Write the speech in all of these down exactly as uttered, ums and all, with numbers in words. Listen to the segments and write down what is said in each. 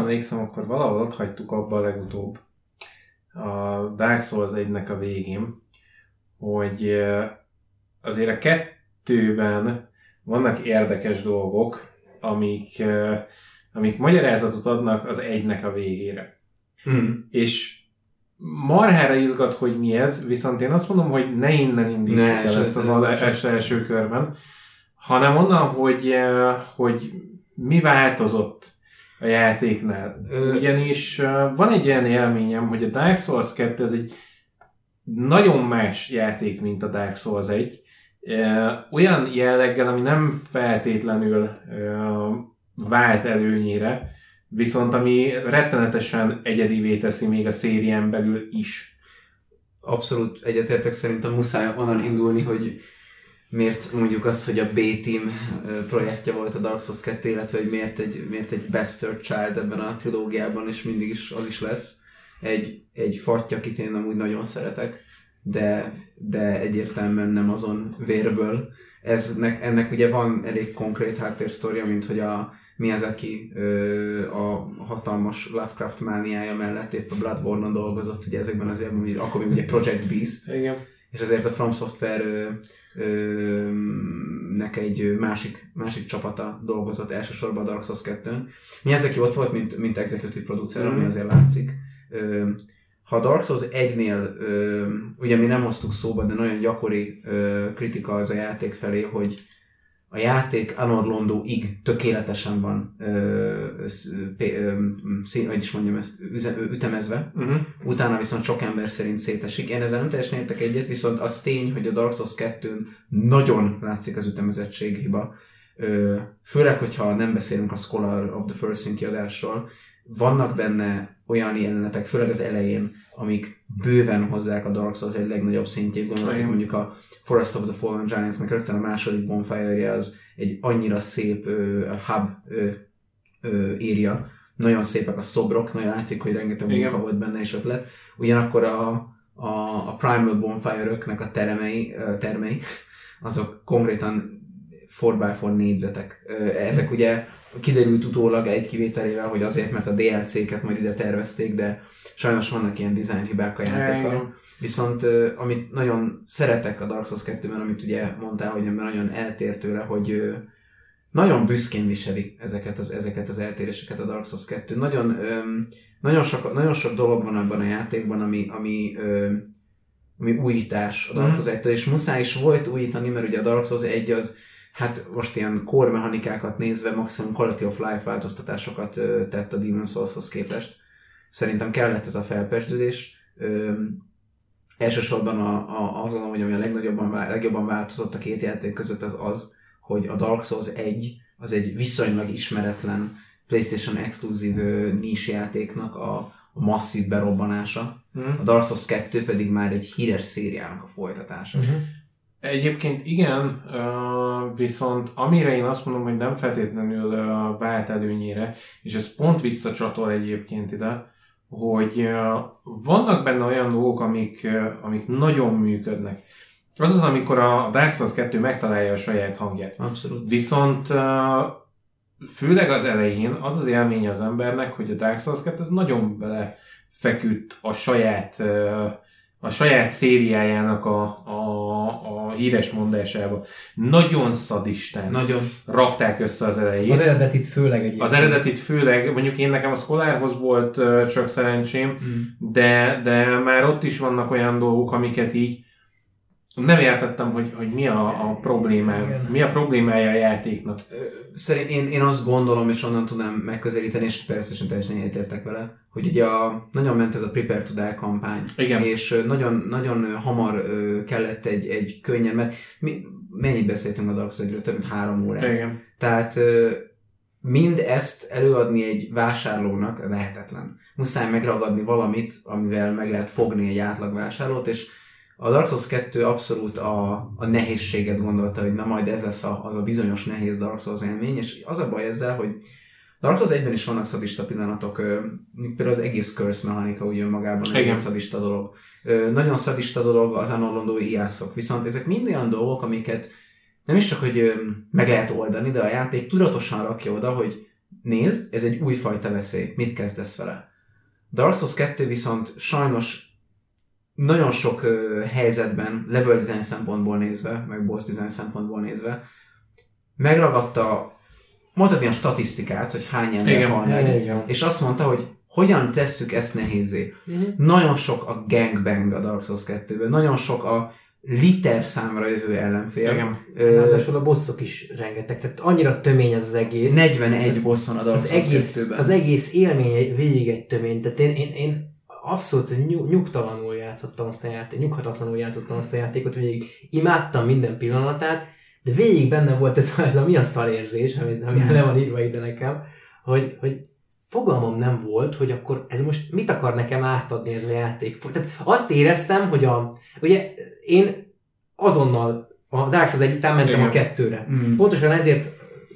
emlékszem, akkor valahol ott hagytuk abba a legutóbb a Dark Souls egynek a végén, hogy azért a kettőben vannak érdekes dolgok, amik, amik magyarázatot adnak az egynek a végére. Mm. És marhára izgat, hogy mi ez, viszont én azt mondom, hogy ne innen indítsuk ne, el ezt az adást első körben, hanem onnan, hogy, hogy mi változott a játéknál. Ö... Ugyanis van egy olyan élményem, hogy a Dark Souls kettő ez egy nagyon más játék, mint a Dark Souls egy. Olyan jelleggel, ami nem feltétlenül vált előnyére, viszont ami rettenetesen egyedivé teszi még a szérián belül is. Abszolút egyetértek, szerintem muszáj onnan indulni, hogy miért mondjuk azt, hogy a B-Team projektje volt a Dark Souls kettő, illetve hogy miért egy, miért egy Bastard Child ebben a trilógiában, és mindig is az is lesz. Egy, egy fatty, akit én amúgy nagyon szeretek, de, de egyértelműen nem azon vérből. Eznek, ennek ugye van elég konkrét háttérsztoria, mint hogy a Miyazaki a hatalmas Lovecraft mániája mellett épp a Bloodborne-on dolgozott, ugye ezekben az évben, akkor még ugye Project Beast. Igen. És ezért a From Software ö, ö, nek egy másik, másik csapata dolgozott elsősorban a Dark Souls kettőn. Miyazaki ott volt, mint, mint executive producer, mm. ami azért látszik. Ö, ha a Dark Souls egynél, ö, ugye mi nem hoztuk szóba, de nagyon gyakori ö, kritika az a játék felé, hogy a játék Anorlondo-ig tökéletesen van ö, ö, ö, szín, hogy is mondjam ezt, üze, ütemezve, uh-huh. Utána viszont sok ember szerint szétesik. Én ezzel nem teljesen értek egyet, viszont az tény, hogy a Dark Souls kettőn nagyon látszik az ütemezettség hiba. Ö, főleg, hogyha nem beszélünk a Scholar of the First Sin kiadásról, vannak benne olyan jelenetek, főleg az elején, amik bőven hozzák a Dark Souls egy legnagyobb szintjét, gondolok, mondjuk a Forest of the Fallen Giants-nek rögtön a második bonfire-je az egy annyira szép uh, hub uh, uh, area. Nagyon szépek a szobrok, nagyon látszik, hogy rengeteg munka volt benne és ötlet. Ugyanakkor a, a, a Primal Bonfire-öknek a teremei, uh, termei, azok konkrétan four by four négyzetek. Uh, ezek ugye kiderült utólag egy kivételével, hogy azért, mert a dé el cé-ket majd ide tervezték, de sajnos vannak ilyen design hibák a játékkal. Viszont uh, amit nagyon szeretek a Dark Souls kettőben, amit ugye mondtál, hogy ember nagyon eltér tőle, hogy uh, nagyon büszkén viseli ezeket az, ezeket az eltéréseket a Dark Souls kettő. Nagyon, um, nagyon, sok, nagyon sok dolog van abban a játékban, ami, ami, um, ami újítás a Dark Souls egytől, és muszáj is volt újítani, mert ugye a Dark Souls egy az hát most ilyen core mechanikákat nézve maximum quality of life változtatásokat uh, tett a Demon's Souls-hoz képest. Szerintem kellett ez a felpesdődés. Um, elsősorban a, a, az gondolom, hogy ami a legnagyobban, legjobban változott a két játék között az az, hogy a Dark Souls egy az egy viszonylag ismeretlen PlayStation exkluzív uh, niche játéknak a, a masszív berobbanása. Hmm. A Dark Souls kettő pedig már egy híres szériának a folytatása. Uh-huh. Egyébként igen, viszont amire én azt mondom, hogy nem feltétlenül vált előnyére, és ez pont visszacsatol egyébként ide, hogy vannak benne olyan dolgok, amik, amik nagyon működnek. Az az, amikor a Dark Souls kettő megtalálja a saját hangját. Abszolút. Viszont főleg az elején az az élménye az embernek, hogy a Dark Souls kettő az nagyon belefeküdt a saját a saját szériájának a, a, a híres mondásába. Nagyon szadistán Nagyon. rakták össze az elejét. Az eredetit főleg egyébként. Az eredetit főleg, mondjuk én nekem a Scholarhoz volt uh, csak szerencsém, mm. de, de már ott is vannak olyan dolgok, amiket így nem értettem, hogy, hogy mi a, a problémája, mi a problémája a játéknak. Szerint én, én azt gondolom, és onnan tudnám megközelíteni, és persze teljesen egyetértek vele, hogy ugye a, nagyon ment ez a Prepare to Die kampány. Igen. És nagyon, nagyon hamar kellett egy, egy könnyen, mert mi, mennyit beszéltünk az Dark Souls-ről? Több mint három órát. Igen. Tehát mind ezt előadni egy vásárlónak lehetetlen. Muszáj megragadni valamit, amivel meg lehet fogni egy átlagvásárlót, és a Dark Souls kettő abszolút a, a nehézséget gondolta, hogy na majd ez lesz a, az a bizonyos nehéz Dark Souls élmény, és az a baj ezzel, hogy Dark Souls egyben is vannak szadista pillanatok, például az egész curse mechanika úgy önmagában egy szadista dolog. Nagyon szadista dolog az Anorlondo-i iászok, viszont ezek mind olyan dolgok, amiket nem is csak, hogy meg lehet oldani, de a játék tudatosan rakja oda, hogy nézd, ez egy újfajta veszély, mit kezdesz vele? Dark Souls kettő viszont sajnos nagyon sok uh, helyzetben, level design szempontból nézve, meg boss design szempontból nézve, megragadta, mondhatni a statisztikát, hogy hány ember hal meg, és azt mondta, hogy hogyan tesszük ezt nehézzé. Uh-huh. Nagyon sok a gangbang a Dark Souls kettőben, nagyon sok a liter számra jövő ellenfél. Igen. Ráadásul a bosszok is rengeteg, tehát annyira tömény az az egész. negyvenegy az, bosszon a Dark Souls kettőben. Az egész élmény végig egy tömény, tehát én, én, én abszolút nyug, nyugtalanul játszottam azt a játékot, nyughatatlanul játszottam azt a játékot, végig imádtam minden pillanatát, de végig benne volt ez, ez a mi a szarérzés, ami, ami hmm. le van írva ide nekem, hogy, hogy fogalmam nem volt, hogy akkor ez most mit akar nekem átadni ez a játék. Tehát azt éreztem, hogy a, ugye én azonnal a Dark Souls egy után mentem Igen. a kettőre. Mm. Pontosan ezért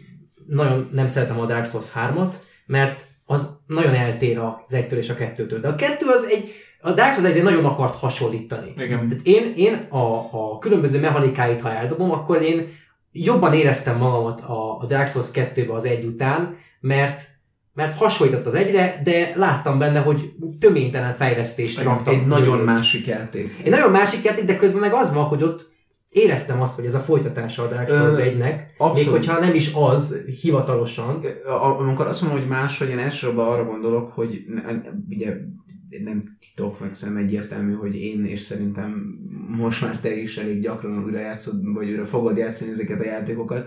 nagyon nem szeretem a Dark Souls hármat, mert az nagyon eltér az egytől és a kettőtől. De a kettő az egy, a Dark Souls egyre nagyon akart hasonlítani. Igen. Tehát én, én a, a különböző mechanikáit, ha eldobom, akkor én jobban éreztem magamat a, a Dark Souls kettőbe az egy után, mert mert hasonlított az egyre, de láttam benne, hogy töménytelen fejlesztést raktam. Egy nagyon másik játék. Egy nagyon másik játék, de közben meg az van, hogy ott éreztem azt, hogy ez a folytatása a Dark Souls egynek, még hogyha nem is az hivatalosan. Amikor azt mondom, hogy más, hogy én elsősorban arra gondolok, hogy ugye nem titok, meg szerintem egyértelmű, hogy én és szerintem most már te is elég gyakran újra játszod, vagy újra fogod játszani ezeket a játékokat,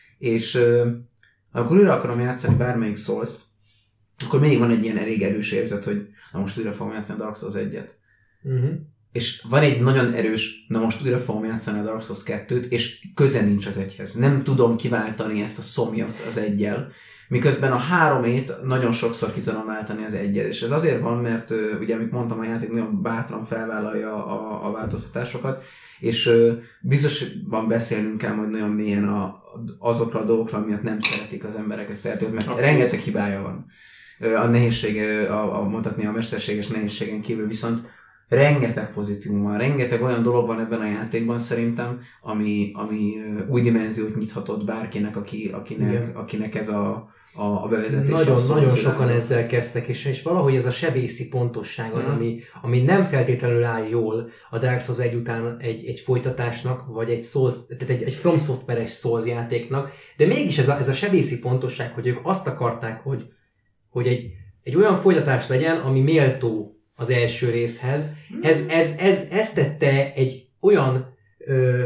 és amikor újra akarom játszani bármelyik Souls, akkor mindig van egy ilyen elég erős érzet, hogy na most újra fogom játszani a Dark Souls egyet. Uh-huh. És van egy nagyon erős, na most újra fogom játszani a Dark Souls kettőt, és köze nincs az egyhez. Nem tudom kiváltani ezt a szomjat az egyel, miközben a háromét nagyon sokszor ki tudom váltani az egyet. És ez azért van, mert ugye, amit mondtam, a játék nagyon bátran felvállalja a, a változtatásokat, és uh, biztosan beszélnünk kell majd nagyon mélyen a, azokra a dolgokra, miatt nem szeretik az emberek ezt a játékot, mert Abszolút. rengeteg hibája van. A nehézsége, a, a, mondhatni a mesterséges nehézségen kívül viszont rengeteg pozitívum van, rengeteg olyan dolog van ebben a játékban szerintem, ami, ami új dimenziót nyithatott bárkinek, aki, akinek, akinek ez a, a, a bevezetés. Nagyon, nagyon sokan ezzel kezdtek, és, és valahogy ez a sebészi pontosság az, mm. ami, ami nem feltétlenül áll jól a Dark Souls egy után egy, egy folytatásnak, vagy egy, Souls, tehát egy, egy From Software-es Souls játéknak, de mégis ez a, ez a sebészi pontosság, hogy ők azt akarták, hogy, hogy egy, egy olyan folytatás legyen, ami méltó az első részhez. Ez, ez, ez, ez tette egy olyan ö,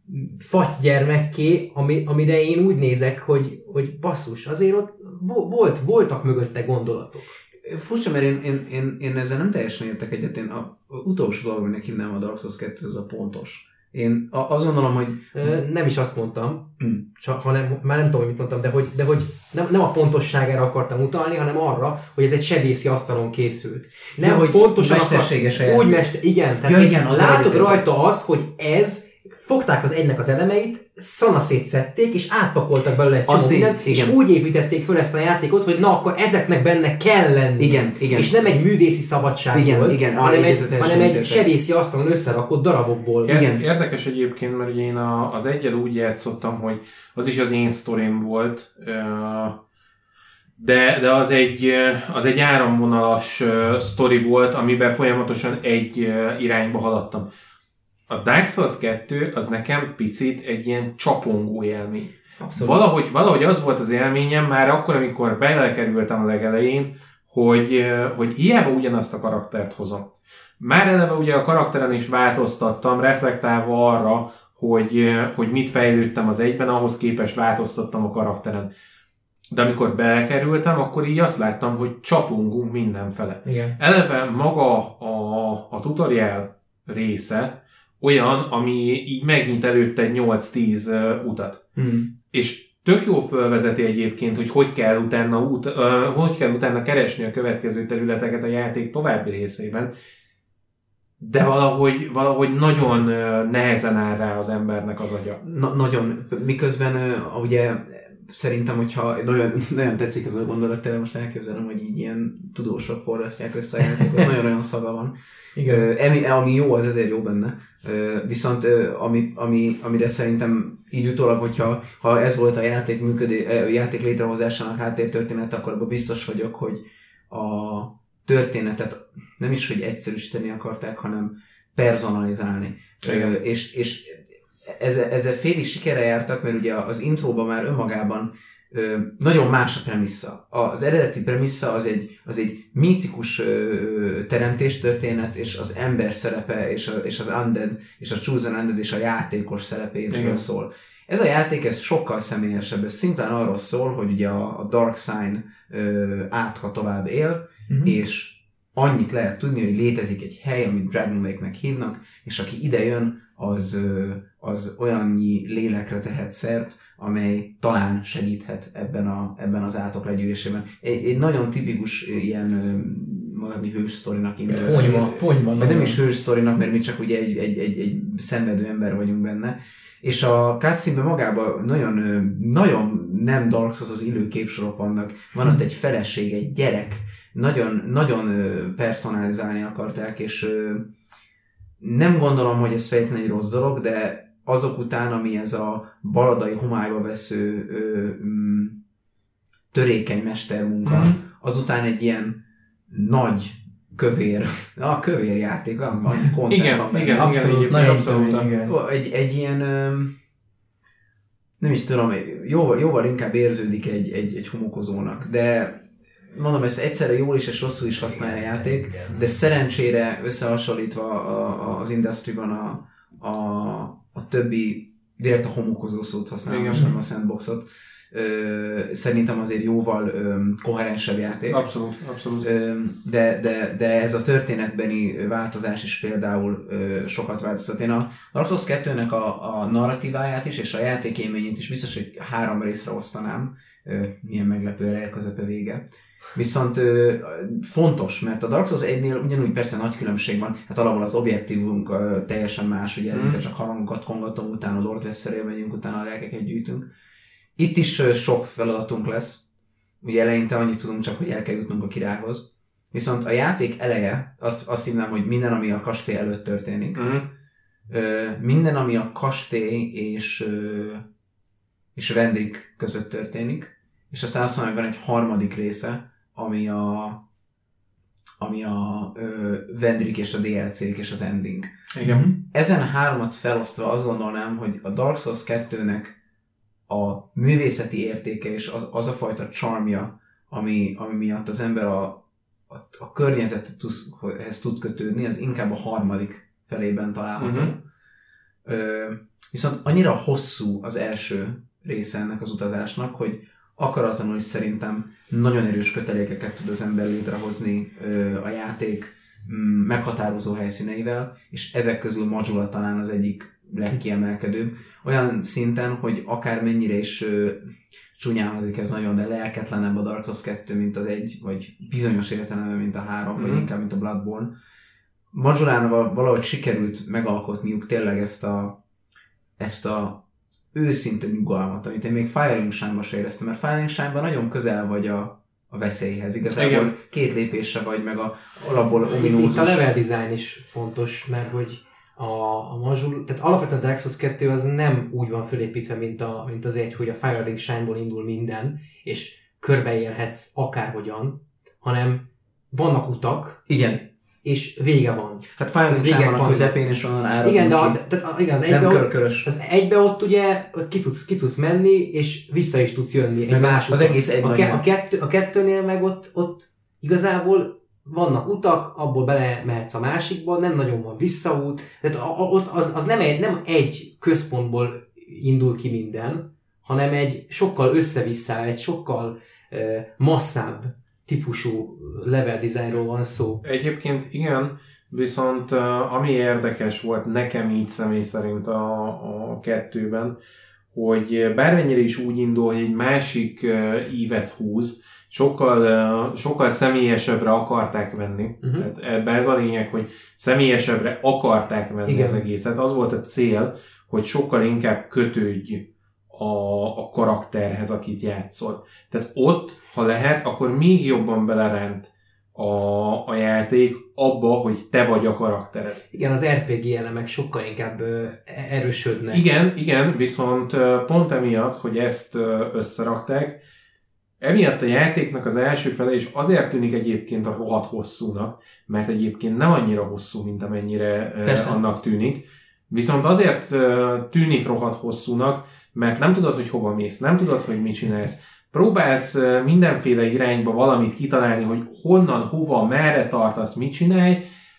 fagygyermekké, ami, amire én úgy nézek, hogy, hogy basszus, azért ott volt, voltak mögötte gondolatok. Furcsa, mert én, én, én, én ezzel nem teljesen értek egyet. Én a, a utolsó dolog, aminek hívnám a Dark Souls kettőt, ez a pontos. Én azt gondolom, hogy... Nem is azt mondtam, hmm. csak, hanem, már nem tudom, hogy mit mondtam, de hogy, de hogy nem, nem a pontosságára akartam utalni, hanem arra, hogy ez egy sebészi asztalon készült. Nem, ja, hogy pontosan mesterséges akar, úgy mester, igen, tehát ja, igen, az látod rajta az, hogy ez, fogták az egynek az elemeit, szanaszét szedték, és átpakoltak belőle egy csomó mindent, és úgy építették föl ezt a játékot, hogy na, akkor ezeknek benne kell lenni. Igen, igen. És nem egy művészi szabadság igen, volt, igen, hanem, egy, hanem egy sebészi asztalon összerakott darabokból. Igen. Érdekes egyébként, mert ugye én a, az egyel úgy játszottam, hogy az is az én sztorim volt, de, de az egy, az egy áramvonalas sztori volt, amiben folyamatosan egy irányba haladtam. A Dark Souls kettő az nekem picit egy ilyen csapongó élmény. Valahogy, valahogy az volt az élményem már akkor, amikor belekerültem a legelején, hogy, hogy hiába ugyanazt a karaktert hozom. Már eleve ugye a karakteren is változtattam, reflektálva arra, hogy, hogy mit fejlődtem az egyben, ahhoz képest változtattam a karakteren. De amikor belekerültem, akkor így azt láttam, hogy csapongunk mindenfele. Igen. Eleve maga a, a tutorial része olyan, ami így megnyit előtte egy nyolc-tíz uh, utat. Mm. És tök jó fölvezeti egyébként, hogy hogy kell utána, út, uh, hogy kell utána keresni a következő területeket a játék további részében, de valahogy, valahogy nagyon uh, nehezen áll rá az embernek az agya. Na, nagyon. Miközben uh, ugye szerintem, hogyha nagyon, nagyon tetszik ez a gondolat, tényleg most elképzelem, hogy így ilyen tudósok forrasztják össze a játékot, nagyon-nagyon szaga van. Igen. Uh, ami jó, az ezért jó benne. Uh, viszont uh, ami, ami, amire szerintem így utólag, hogyha ha ez volt a játék, működé, uh, játék létrehozásának háttértörténet, akkor abban biztos vagyok, hogy a történetet nem is, hogy egyszerűsíteni akarták, hanem personalizálni. Uh, és, és ezzel, ezzel félig sikerre jártak, mert ugye az intróban már önmagában ö, nagyon más a premissza. Az eredeti premissza az egy, az egy mítikus ö, teremtéstörténet, és az ember szerepe, és, a, és az undead, és a chosen undead, és a játékos szerepéről szól. Ez a játék ez sokkal személyesebb, ez szimplán arról szól, hogy ugye a, a Dark Sign ö, átka tovább él, mm-hmm. és annyit lehet tudni, hogy létezik egy hely, amit Dragon Lake-nek hívnak, és aki ide jön, az, az olyannyi lélekre tehet szert, amely talán segíthet ebben, a, ebben az átok legyűrésében. Egy, egy nagyon tipikus ilyen mondani hős sztorinak indul. De nem is hős sztorinak, mert mi csak ugye egy, egy, egy, egy szenvedő ember vagyunk benne. És a cutscene-ben magában nagyon, nagyon nem Dark Souls-hoz illő képsorok vannak. Van ott egy feleség, egy gyerek. Nagyon, nagyon personalizálni akarták, és nem gondolom, hogy ez fejteni egy rossz dolog, de azok után, ami ez a baladai homályba vesző ö, m, törékeny mestermunka, mm. azután egy ilyen nagy kövér, a kövér játék, annyi content igen, van benne. Igen, abszolút, igen, nagyon abszolút. igen. Egy, egy ilyen, ö, nem is tudom, jóval, jóval inkább érződik egy, egy, egy homokozónak, de mondom, ezt egyszerre jól is és rosszul is használja a játék, de szerencsére összehasonlítva a, a, az Industry-ban a, a, a többi, direkt a homokozó szót használom, sem a sandboxot, ö, szerintem azért jóval ö, koherensebb játék. Abszolút, abszolút. Ö, de, de, de ez a történetbeni változás is például ö, sokat változtat. Én a Dark Souls kettőnek a, a narratíváját is és a játékélményét is biztos, hogy három részre osztanám. Ö, milyen meglepő eleje, közepe, vége. Viszont ö, fontos, mert a Dark Souls egynél ugyanúgy persze nagy különbség van, hát alapból az objektívunk ö, teljesen más, ugye mm. csak harangokat kongatom, utána Lord Vesszerél megyünk, utána a lelkeket gyűjtünk. Itt is ö, sok feladatunk lesz, ugye eleinte annyit tudunk csak, hogy el kell jutnunk a királyhoz. Viszont a játék eleje, azt, azt hívnám, hogy minden, ami a kastély előtt történik. Mm. Ö, minden, ami a kastély és, ö, és Vendrick között történik. És aztán azt mondom, hogy van egy harmadik része, ami a, ami a ö, Vendrick és a dé el cé-k és az ending. Igen. Ezen a háromat felosztva azt gondolnám, hogy a Dark Souls kettőnek a művészeti értéke és az, az a fajta charmja, ami, ami miatt az ember a, a, a környezethez tud kötődni, az inkább a harmadik felében található. Uh-huh. Ö, viszont annyira hosszú az első része ennek az utazásnak, hogy akaratlanul is szerintem nagyon erős kötelékeket tud az ember létrehozni ö, a játék m, meghatározó helyszíneivel, és ezek közül Majula talán az egyik legkiemelkedőbb. Olyan szinten, hogy akármennyire is ö, csúnyán hangzik ez nagyon, de lelketlenebb a Dark Souls kettő, mint az egy, vagy bizonyos értelemben, mint a három, mm. vagy inkább, mint a Bloodborne. Majulának valahogy sikerült megalkotniuk tényleg ezt a, ezt a őszinte nyugalmat, amit én még Firelink Shine-ban se éreztem, mert Firelink Shine-ban nagyon közel vagy a, a veszélyhez. Igazából igen. Két lépésre vagy, meg a alapból ominózus. Itt a level design is fontos, mert hogy a, a Majula, tehát alapvetően a Dark Souls kettő az nem úgy van fölépítve, mint, a, mint az egy, hogy a Firelink Shine-ból indul minden, és körbeélhetsz akárhogyan, hanem vannak utak, igen. és vége van. Hát Firelink Shine van a közepén, és onnan áradunk igen, de a, ki. tehát, igen, az egybe, nem körkörös. Az egybe ott ugye ki tudsz, ki tudsz menni, és vissza is tudsz jönni egy más az, az egész egy a, ke, a, kettő, a kettőnél meg ott, ott igazából vannak utak, abból bele mehetsz a másikból, nem nagyon van visszaút, tehát ott az, az nem, egy, nem egy központból indul ki minden, hanem egy sokkal össze-vissza, egy sokkal uh, masszább típusú level designról van szó. Egyébként igen, viszont uh, ami érdekes volt nekem így személy szerint a, a kettőben, hogy bármennyire is úgy indul, hogy egy másik uh, ívet húz, sokkal, uh, sokkal személyesebbre akarták venni. Uh-huh. Hát ebben ez a lényeg, hogy személyesebbre akarták venni igen. az egészet. Az volt a cél, hogy sokkal inkább kötődj a, a karakterhez, akit játszol. Tehát ott, ha lehet, akkor még jobban belerent a, a játék abba, hogy te vagy a karaktered. Igen, az er pé gé elemek sokkal inkább ö, erősödnek. Igen, igen, viszont pont emiatt, hogy ezt összerakták, emiatt a játéknak az első fele is azért tűnik egyébként a rohadt hosszúnak, mert egyébként nem annyira hosszú, mint amennyire Persze. annak tűnik. Viszont azért tűnik rohadt hosszúnak, mert nem tudod, hogy hova mész, nem tudod, hogy mit csinálsz. Próbálsz mindenféle irányba valamit kitalálni, hogy honnan, hova, merre tartasz, mit csinálj,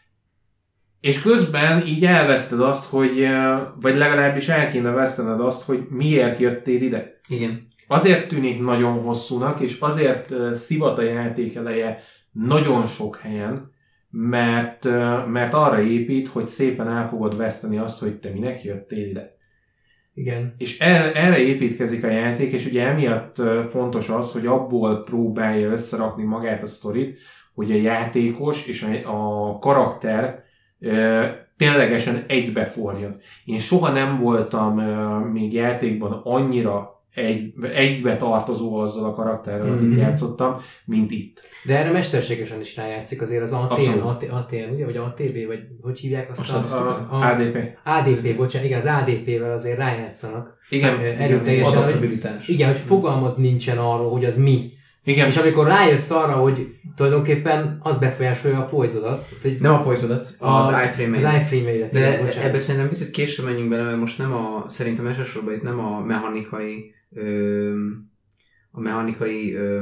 és közben így elveszted azt, hogy, vagy legalábbis el kéne vesztened azt, hogy miért jöttél ide. Igen. Azért tűnik nagyon hosszúnak, és azért szivat a játék eleje nagyon sok helyen, mert, mert arra épít, hogy szépen el fogod veszteni azt, hogy te minek jöttél ide. Igen. És el, erre építkezik a játék, és ugye emiatt fontos az, hogy abból próbálja összerakni magát a sztorit, hogy a játékos és a, a karakter e, ténylegesen egybeforjon. Én soha nem voltam e, még játékban annyira egy, egybe tartozó azzal a karakterrel, mm-hmm. akit játszottam, mint itt. De erre mesterségesen is rájátszik azért az á té en, á té en, ugye, vagy á té bé, vagy hogy hívják azt? Most a, a, a á dé pé. á dé pé, bocsánat, igen, az á dé pével azért rájátszanak. Igen, erőteljesen. Adaptabilitás. Igen, hogy fogalmad nincsen arról, hogy az mi. Igen. És amikor rájössz arra, hogy tulajdonképpen az befolyásolja a poisodat. Nem a poisodat, az iframe-et. Az iframe-et. De ebbe szerintem picit később menjünk bele, mert most nem a, szerintem elsősorban itt nem a mechanikai ö, a mechanikai ö,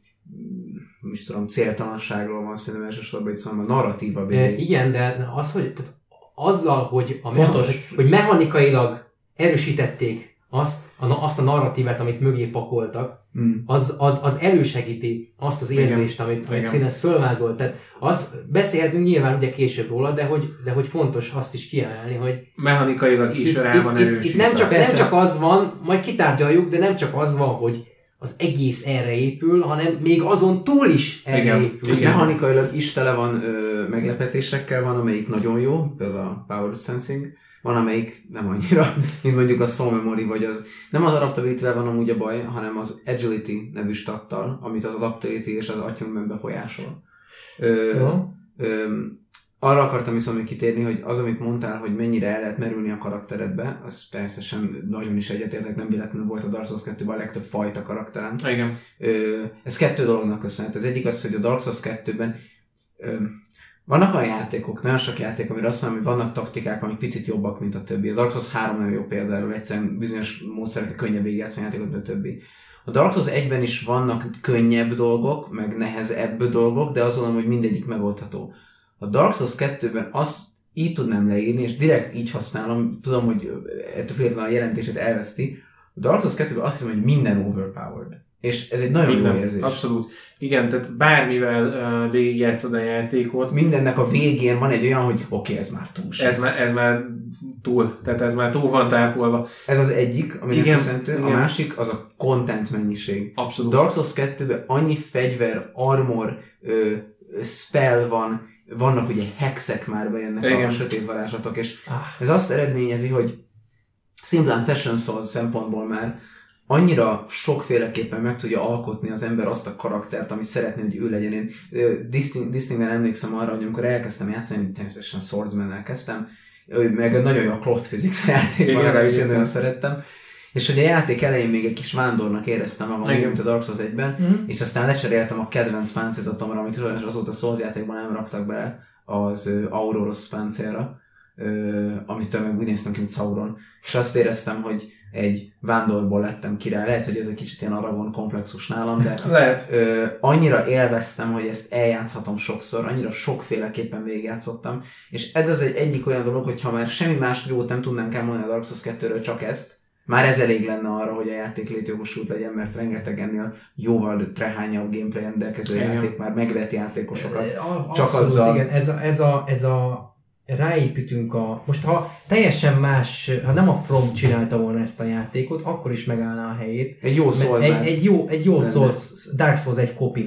most tudom, céltalanságról van szerintem elsősorban itt szóval a narratíva. E, igen, de az, hogy tehát azzal, hogy, a Fontos. Meha, hogy mechanikailag erősítették azt a, azt a narratívát, amit mögé pakoltak, mm. az, az, az elősegíti azt az érzést, igen. amit, amit Színez fölvázolt. Tehát azt beszélhetünk nyilván ugye később róla, de hogy, de hogy fontos azt is kiemelni, hogy mechanikailag is rá van erősítve. Nem csak, nem csak az van, majd kitárgyaljuk, de nem csak az van, hogy az egész erre épül, hanem még azon túl is erre igen, épül. Igen. Mechanikailag is tele van ö, meglepetésekkel, van amelyik nagyon jó, például a Power Sensing, van amelyik nem annyira, mint mondjuk a Soul Memory, vagy az, nem az Adaptability-vel van amúgy a baj, hanem az Agility nevű stattal, amit az Adaptability és az Attunement befolyásol. Ö, ö, arra akartam viszont még kitérni, hogy az, amit mondtál, hogy mennyire el lehet merülni a karakteredbe, az perszesen nagyon is egyetértek, nem véletlenül volt a Dark Souls kettőben a legtöbb fajta karakteren. Igen. Ö, ez kettő dolognak köszönhet. Az egyik az, hogy a Dark Souls kettőben ö, vannak olyan játékok, nagyon sok játék, amire azt mondom, hogy vannak taktikák, amik picit jobbak, mint a többi. A Dark Souls három nagyon jó például, egyszerűen bizonyos módszerekkel könnyebb végigjátszani játékot, mint a többi. A Dark Souls egyben is vannak könnyebb dolgok, meg nehezebb dolgok, de azt gondolom, hogy mindegyik megoldható. A Dark Souls kettőben azt így tudnám leírni, és direkt így használom, tudom, hogy ettől függetlenül a jelentését elveszti. A Dark Souls kettőben azt hiszem, hogy minden overpowered. És ez egy nagyon minden, jó érzés. Abszolút. Igen, tehát bármivel uh, végigjátszod a játékot. Mindennek a végén van egy olyan, hogy oké, okay, ez már túl. Ez már, ez már túl, tehát ez már túl van tápolva. Ez az egyik, aminek köszönhető. A másik az a content mennyiség. Abszolút. Dark Souls kettőben annyi fegyver, armor, ö, spell van, vannak ugye hexek már bejönnek igen. a sötét varázslatok, és ah. ez azt eredményezi, hogy szimplán Fashion Souls szempontból már annyira sokféleképpen meg tudja alkotni az ember azt a karaktert, ami szeretné, hogy ő legyen. Én Distingben emlékszem arra, hogy amikor elkezdtem játszani, természetesen Swordsman-nel kezdtem, meg nagyon jó a cloth physics játékban, legalábbis én nagyon szerettem. És hogy a játék elején még egy kis vándornak éreztem magam, mint a Dark Souls egyben, mm-hmm. és aztán lecseréltem a kedvenc páncélzatomra, amit azóta Souls játékban nem raktak be, az uh, Auroros páncélra, uh, amitől meg úgy néztem ki, mint Sauron. És azt éreztem, hogy egy vándorból lettem király. Lehet, hogy ez egy kicsit ilyen Aragon komplexus nálam, de Lehet. Ö, annyira élveztem, hogy ezt eljátszhatom sokszor, annyira sokféleképpen végigjátszottam, és ez az egy egyik olyan dolog, hogy ha már semmi más jót nem tudnánk elmondani a Dark Souls kettőről, csak ezt, már ez elég lenne arra, hogy a játék létjogosult legyen, mert rengeteg ennél jóval trehányabb gameplay rendelkező igen. játék már megvett játékosokat. A, csak abszolút, azzal... igen, ez a, ez a, ez a ráépítünk a... Most ha teljesen más, ha nem a From csinálta volna ezt a játékot, akkor is megállná a helyét. Egy jó Souls. Egy, egy jó, egy jó Souls, Dark Souls egy kopinak.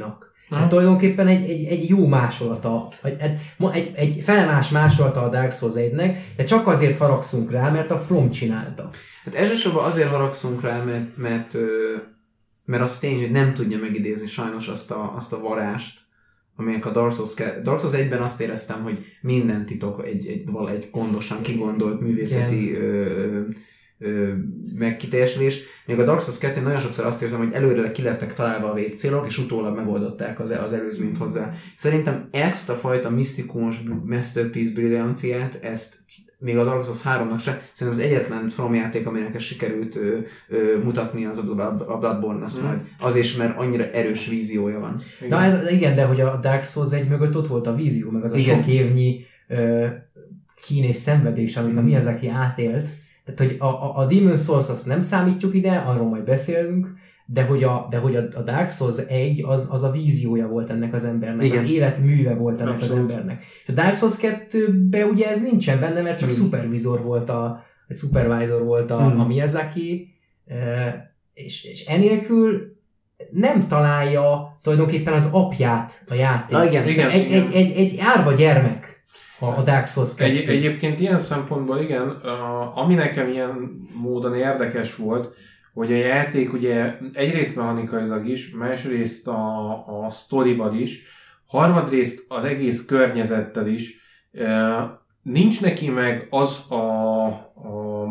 Hát tulajdonképpen egy, egy, egy jó másolata, egy, egy, egy felmás másolata a Dark Souls egynek, de csak azért haragszunk rá, mert a From csinálta. Hát elsősorban azért haragszunk rá, mert, mert, mert az tény, hogy nem tudja megidézni sajnos azt a, azt a varást, amelyek a Dark Souls, Dark Souls egyben azt éreztem, hogy minden titok egy, egy, egy gondosan kigondolt művészeti ö, ö, megkiteljesülés. Még a Dark Souls kettőn nagyon sokszor azt érzem, hogy előre ki lettek találva a végcélok, és utólag megoldották az, az előzményt hozzá. Szerintem ezt a fajta misztikus masterpiece brillianciát, ezt még a Dark Souls háromnak se, szerintem az egyetlen From játék, aminek ezt sikerült ö, ö, mutatni, az a Bloodborne, azt mm. majd. Az is, mert annyira erős víziója van. Na ez, igen, de hogy a Dark Souls egy mögött ott volt a vízió, meg az a igen. sok évnyi ö, kín és szenvedés, amit mm. a Miyazaki átélt. Tehát, hogy a, a, a Demon's Souls azt nem számítjuk ide, arról majd beszélünk, de hogy a, de hogy a Dark Souls egy az, az a víziója volt ennek az embernek, igen. az életműve volt ennek Abszolút. az embernek. És a Dark Souls kettőben ugye ez nincsen benne, mert csak mm. szupervizor volt a, egy supervisor volt a, mm. a Miyazaki, és, és enélkül nem találja tulajdonképpen az apját a játék. Ah, igen, igen, egy, igen. Egy, egy, egy árva gyermek a, a Dark Souls kettő. Egy, egyébként ilyen szempontból igen, ami nekem ilyen módon érdekes volt, hogy a játék ugye egyrészt mechanikailag is, másrészt a, a sztorival is, harmadrészt az egész környezettel is. Nincs neki meg az a, a,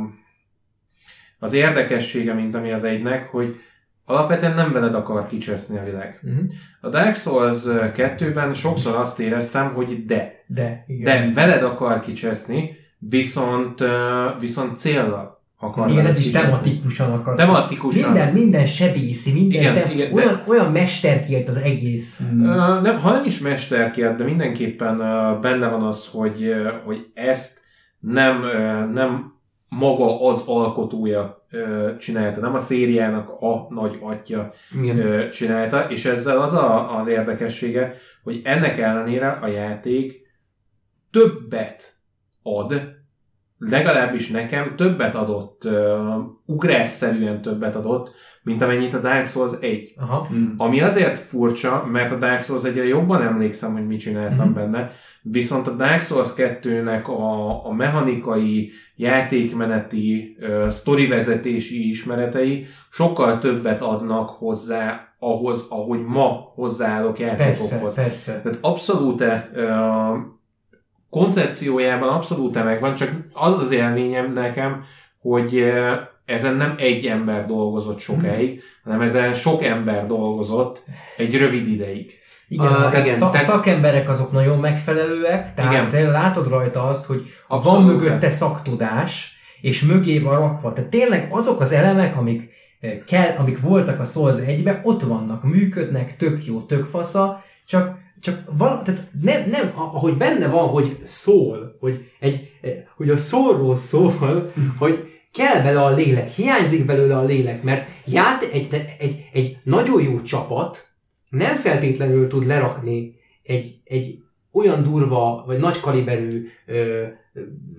az érdekessége, mint ami az egynek, hogy alapvetően nem veled akar kicseszni a világ. Uh-huh. A Dark Souls kettőben sokszor azt éreztem, hogy de. De, igen. de veled akar kicseszni, viszont, viszont céllal akar. Igen, ez is tematikusan akar. Tematikusan. Minden, minden sebészi, minden igen, te, igen, olyan, de, olyan mesterkélt az egész. Uh, nem, ha nem is mesterkélt, de mindenképpen uh, benne van az, hogy, uh, hogy ezt nem, uh, nem maga az alkotója uh, csinálta, nem a szériának a nagy atya uh, csinálta, és ezzel az a, az érdekessége, hogy ennek ellenére a játék többet ad, legalábbis nekem többet adott, uh, ugrásszerűen többet adott, mint amennyit a Dark Souls egy. Aha. Ami azért furcsa, mert a Dark Souls egyre jobban emlékszem, hogy mit csináltam mm. benne, viszont a Dark Souls kettőnek a, a mechanikai, játékmeneti, uh, sztorivezetési ismeretei sokkal többet adnak hozzá ahhoz, ahogy ma hozzáállok játékokhoz. Persze, persze. Tehát abszolút uh, koncepciójában abszolút megvan, csak az az élményem nekem, hogy ezen nem egy ember dolgozott sokáig, hanem ezen sok ember dolgozott egy rövid ideig. Igen, uh, tehát igen, szak, tehát... szakemberek azok nagyon megfelelőek, tehát igen. látod rajta azt, hogy abszolút van mögötte szaktudás, és mögé van rakva. Tehát tényleg azok az elemek, amik, kell, amik voltak a Souls egyben, ott vannak, működnek, tök jó, tök fasza, csak Csak vala, tehát nem, nem, ahogy benne van, hogy szól, hogy, egy, hogy a szólról szól, hogy kell vele a lélek, hiányzik belőle a lélek, mert ját, egy, egy, egy nagyon jó csapat nem feltétlenül tud lerakni egy, egy olyan durva, vagy nagy kaliberű ö, ö,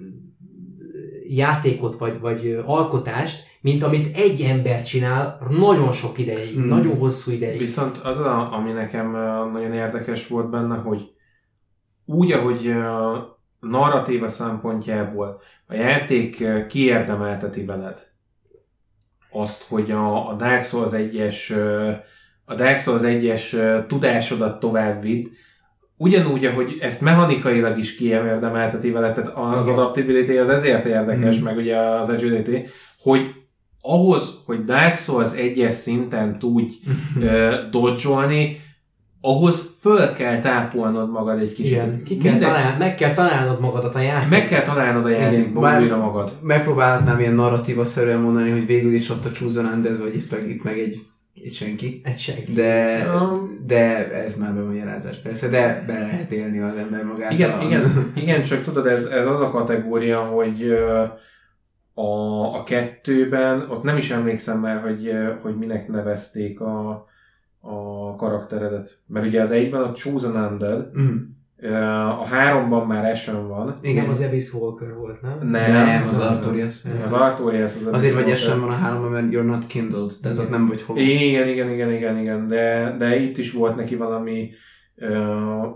játékot, vagy, vagy alkotást, mint amit egy ember csinál nagyon sok ideig, mm. nagyon hosszú ideig. Viszont az, a, ami nekem nagyon érdekes volt benne, hogy úgy, ahogy a narratíva szempontjából a játék kiérdemelteti veled azt, hogy a, a Dark Souls egyes a Dark Souls egyes tudásodat tovább vidd, ugyanúgy, ahogy ezt mechanikailag is kiérdemelteti veled, tehát az adaptability az ezért érdekes, mm. meg ugye az agility, hogy ahhoz, hogy Dark Souls egyes szinten tudj uh, dodge-olni, ahhoz föl kell tápolnod magad egy kicsit. Igen, ki kell Minden... talál, meg kell találnod magadat a játékban. Meg kell találnod a játékban újra magad. Megpróbálhatnám ilyen narratíva-szerűen mondani, hogy végül is ott a Chosen Undead, vagy itt meg, itt meg egy, egy senki. Egy senki. De, um, de ez már bemagyarázás persze, de be lehet élni az ember magát. Igen, a... igen, igen, csak tudod, ez, ez az a kategória, hogy a, a kettőben, ott nem is emlékszem már, hogy, hogy minek nevezték a, a karakteredet. Mert ugye az egyben a Chosen Undead, mm. A háromban már Ashen van. Igen. Nem az Abyss Walker volt, nem? Nem, nem az Artorias. Az Artorias az azért vagy Ashen van a háromban, mert you're not kindled, tehát ott nem vagy hol. Igen, igen, igen, igen, igen, de, de itt is volt neki valami uh,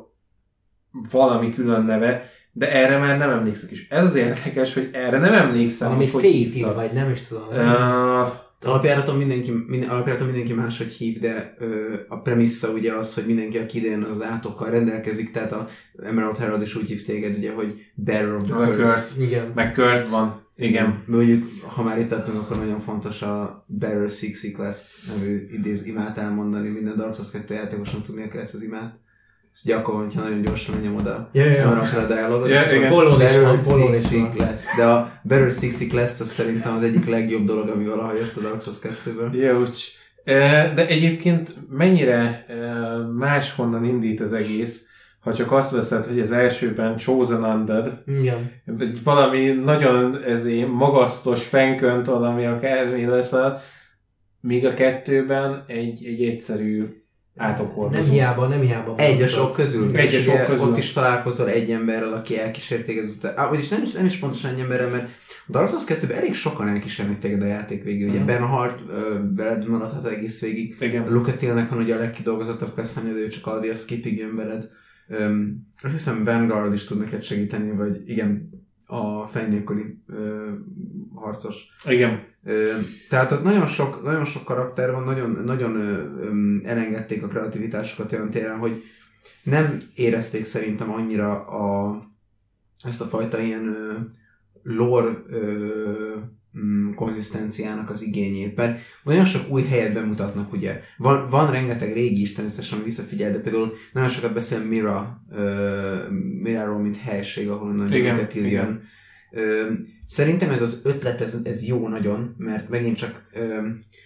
valami külön neve, de erre már nem emlékszek is. Ez az érdekes, hogy erre nem emlékszem. Valami Fated, vagy nem is tudom. Uh, Alapjáraton mindenki, minden, alapjáraton mindenki máshogy hív, de ö, a premissza ugye az, hogy mindenki, aki idén az átokkal rendelkezik, tehát a Emerald Herald is úgy hív téged, ugye, hogy Bearer of the a Curse. curse. Igen. Meg Cursed van. Igen. Mondjuk, ha már itt tartunk, akkor nagyon fontos a Bearer Sixi Class nevű idéz imát elmondani. Minden Dark Souls kettő játékosan tudnia kell ezt az imát. Ezt gyakorol, hogyha nagyon gyorsan menjem oda. Ja, ja, ja. A dialogot. Ja, igen. Polon is van, Polon is van. Class. De a Bearer Sixi Class az szerintem az egyik legjobb dolog, ami valaha jött a Dark Souls kettőből. Jócs. De egyébként mennyire máshonnan indít az egész, ha csak azt veszed, hogy az elsőben Chosen Undead, igen. Valami nagyon ezé magasztos fenkönt valami akármi leszel, míg a kettőben egy, egy egyszerű átokhordozó. Nem hiába, nem hiába. Egyes ok közül. Egyes ok közül. Ott is találkozol egy emberrel, aki elkísért téged ezután. Ah, vagyis nem is, nem is pontosan egy emberrel, mert a Dark Souls kettőben elég sokan elkísérnek téged a játék végig. Uh-huh. Ugye Bernhard veled maradhat egész végig. Igen. Lucatilnek van ugye a legkidolgozottabb questline, de ő csak Aldia Skipig jön veled. Um, azt hiszem Vanguard is tud neked segíteni, vagy igen, a fej nélküli uh, harcos. Igen. Uh, tehát ott nagyon sok, nagyon sok karakter van, nagyon, nagyon uh, um, elengedték a kreativitásukat olyan téren, hogy nem érezték szerintem annyira a, ezt a fajta ilyen uh, lore uh, mm, konzisztenciának az igényét. Mert nagyon sok új helyet bemutatnak, ugye. Van, van rengeteg régi is természetesen, ami visszafigyel, de például nagyon sokat beszél Mira, uh, Miraról, mint helység, ahol nagyon Lucatil jön. Uh, szerintem ez az ötlet, ez, ez jó nagyon, mert megint csak uh,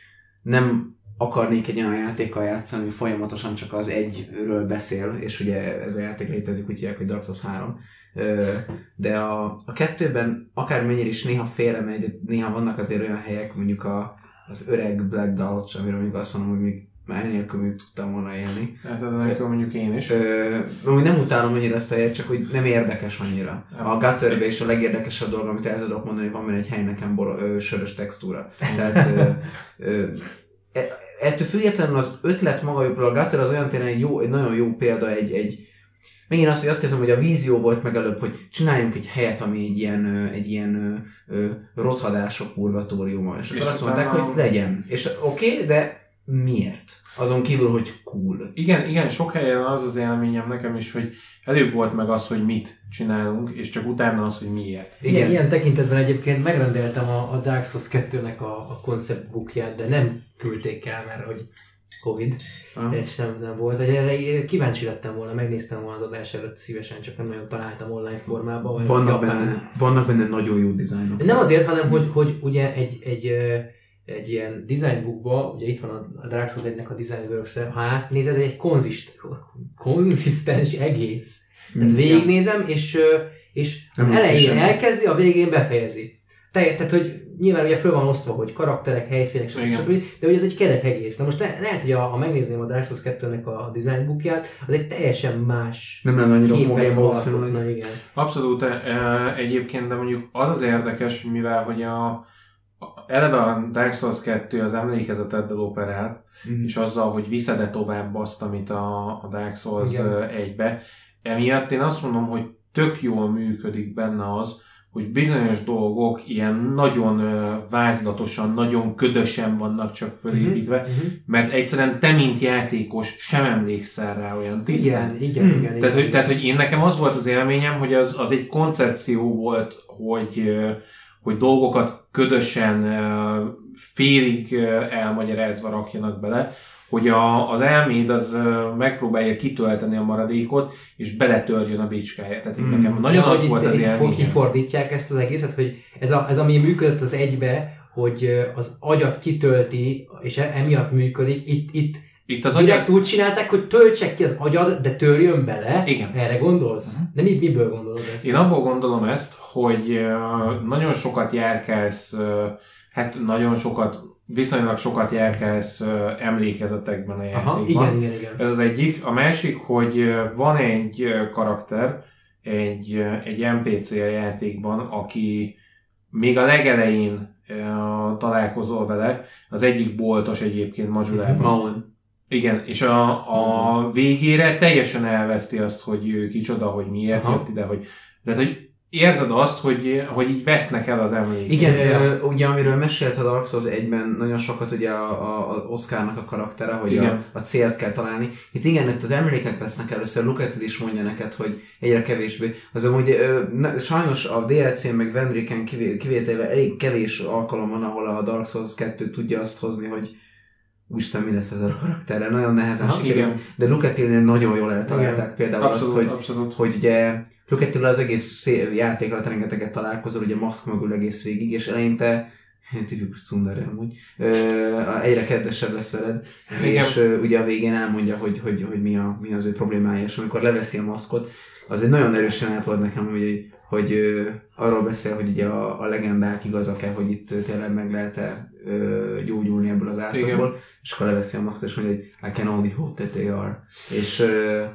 nem akarnék egy olyan játékkal játszani, ami folyamatosan csak az egyről beszél, és ugye ez a játék létezik, úgy hívják, hogy Dark Souls három. De a, a kettőben akármennyire is néha félremegy, néha vannak azért olyan helyek, mondjuk a, az öreg Black Gulch, amiről még azt mondom, hogy még már enélkül még tudtam volna élni. Hát enélkül mondjuk én is. Úgy nem utálom annyira ezt a helyet, csak hogy nem érdekes annyira. A Gutterbe is a legérdekesebb dolog, amit el tudok mondani, hogy van benne egy hely nekem bor- ö, sörös textúra. Tehát ö, ö, ettől függetlenül az ötlet maga jobbról, a Gutter az olyan tényleg egy, jó, egy nagyon jó példa, egy, egy megint azt, hogy azt hiszem, hogy a vízió volt meg előbb, hogy csináljunk egy helyet, ami egy ilyen, egy ilyen ö, rothadások purgatóriuma. És, és akkor azt mondták, a... hogy legyen. És oké, okay, de miért? Azon kívül, hogy cool. Igen, igen, sok helyen az az élményem nekem is, hogy előbb volt meg az, hogy mit csinálunk, és csak utána az, hogy miért. Igen, igen, ilyen tekintetben egyébként megrendeltem a, a Dark Souls kettőnek a, a concept bookját, de nem küldték el, mert hogy Covid, uh-huh. és nem, nem volt. Erre kíváncsi lettem volna, megnéztem volna az adás előtt szívesen, csak nem nagyon találtam online formában. Vannak benne, vannak benne nagyon jó dizájnok. Nem azért, hanem hogy, hogy ugye egy, egy, egy ilyen design bookba, ugye itt van a Dark Souls egynek a design workshop, ha átnézed, egy konzist, konzisztens egész. Tehát mm, végignézem, ja. és, és az nem elején elkezdi, a végén befejezi. Te, tehát, hogy nyilván ugye föl van osztva, hogy karakterek, helyszínek, stb. De hogy ez egy kerek egész. Na most le, lehet, hogy a, ha megnézném a Dark Souls kettőnek a design bookját, az egy teljesen más nem lenne annyira homogén valószínűleg. Igen. Abszolút egyébként, de mondjuk az az érdekes, mivel hogy a eleve a Dark Souls kettő az emlékezeteddel operál, mm. és azzal, hogy viszed-e tovább azt, amit a, a Dark Souls egybe. Emiatt én azt mondom, hogy tök jól működik benne az, hogy bizonyos dolgok ilyen nagyon uh, vázlatosan, nagyon ködösen vannak csak fölépítve, uh-huh. mert egyszerűen te, mint játékos sem emlékszel rá olyan tisztán. Igen, igen, hmm. igen. Tehát, igen. Hogy, tehát, hogy én nekem az volt az élményem, hogy az, az egy koncepció volt, hogy, uh, hogy dolgokat ködösen, uh, félig uh, elmagyarázva rakjanak bele, hogy a, az elméd az uh, megpróbálja kitölteni a maradékot, és beletörjön a bicskája. Tehát mm. nekem nagyon ja, az volt az élményem. Kifordítják ezt az egészet, hogy ez, a, ez ami működött az egybe, hogy az agyat kitölti, és emiatt működik, itt, itt, itt az direkt agyat... úgy csinálták, hogy töltsek ki az agyad, de törjön bele. Igen. Erre gondolsz? Uh-huh. De mi, miből gondolod ezt? Én abból gondolom ezt, hogy uh, nagyon sokat járkálsz uh, hát nagyon sokat, viszonylag sokat járkálsz emlékezetekben a játékban. Aha, igen, igen, igen. Ez az egyik. A másik, hogy van egy karakter, egy, egy en pé cé a játékban, aki még a legelején uh, találkozol vele, az egyik boltos egyébként Majulában. Maun. Igen, és a, a végére teljesen elveszti azt, hogy ő kicsoda, hogy miért Aha. jött ide, hogy, de hogy érzed azt, hogy, hogy így vesznek el az emlékek. Igen, ja. ugye amiről mesélt a Dark Souls egyben nagyon sokat ugye a, a, a Oscarnak a karaktere, hogy a, a célt kell találni. Itt igen, itt az emlékek vesznek először, Lucatil is mondja neked, hogy egyre kevésbé. Az amúgy ne, sajnos a dé el cén meg Vendriken kivételével elég kevés alkalom van, ahol a Dark Souls kettő tudja azt hozni, hogy úristen, mi lesz ez a karakterre, nagyon nehezen Aha, sikerült, igen. de Lucatilnél nagyon jól eltalálták például abszolút, azt, hogy, abszolút. hogy ugye Lucatil az egész játék alatt rengeteget találkozol, ugye maszk mögül egész végig, és eleinte tipikus Sundari amúgy, egyre kedvesebb lesz veled, igen. És ugye a végén elmondja, hogy, hogy, hogy mi, a, mi az ő problémája, és amikor leveszi a maszkot, az egy nagyon erősen át volt nekem, hogy, hogy arról beszél, hogy ugye a, a legendák igazak-e, hogy itt tényleg meg lehet-e gyógyulni ebből az átokból, és akkor leveszi a maszkot, és mondja, hogy I can only hope that they are. És,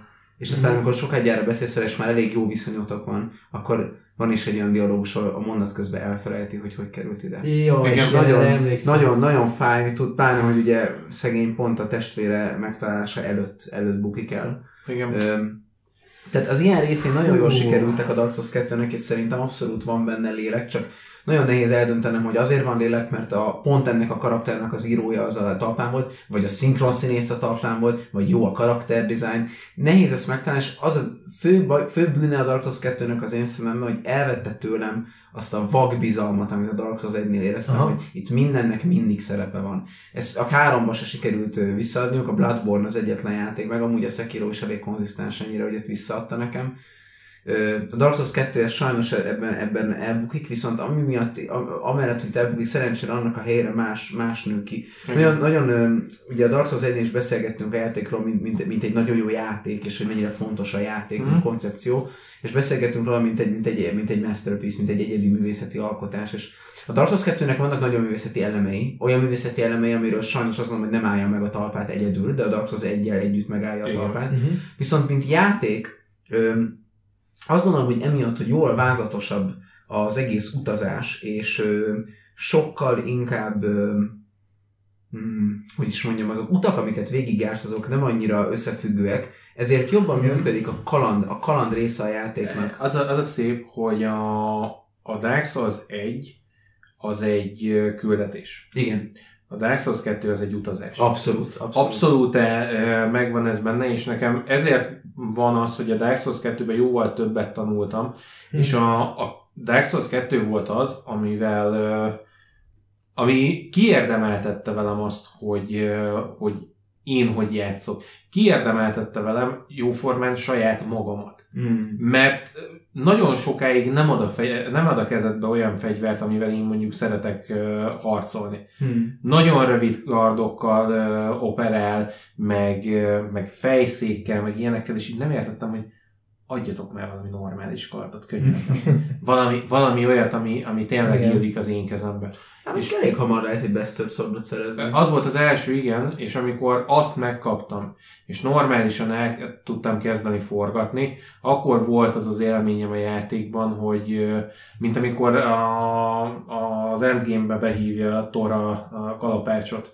és aztán amikor sokágyára beszélsz, és már elég jó viszonyotok van, akkor van is egy olyan dialógus, a mondat közben elfelejti, hogy hogy került ide. Jó, és nagyon, nagyon, nagyon fájni tud, pláne, hogy ugye szegény pont a testvére megtalálása előtt, előtt bukik el. Igen. Üm, tehát az ilyen részén nagyon jól sikerültek a Dark Souls kettőnek, és szerintem abszolút van benne lélek, csak nagyon nehéz eldöntenem, hogy azért van lélek, mert a, pont ennek a karakternek az írója az a talpán volt, vagy a szinkron színész a talpán volt, vagy jó a karakterdesign. Nehéz ezt megtalálni, és az a fő, baj, fő bűne a Dark Souls kettőnek az én szememben, hogy elvette tőlem azt a vag bizalmat, amit a Dark Souls egynél éreztem, Aha. hogy itt mindennek mindig szerepe van. Ezt a háromba se sikerült visszaadniuk, a Bloodborne az egyetlen játék, meg amúgy a Sekiro is elég konzisztens ennyire, hogy ezt visszaadta nekem. A Dark Souls kettő sajnos ebben, ebben elbukik, viszont ami miatt, amellett, hogy elbukik, szerencsére annak a helyre más, más nő ki. Nagyon, nagyon, ugye a Dark Souls egynél is beszélgettünk a játékról, mint, mint, mint egy nagyon jó játék, és hogy mennyire fontos a játék, mint koncepció, és beszélgettünk róla, mint egy, mint, egy, mint egy masterpiece, mint egy egyedi művészeti alkotás, és a Dark Souls kettőnek vannak nagyon művészeti elemei, olyan művészeti elemei, amiről sajnos azt mondom, hogy nem állja meg a talpát egyedül, de a Dark Souls egyel együtt megállja a talpát. Uh-huh. Viszont mint játék, öm, azt gondolom, hogy emiatt, hogy jól vázlatosabb az egész utazás, és ö, sokkal inkább, ö, hmm, hogy is mondjam, azok utak, amiket végigjársz, azok nem annyira összefüggőek, ezért jobban mm. működik a kaland, a kaland része a játéknak. Az a, az a szép, hogy a, a Dark Souls egy az egy küldetés. Igen. A Dark Souls kettő az egy utazás. Abszolút. Abszolút, abszolút e, megvan ez benne, és nekem ezért van az, hogy a Dark Souls kettőben jóval többet tanultam, hmm. és a, a Dark Souls kettő volt az, amivel e, ami kiérdemeltette velem azt, hogy, e, hogy én hogy játszok. Kiérdemeltette velem jóformán saját magamat. Hmm. Mert nagyon sokáig nem ad, a fej, nem ad a kezedbe olyan fegyvert, amivel én mondjuk szeretek uh, harcolni. Hmm. Nagyon rövid kardokkal uh, operál, meg, uh, meg fejszékkel, meg ilyenekkel, és így nem értettem, hogy adjatok már valami normális kardot, könyörgöm. valami, valami olyat, ami, ami tényleg illik az én kezembe. Hát és elég hamar lehet egy Bastard Swordot szerezni. Az volt az első, igen, és amikor azt megkaptam, és normálisan el tudtam kezdeni forgatni, akkor volt az az élményem a játékban, hogy mint amikor a, az endgame-be behívja a Thor a, a kalapácsot.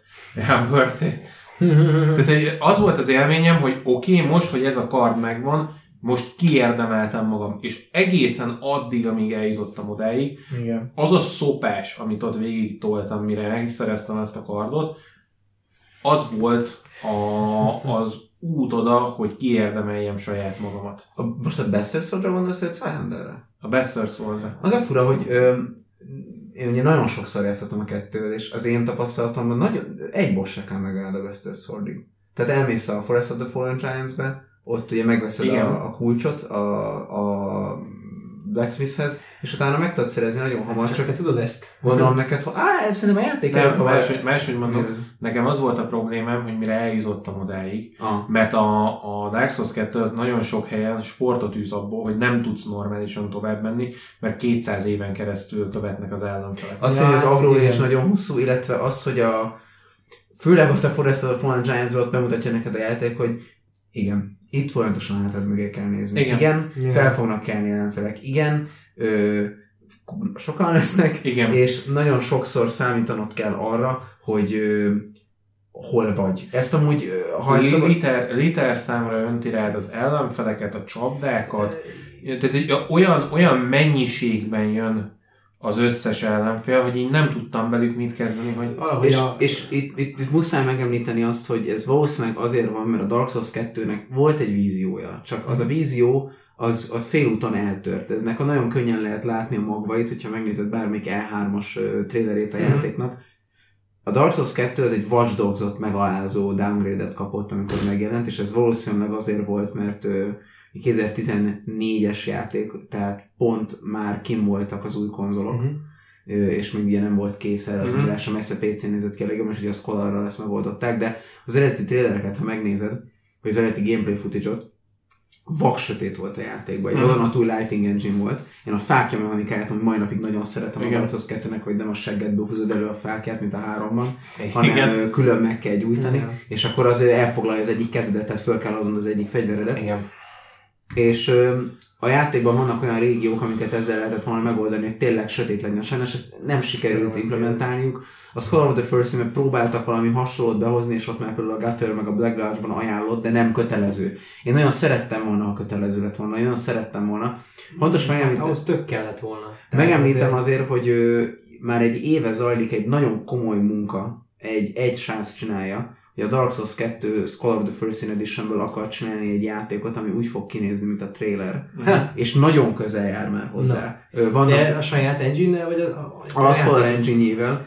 Tehát az volt az élményem, hogy oké, okay, most, hogy ez a kard megvan, most kiérdemeltem magam, és egészen addig, amíg eljutottam odáig, igen. Az a szopás, amit ott végig toltam, mire megszereztem ezt a kardot, az volt a, az út oda, hogy kiérdemeljem saját magamat. A, most a Bastard Swordra gondolsz, vagy Zweihanderre? A Bastard Swordra. Az a fura, hogy ö, én ugye nagyon sokszor játszottam a kettővel, és az én tapasztalatomban nagyon, egy boss se kell megállni a Bastard Swordig. Tehát elmész a Forest of the Fallen Giants-be, ott ugye megveszed a, a kulcsot a, a Blacksmithhez, és utána meg tudod szerezni nagyon hamar. Csak, csak te tudod ezt? Gondolom neked, hogy á, szerintem a játék nem, máshogy, máshogy mondom, nekem az volt a problémám, hogy mire eljutottam odáig, ah. mert a, a Dark Souls kettő az nagyon sok helyen sportot űz abból, hogy nem tudsz normálisan tovább menni, mert kétszáz éven keresztül követnek az ellenfelek. Azt, ja, hogy az agrólé is nagyon hosszú, illetve az, hogy a főleg ott a Forest of the Fallen Giants-ben ott bemutatja neked a játék, hogy igen, itt folyamatosan hátad mögé kell nézni. Igen, igen yeah. fel fognak kelni ellenfelek. Igen, ö, sokan lesznek, igen. És nagyon sokszor számítanod kell arra, hogy ö, hol vagy. Ezt amúgy, ha ezt szabad... liter, liter számra önti rád az ellenfeleket, a csapdákat, tehát olyan, olyan mennyiségben jön az összes ellenfél, hogy így nem tudtam velük mit kezdeni, hogy... Ah, és, a... és itt, itt, itt muszáj megemlíteni azt, hogy ez valószínűleg azért van, mert a Dark Souls kettőnek volt egy víziója, csak az a vízió az, az félúton eltört. Eznek a nagyon könnyen lehet látni a magvait, hogyha megnézed bármelyik E hármas uh, trailerét a mm-hmm. játéknak. A Dark Souls kettő az egy Watch Dogs-ot megalázó downgrade-et kapott, amikor megjelent, és ez valószínűleg azért volt, mert uh, kétezer-tizennégyes játék, tehát pont már kim voltak az új konzolok, uh-huh. és még ugye nem volt kész erre az uh-huh. írásra, messze pé cén nézett ki a legjobb, és ugye a Scholarral ezt megoldották, de az eredeti trailereket, ha megnézed, vagy az eredeti gameplay footage-ot, vaksötét volt a játékban, egy uh-huh. vadonatúj lighting engine volt. Én a fákja mechanikáját, ami mai napig nagyon szeretem igen. a Dark Souls kettőnek, hogy nem a seggedből húzod elő a fákját, mint a háromban, hanem igen. külön meg kell gyújtani, igen. és akkor az elfoglalja az egyik kezedet, tehát föl kell adnod az egyik fegyveredet. Igen. És ö, a játékban vannak olyan régiók, amiket ezzel lehetett volna megoldani, hogy tényleg sötét legyen. Sajnos ezt nem sikerült implementálniuk. A Scholar of the First Sin-ben próbáltak valami hasonlót behozni, és ott már például a Gutter meg a Black Gulch-ban ajánlott, de nem kötelező. Én nagyon szerettem volna, ha kötelező lett volna. Én nagyon szerettem volna. Pontos megemlítem. Ahhoz tök kellett volna. Megemlítem azért, hogy ö, már egy éve zajlik egy nagyon komoly munka. Egy, egy srác csinálja, hogy a Dark Souls kettő Scholar of the First Sin Editionből akar csinálni egy játékot, ami úgy fog kinézni, mint a trailer. Ha. És nagyon közel jár már hozzá. Vannak, de a saját engine-nel, vagy a... A, a, a Scholar engine-jével.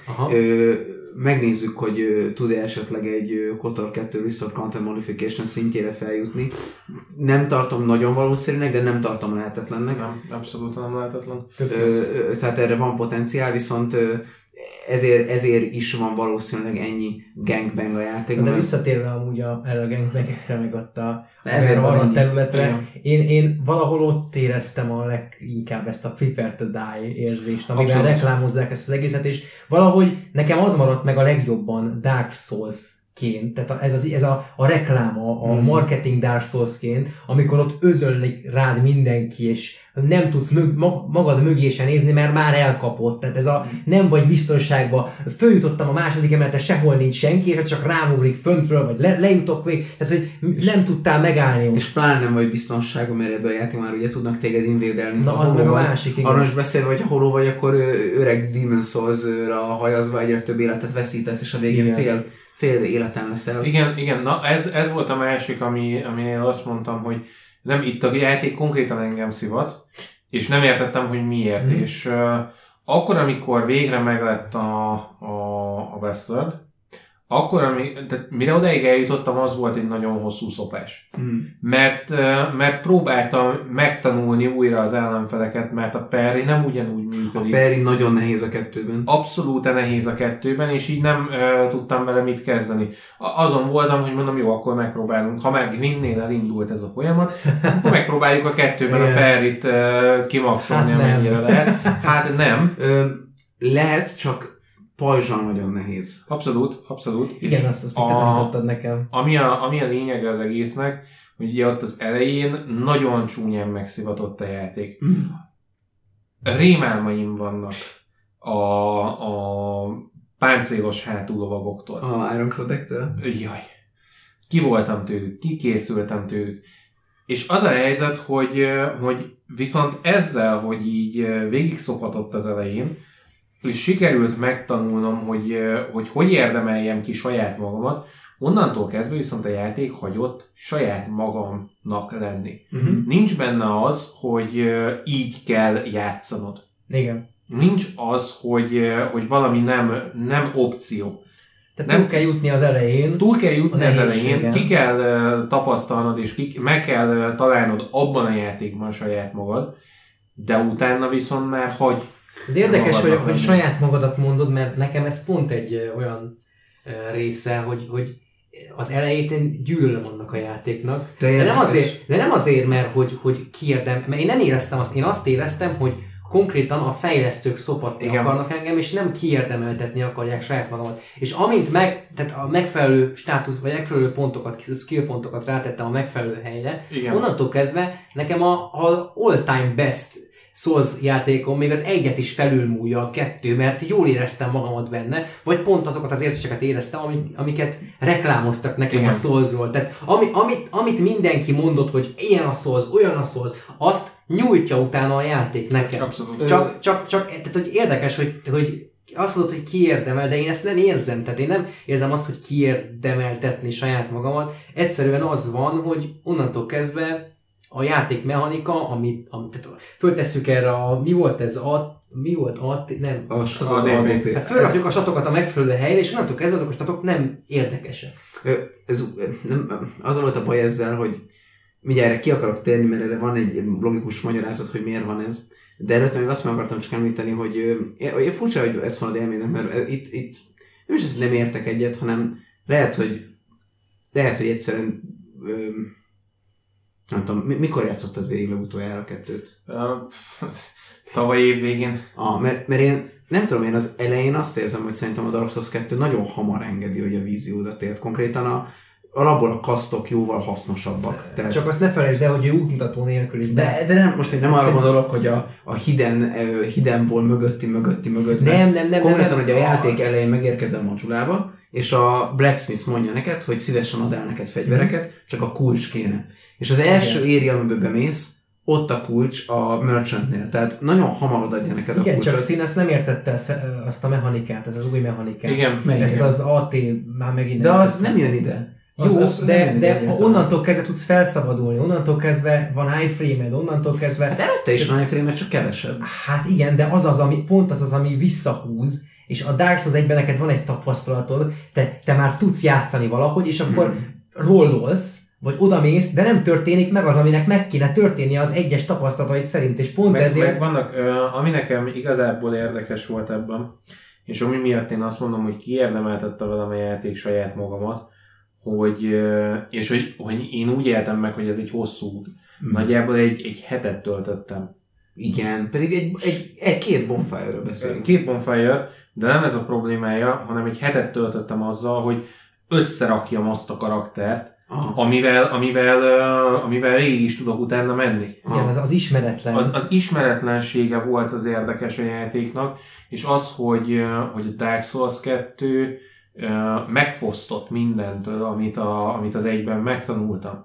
Megnézzük, hogy tud-e esetleg egy kotor kettő Restored Content Modification szintjére feljutni. Nem tartom nagyon valószínűleg, de nem tartom lehetetlennek. Nem, abszolút nem lehetetlen. Ö, tehát erre van potenciál, viszont Ezért, ezért is van valószínűleg ennyi gangbang a játékban. De visszatérve amúgy a, erre a gangbangre, meg ott a, arra a területre, én, én valahol ott éreztem a leginkább ezt a prepare to die érzést, amivel abszolút reklámozzák ezt az egészet, és valahogy nekem az maradt meg a legjobban Dark Souls ként, tehát ez, az, ez a, a reklám, a, a marketing Dark Souls-ként, amikor ott özönlik rád mindenki, és nem tudsz mög, magad mögé se nézni, mert már elkapott. Tehát ez a nem vagy biztonságban. Följutottam a második emeletre, sehol nincs senki, és csak rámugrik föntről, vagy le, lejutok még. Tehát, hogy nem tudtál megállni. És pláne nem vagy biztonságban, mert ebben a játék már ugye tudnak téged invédelni. Na, az meg a másik, igen. Arra is beszélve, hogy ha holó vagy, akkor öreg Demon Souls-ra hajazva egyre több életet veszítesz, és a végén igen. fél fél életen leszel. Igen, igen, na ez, ez volt a másik, ami, aminél azt mondtam, hogy nem itt a játék konkrétan engem szivat, és nem értettem, hogy miért. Mm. És uh, akkor, amikor végre meglett a, a, a Westworld, akkor, ami, tehát mire odáig eljutottam, az volt egy nagyon hosszú szopás. Mm. Mert, mert próbáltam megtanulni újra az ellenfeleket, mert a parry nem ugyanúgy működik. A parry nagyon nehéz a kettőben. Abszolút nehéz a kettőben, és így nem uh, tudtam vele mit kezdeni. Azon voltam, hogy mondom, jó, akkor megpróbálunk. Ha már Gwynnél elindult ez a folyamat, akkor megpróbáljuk a kettőben a parryt uh, kimaxolni, hát amennyire lehet. Hát nem. Ö, lehet, csak pajzsal nagyon nehéz. Abszolút, abszolút. Igen, azt, azt mit tanítottad nekem. Ami a, ami a lényege az egésznek, hogy ugye ott az elején nagyon csúnyán megszivatott a játék. Mm. Rémálmaim vannak a, a páncélos hátullovagoktól. A Iron Codec-től? Jaj. Ki voltam tőlük, ki készültem tőlük. És az a helyzet, hogy, hogy viszont ezzel, hogy így végig szophatott az elején, és sikerült megtanulnom, hogy, hogy hogy érdemeljem ki saját magamat, onnantól kezdve viszont a játék hagyott saját magamnak lenni. Uh-huh. Nincs benne az, hogy így kell játszanod. Igen. Nincs az, hogy, hogy valami nem, nem opció. Tehát túl kell jutni az elején. Túl kell jutni az elején, ki kell tapasztalnod, és ki, meg kell találnod abban a játékban saját magad, de utána viszont már hagy. Ez érdekes, hogy, hogy lenni. saját magadat mondod, mert nekem ez pont egy ö, olyan ö, része, hogy, hogy az elejét én gyűlölöm annak a játéknak. De, de, nem, azért, de nem azért, mert hogy, hogy kiérdem, mert én nem éreztem azt, én azt éreztem, hogy konkrétan a fejlesztők szopatni Igen. akarnak engem, és nem kiérdemeltetni akarják saját magamat. És amint meg, tehát a megfelelő státusz, vagy megfelelő pontokat, skill pontokat rátettem a megfelelő helyre, Igen. onnantól kezdve nekem a, a all-time best Souls játékom még az egyet is felülmúlja a kettő, mert jól éreztem magamat benne, vagy pont azokat az érzéseket éreztem, amik, amiket reklámoztak nekem Igen. a Soulsról. Tehát ami, amit, amit mindenki mondott, hogy ilyen a Souls, olyan a Souls, azt nyújtja utána a játék nekem. Abszolút. Csak, csak, csak tehát, hogy érdekes, hogy, hogy azt mondod, hogy kiérdemel, de én ezt nem érzem. Tehát én nem érzem azt, hogy kiérdemeltetni saját magamat. Egyszerűen az van, hogy onnantól kezdve a játékmechanika, amit, amit tehát föltesszük erre a, mi volt ez a, mi volt a, nem, a, az az á dé pé. Fölrakjuk a statokat a megfelelő helyre, és onnantól kezdve azok a statok nem érdekesek. Ez, nem, az volt a baj ezzel, hogy mindjárt erre ki akarok térni, mert erre van egy logikus magyarázat, hogy miért van ez. De előtte még azt meg akartam csak említeni, hogy, hogy furcsa, hogy ezt mondod élménynek, mert itt, itt nem is ezt nem értek egyet, hanem lehet, hogy lehet, hogy egyszerűen nem tudom, mikor játszottad végig legutoljára a kettőt? Uh, tavaly év végén. Ah, mert, mert én nem tudom, én az elején azt érzem, hogy szerintem a Dark Souls kettő nagyon hamar engedi, hogy a víziódat ért. Konkrétan a, alapból a kasztok jóval hasznosabbak. Tehát... Csak azt ne felejtsd el, hogy ő útmutató nélkül is. De, de nem, most én nem arra gondolok, hogy a, a hidden, hidden vol mögötti, mögötti, mögötti. Nem, nem, nem. Konkrétan, nem, hogy a nem. játék elején megérkezel Moncsulába, és a Blacksmith mondja neked, hogy szívesen ad el neked fegyvereket, csak a kulcs kéne. És az első éri, amiben bemész, ott a kulcs a merchantnél. Tehát nagyon hamar odaadja neked a igen, kulcsot. csak Szín azt nem értette azt a mechanikát, ez az új mechanikát. Igen. Ezt az á té már megint de nem az nem jön ide. Jó, az, az de, de onnantól kezdve tudsz felszabadulni, onnantól kezdve van iframe-ed, onnantól kezdve... Hát előtte is van iframe-ed, csak kevesebb. Hát igen, de az az, ami, pont az az, ami visszahúz, és a Dark Souls egyben neked van egy tapasztalatod, te, te már tudsz játszani valahogy, és akkor hmm. rollolsz, vagy odamész, de nem történik meg az, aminek meg kéne történnie az egyes tapasztalataid szerint, és pont meg, ezért... Meg vannak, ami nekem igazából érdekes volt ebben, és ami miatt én azt mondom, hogy kiérdemeltette velem a játék saját magamat, hogy, és hogy, hogy én úgy éltem meg, hogy ez egy hosszú út. Hmm. Nagyjából egy, egy hetet töltöttem. Igen, pedig egy, egy, egy két bonfire-ről beszélünk. Két bonfire, de nem ez a problémája, hanem egy hetet töltöttem azzal, hogy összerakjam azt a karaktert, Aha. amivel, amivel, uh, amivel végig is tudok utána menni. Igen, az, az ismeretlen. Az, az ismeretlensége volt az érdekes a játéknak, és az, hogy, uh, hogy a Dark Souls kettő uh, megfosztott mindentől, amit, a, amit az egyben megtanultam.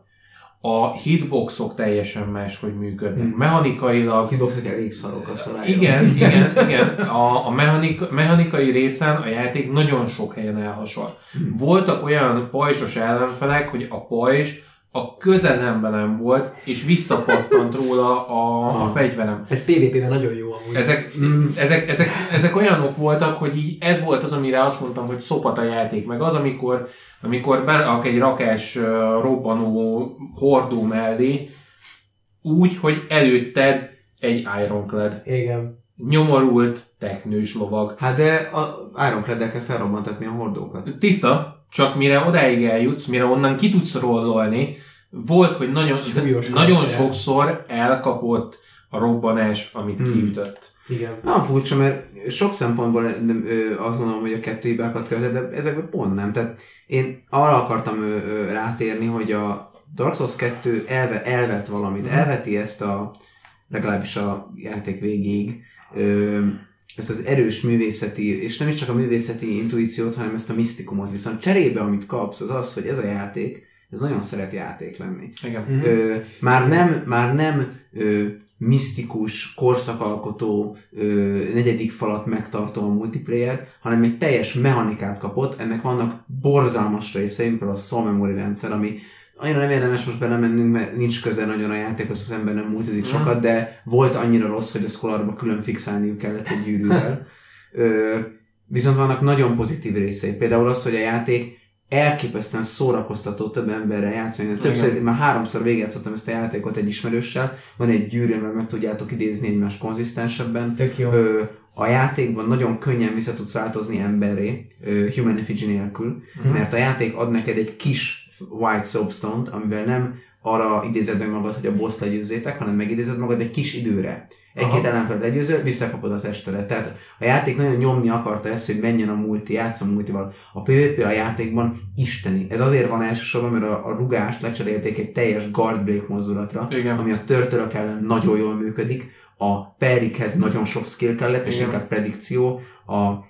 A hitboxok teljesen máshogy működnek. Hmm. Mechanikailag... A hitboxok elég szarok a szalályok. Igen, igen, igen. A, a mechanik, mechanikai részen a játék nagyon sok helyen elhasad. Hmm. Voltak olyan pajzsos ellenfelek, hogy a pajzs a közelemben nem volt, és visszapattant róla a, a fegyverem. Ez pé vé pében nagyon jó amúgy. Ezek, ezek, ezek, ezek olyanok voltak, hogy így ez volt az, amire azt mondtam, hogy szopat a játék. Meg az, amikor, amikor berak egy rakás uh, robbanó hordó mellé, úgy, hogy előtted egy Ironclad. Igen. Nyomorult teknős lovag. Hát de a Ironcladdel kell felrobbantatni a hordókat. Tiszta, csak mire odáig eljutsz, mire onnan ki tudsz rollolni, volt, hogy nagyon, nagyon sokszor elkapott a robbanás, amit hmm. kiütött. Igen. Na furcsa, mert sok szempontból azt gondolom, hogy a kettő hibákat követett, de ezekben pont nem. Tehát én arra akartam rátérni, hogy a Dark Souls kettő elve, elvet valamit, hmm. elveti ezt a, legalábbis a játék végéig, ezt az erős művészeti, és nem is csak a művészeti intuíciót, hanem ezt a misztikumot. Viszont cserébe, amit kapsz, az az, hogy ez a játék, ez nagyon szeret játék lenni. Igen. Mm-hmm. Ö, már nem, már nem ö, misztikus, korszakalkotó, ö, negyedik falat megtartó a multiplayer, hanem egy teljes mechanikát kapott. Ennek vannak borzalmas részei, például a soul memory rendszer, ami annyira nem érdemes most belemennünk, mert nincs közel nagyon a játékhoz, az ember nem multizik mm. sokat, de volt annyira rossz, hogy a Scholarba külön fixálniuk kellett egy gyűrűvel. Ö, viszont vannak nagyon pozitív részei. Például az, hogy a játék elképesztően szórakoztató több emberrel játszani. Többször, igen. Már háromszor végigjátszottam ezt a játékot egy ismerőssel, van egy gyűrű, mert meg tudjátok idézni egymást konzisztensebben. Tök jó. Ö, a játékban nagyon könnyen vissza tudsz változni emberré, ö, human effigy nélkül, hmm. mert a játék ad neked egy kis white soapstone-t, amivel nem arra idézed meg magad, hogy a boss legyőzzétek, hanem megidézed magad egy kis időre. Egy-két ellenfel legyőzöl, visszakapod a testedet. Tehát a játék nagyon nyomni akarta ezt, hogy menjen a multi, játszom multival. A pé vé pé a játékban isteni. Ez azért van elsősorban, mert a, a rugást lecserélték egy teljes guard break mozdulatra, igen. ami a törtölök ellen nagyon jól működik. A parrykhez nagyon sok skill kellett, és inkább predikció. A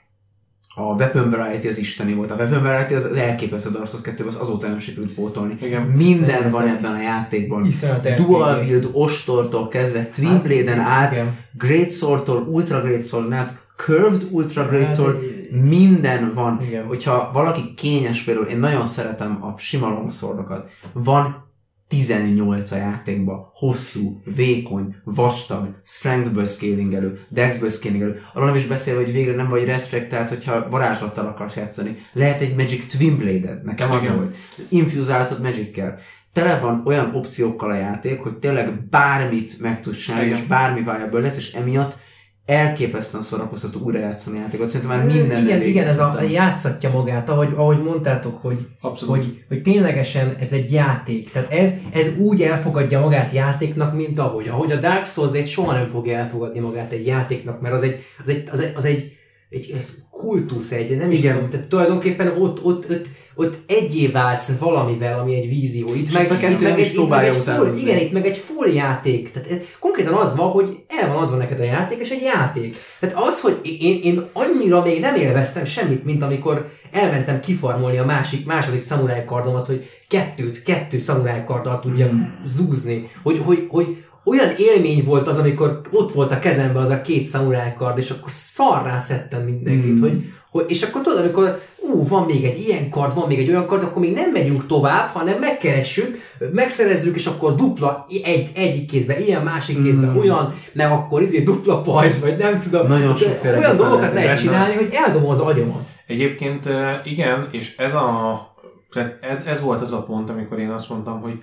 A Weapon Variety az isteni volt. A Weapon Variety az elképesztő a Dark Souls kettőben, az azóta nem sikerült pótolni. Igen. Minden igen. van ebben a játékban. Dual Wield, ostortól kezdve, Twin Blade-en át, igen. Great Sword-tól, Ultra Great Sword-en át, Curved Ultra Great Sword, minden van. Igen. Hogyha valaki kényes, például én nagyon szeretem a sima longswordokat. Van tizennyolc a játékban, hosszú, vékony, vastag, strengthből scalingelő, dexből scalingelő. Arról nem is beszélve, hogy végre nem vagy restrictált, hogyha varázslattal akarsz játszani. Lehet egy Magic Twin Blade-ed, nekem az volt. Infusáltad Magic-kel. Tele van olyan opciókkal a játék, hogy tényleg bármit meg tudsz csinálni, és bármi viable lesz, és emiatt elképesztően szórakoztató újra játszani játékot. Szerintem már minden. Igen, igen, ez a, játszatja magát, ahogy, ahogy mondtátok, hogy, hogy, hogy ténylegesen ez egy játék. Tehát ez, ez úgy elfogadja magát játéknak, mint ahogy. Ahogy a Dark Souls egy soha nem fogja elfogadni magát egy játéknak, mert az egy, az egy, az egy, az egy, egy kultusz, egy, nem is tudom, tehát tulajdonképpen ott, ott, ott, ott egyé válsz valamivel, ami egy vízió. Itt meg, itt meg egy, itt meg egy full, igen, itt meg egy full játék. Tehát konkrétan az van, hogy el van adva neked a játék, és egy játék. Tehát az, hogy én, én annyira még nem élveztem semmit, mint amikor elmentem kifarmolni a másik, második szamuráj kardomat, hogy kettőt, kettő szamuráj karddal tudjam hmm. zúzni. Hogy, hogy, hogy olyan élmény volt az, amikor ott volt a kezemben az a két szamuráj kard, és akkor szarrá szedtem mindenkit, mm. hogy, hogy, és akkor tudod, amikor ú, van még egy ilyen kard, van még egy olyan kard, akkor még nem megyünk tovább, hanem megkeressük, megszerezzük, és akkor dupla egy, egyik kézben ilyen, másik kézben mm. olyan, meg akkor izé dupla pajzs, vagy nem tudom. Nagyon sokféle olyan dolgokat lehet csinálni, hogy eldobom az agyamat. Egyébként igen, és ez a ez, ez volt az a pont, amikor én azt mondtam, hogy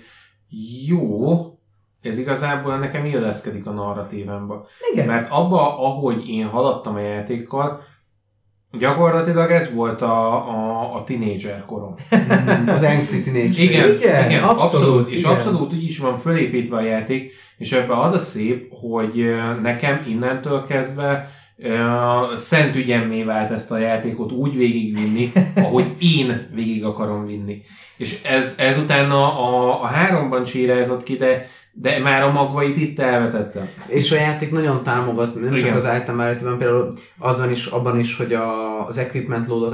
jó, ez igazából nekem illeszkedik a narratívámba. Igen. Mert abba, ahogy én haladtam a játékkal, gyakorlatilag ez volt a, a, a tínédzser korom. Az angsty tínédzser. Igen, igen, igen, abszolút. abszolút és igen. abszolút úgy is van fölépítve a játék, és ebben az a szép, hogy nekem innentől kezdve uh, szent ügyemmé vált ezt a játékot úgy végigvinni, ahogy én végig akarom vinni. És ez, ez utána a, a háromban csírázott ki, de de már a magvait itt elvetettem. És a játék nagyon támogat, nem igen. csak az item állítőben, például azon is, abban is, hogy a, az equipment loadot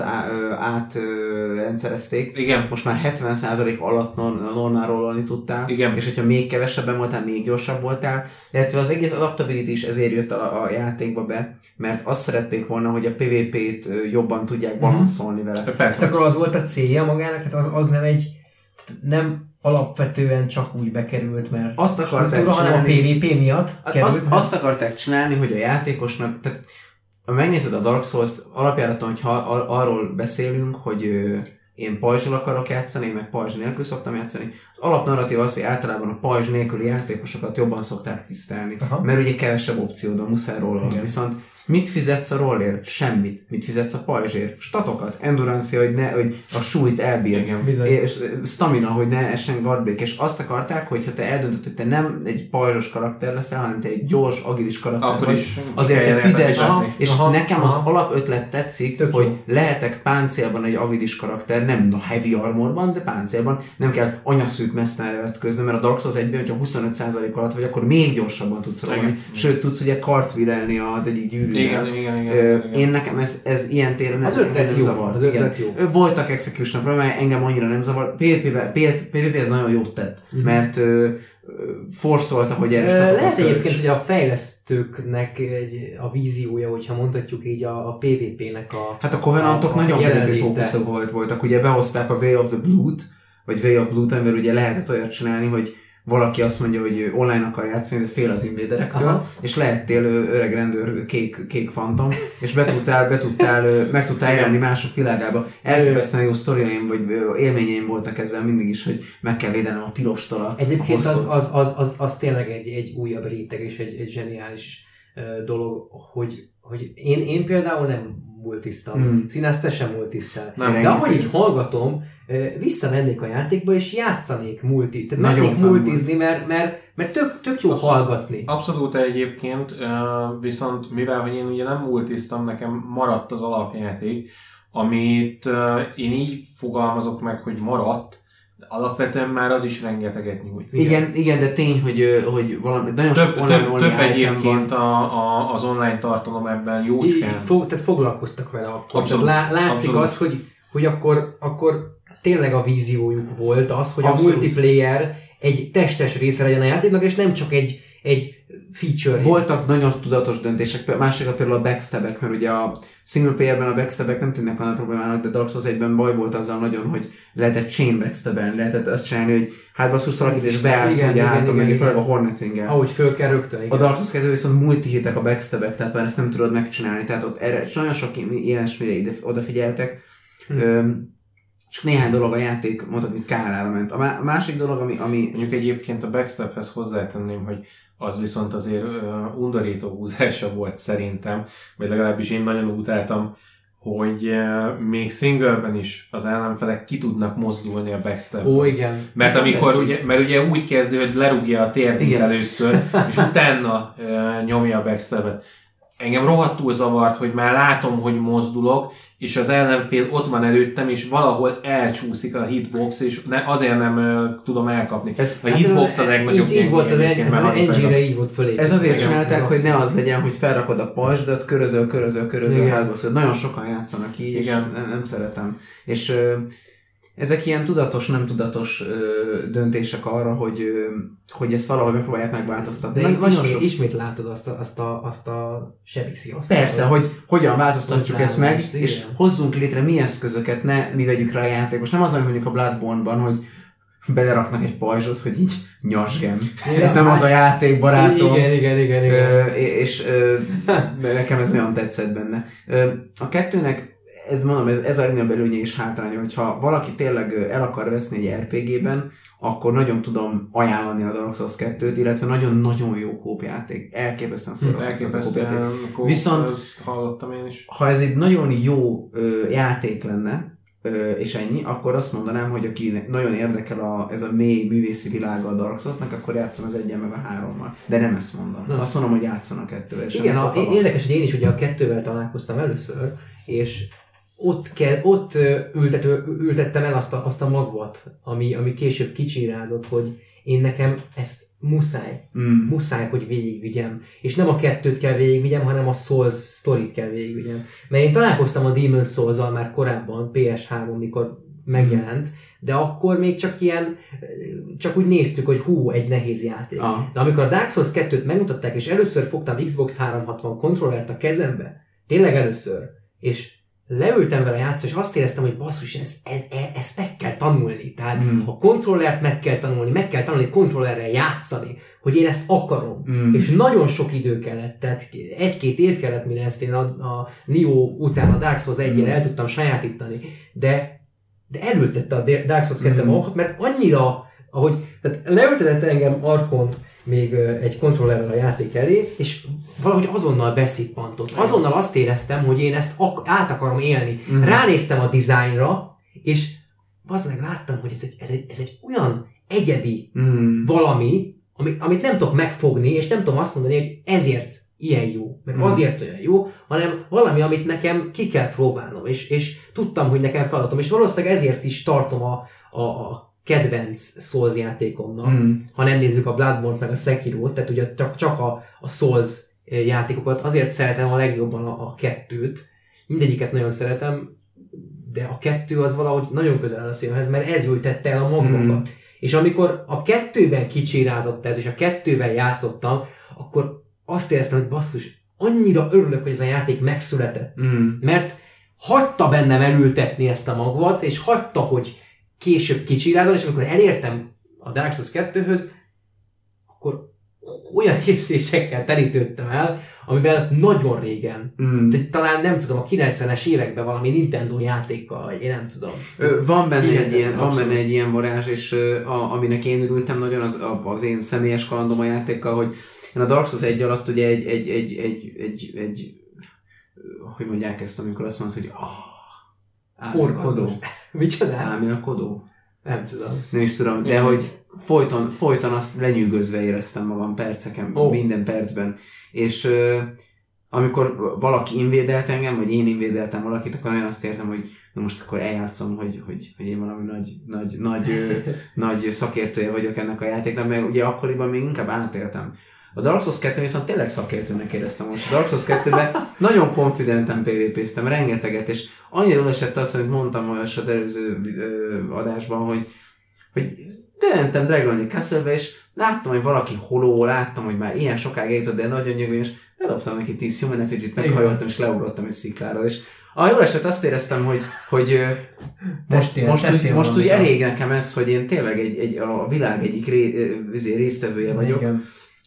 átrendszerezték. Igen. Most már hetven százalék alatt normál rollolni tudtál. Igen. És hogyha még kevesebben voltál, még gyorsabb voltál. Illetve az egész adaptability is ezért jött a, a játékba be, mert azt szerették volna, hogy a pé vé pét jobban tudják balanszolni vele. Persze. Tehát akkor az volt a célja magának, tehát az, az nem egy, nem alapvetően csak úgy bekerült, mert azt akarták csinálni, hanem a pé vé pé miatt került. Azt, azt akarták csinálni, hogy a játékosnak, tehát ha megnézed a Dark Souls alapjáraton, hogyha arról beszélünk, hogy ö, én pajzsal akarok játszani, én meg pajzs nélkül szoktam játszani, az alapnarratív az, hogy általában a pajzs nélküli játékosokat jobban szokták tisztelni, aha. mert ugye kevesebb opciód van, muszáj róla. Viszont mit fizetsz a rollért? Semmit. Mit fizetsz a pajzsért? Statokat. Endurance, hogy, ne, hogy a súlyt elbírjam. És stamina, hogy ne essen guardbreak. És azt akarták, hogy ha te eldöntöd, hogy te nem egy pajzsos karakter leszel, hanem te egy gyors, agilis karakter akkor vagy, is azért te fizess. És aha, nekem aha. az alapötlet tetszik, tök hogy jó. lehetek páncélban egy agilis karakter, nem a heavy armorban, de páncélban. Nem kell anyaszűk mesztelre vetközni, mert a Dark Souls egyben, hogyha huszonöt százalék alatt vagy, akkor még gyorsabban tudsz rollani. Sőt, tudsz ugye kartvirelni az egyik gyűrű. Igen, igen, igen, Ö, igen. Én nekem ez, ez ilyen téren az ötlet nem jó, zavart. Az ötlet jó. Voltak execution problémái, engem annyira nem zavar. pé vé pé ez nagyon jót tett, mm-hmm. mert ö, forszolta, hogy erre statokat lehet egyébként, hogy a fejlesztőknek egy, a víziója, hogyha mondhatjuk így a, a pé vé pének a hát a Covenantok a, a nagyon pé vé pé fókuszok voltak. Ugye behozták a Way of the Blood, vagy Way of Blood, amivel ugye lehetett olyat csinálni, hogy valaki azt mondja, hogy online akar játszani, de fél az invaderektől, aha. és lehettél öreg rendőr, kék, kék fantom, és be tudtál, be tudtál, meg tudtál jelenni mások világába. Elképesztően jó sztoriaim, vagy élményeim voltak ezzel mindig is, hogy meg kell védenem a pilostól a Egyébként az, az, az, az, az tényleg egy, egy újabb réteg és egy, egy zseniális uh, dolog, hogy, hogy én, én például nem multiztam, hmm. Színász, te sem multiztál. De ahogy így hallgatom, visszamennék a játékba, és játszanék multi. Tehát mennék multizni, mert, mert, mert tök, tök jó abszolút, hallgatni. Abszolút egyébként, viszont mivel, hogy én ugye nem multiztam, nekem maradt az alapjáték, amit én így fogalmazok meg, hogy maradt, de alapvetően már az is rengeteget nyújt. Igen, igen, igen, de tény, hogy, hogy valami, nagyon több, sok online több, több egyébként a, a, az online tartalom ebben jóskán. Fog, tehát foglalkoztak vele akkor. Abszolút, tehát lá, látszik abszolút. Az, hogy, hogy akkor, akkor tényleg a víziójuk volt az, hogy abszolút. A multiplayer egy testes része legyen a játéknak, és nem csak egy, egy feature. Voltak nagyon tudatos döntések, másikra például a backstabek, mert ugye a single playerben a backstabek nem tűnnek olyan problémának, de Dark Souls egyben baj volt azzal nagyon, hogy lehetett chain backstabelni, lehetett azt csinálni, hogy hát basszus valakit és beállsz, hogy hátom meg főleg a Hornetingel. Ahogy föl kell rögtön. Igen. A Dark Souls kettő viszont multihitek a backstabek, tehát már ezt nem tudod megcsinálni, tehát ott erre nagyon sok ilyesmire ide odafigyeltek. Hm. Öm, csak néhány dolog a játék, mondhatni kárára ment. A másik dolog, ami... ami... Mondjuk egyébként a backstabhez hozzátenném, hogy az viszont azért uh, undorító húzása volt szerintem, vagy legalábbis én nagyon utáltam, hogy uh, még singleben is az ellenfelek ki tudnak mozdulni a backstabben. Ó, igen. Mert amikor ugye, mert ugye úgy kezdő, hogy lerúgja a térdét először, és utána uh, nyomja a backstabet. Engem rohadtul zavart, hogy már látom, hogy mozdulok, és az ellenfél ott van előttem, és valahol elcsúszik a hitbox, és ne, azért nem uh, tudom elkapni. Ez, a hitbox hát a legnagyobb. Így, így volt az, egy, ez az engine-re így volt fölépítve. Ez azért csinálták, hogy ne az legyen, hogy felrakod a pajzsdat, körözöl, körözöl, körözöl, hátbosszod. Nagyon sokan játszanak így, és nem, nem szeretem. És uh, ezek ilyen tudatos, nem tudatos ö, döntések arra, hogy, ö, hogy ezt valahogy megpróbálják megváltoztatni. De itt ismét, ismét látod azt a, azt a, azt a sebiszi osztályt. Persze, hogy hogyan változtatjuk ezt meg, igen. És hozzunk létre mi eszközöket, ne mi vegyük rá a játékos. Nem az, hogy mondjuk a Bloodborne-ban, hogy beleraknak egy pajzsot, hogy így nyasgem. Ez nem az a játék, barátom. Igen, igen, igen. igen. Ö, és ö, nekem ez nagyon tetszett benne. Ö, a kettőnek ez, mondom, ez, ez a legnagyobb előnye és hátránya, hogyha valaki tényleg el akar veszni egy er pé gében, akkor nagyon tudom ajánlani a Dark Souls kettőt, illetve nagyon-nagyon jó kópjáték. Elképesztően szorul a kópjáték. Viszont, hallottam én is. Ha ez egy nagyon jó ö, játék lenne, ö, és ennyi, akkor azt mondanám, hogy aki nagyon érdekel a, ez a mély művészi világa a Dark Soulsnak, akkor játszon az egyen meg a hárommal. De nem ezt mondom. Hmm. Azt mondom, hogy játszon a kettővel. Igen, a, érdekes, hogy én is ugye a kettővel találkoztam először, és ott, ke, ott ültető, ültettem el azt a, azt a magvat, ami, ami később kicsirázott, hogy én nekem ezt muszáj, mm. muszáj, hogy végigvigyem. És nem a kettőt kell végigvigyem, hanem a Souls sztorit kell végigvigyem. Mert én találkoztam a Demon's Souls-al már korábban, pé es hármon, mikor megjelent, de akkor még csak ilyen, csak úgy néztük, hogy hú, egy nehéz játék. Ah. De amikor a Dark Souls kettőt megmutatták, és először fogtam Xbox háromszázhatvan kontrollert a kezembe, tényleg először, és leültem vele játszani, és azt éreztem, hogy basszus, ezt, ezt, ezt meg kell tanulni. Tehát mm. a kontrollert meg kell tanulni, meg kell tanulni kontrollerrel játszani, hogy én ezt akarom. Mm. És nagyon sok idő kellett, tehát egy-két év kellett, mire ezt én a, a Nioh után a Dark Souls egyére mm. el tudtam sajátítani. De, de elültette a Dark Souls kettő mm. mert annyira, ahogy tehát leültetett engem Arkon még egy kontrollerrel a játék elé, és valahogy azonnal beszippantott. Azonnal azt éreztem, hogy én ezt ak- át akarom élni. Mm. Ránéztem a dizájnra, és az meg láttam, hogy ez egy, ez egy, ez egy olyan egyedi mm. valami, amit, amit nem tudok megfogni, és nem tudom azt mondani, hogy ezért ilyen jó, meg mm. azért olyan jó, hanem valami, amit nekem ki kell próbálnom, és, és tudtam, hogy nekem feladatom, és valószínűleg ezért is tartom a, a, a kedvenc Souls játékomnak, mm. ha nem nézzük a Bloodborne-t meg a Sekiro-t, tehát ugye csak, csak a, a Souls játékokat, azért szeretem a legjobban a, a kettőt, mindegyiket nagyon szeretem, de a kettő az valahogy nagyon közel áll a szívemhez, mert ez ültette el a magvakat. Mm. És amikor a kettőben kicsirázott ez, és a kettővel játszottam, akkor azt éreztem, hogy basszus, annyira örülök, hogy ez a játék megszületett. Mm. Mert hagyta bennem elültetni ezt a magvat, és hagyta, hogy később kicsirázol, és amikor elértem a Dark Souls kettőhöz, akkor olyan érzésekkel terítődtem el, amivel nagyon régen, Mm. talán nem tudom, a kilencvenes években valami Nintendo játékkal, vagy én nem tudom. Ö, van benne Igen, egy ilyen, van abszolút. benne egy ilyen varázs, és ö, a, aminek én örültem nagyon, az, az én személyes kalandom a játékkal, hogy én a Dark Souls egy alatt ugye egy, egy, egy, egy, egy, egy hogy mondják ezt, amikor azt mondod, hogy ah, Orgazmus. Micsoda? Álmélkodó? Nem tudom. Nem is tudom, de Igen. hogy folyton, folyton azt lenyűgözve éreztem magam perceken, Ó. minden percben. És ö, amikor valaki invédelt engem, vagy én invédeltem valakit, akkor nagyon azt értem, hogy na most akkor eljátszom, hogy, hogy, hogy én valami nagy, nagy, nagy, ö, nagy szakértője vagyok ennek a játéknak, mert ugye akkoriban még inkább átéltem. A Dark Souls kettő viszont tényleg szakértőnek éreztem most. A Dark Souls kettőben nagyon konfidenten pé vé péztem, rengeteget, és annyira esett az, hogy mondtam most az előző ö, adásban, hogy, hogy bementem Dragon Castle-be, és láttam, hogy valaki holó, láttam, hogy már ilyen sokáig eljutott, de nagyon nyugodtan, és bedobtam neki tíz human effigy-t, meghajoltam, és leugrottam egy szikláról, és a jó eset azt éreztem, hogy, hogy ö, most, Tettél- most, úgy, tettél most úgy valamit. elég nekem ez, hogy én tényleg egy, egy, a világ egyik ré, ö, résztvevője vagyok. Igen.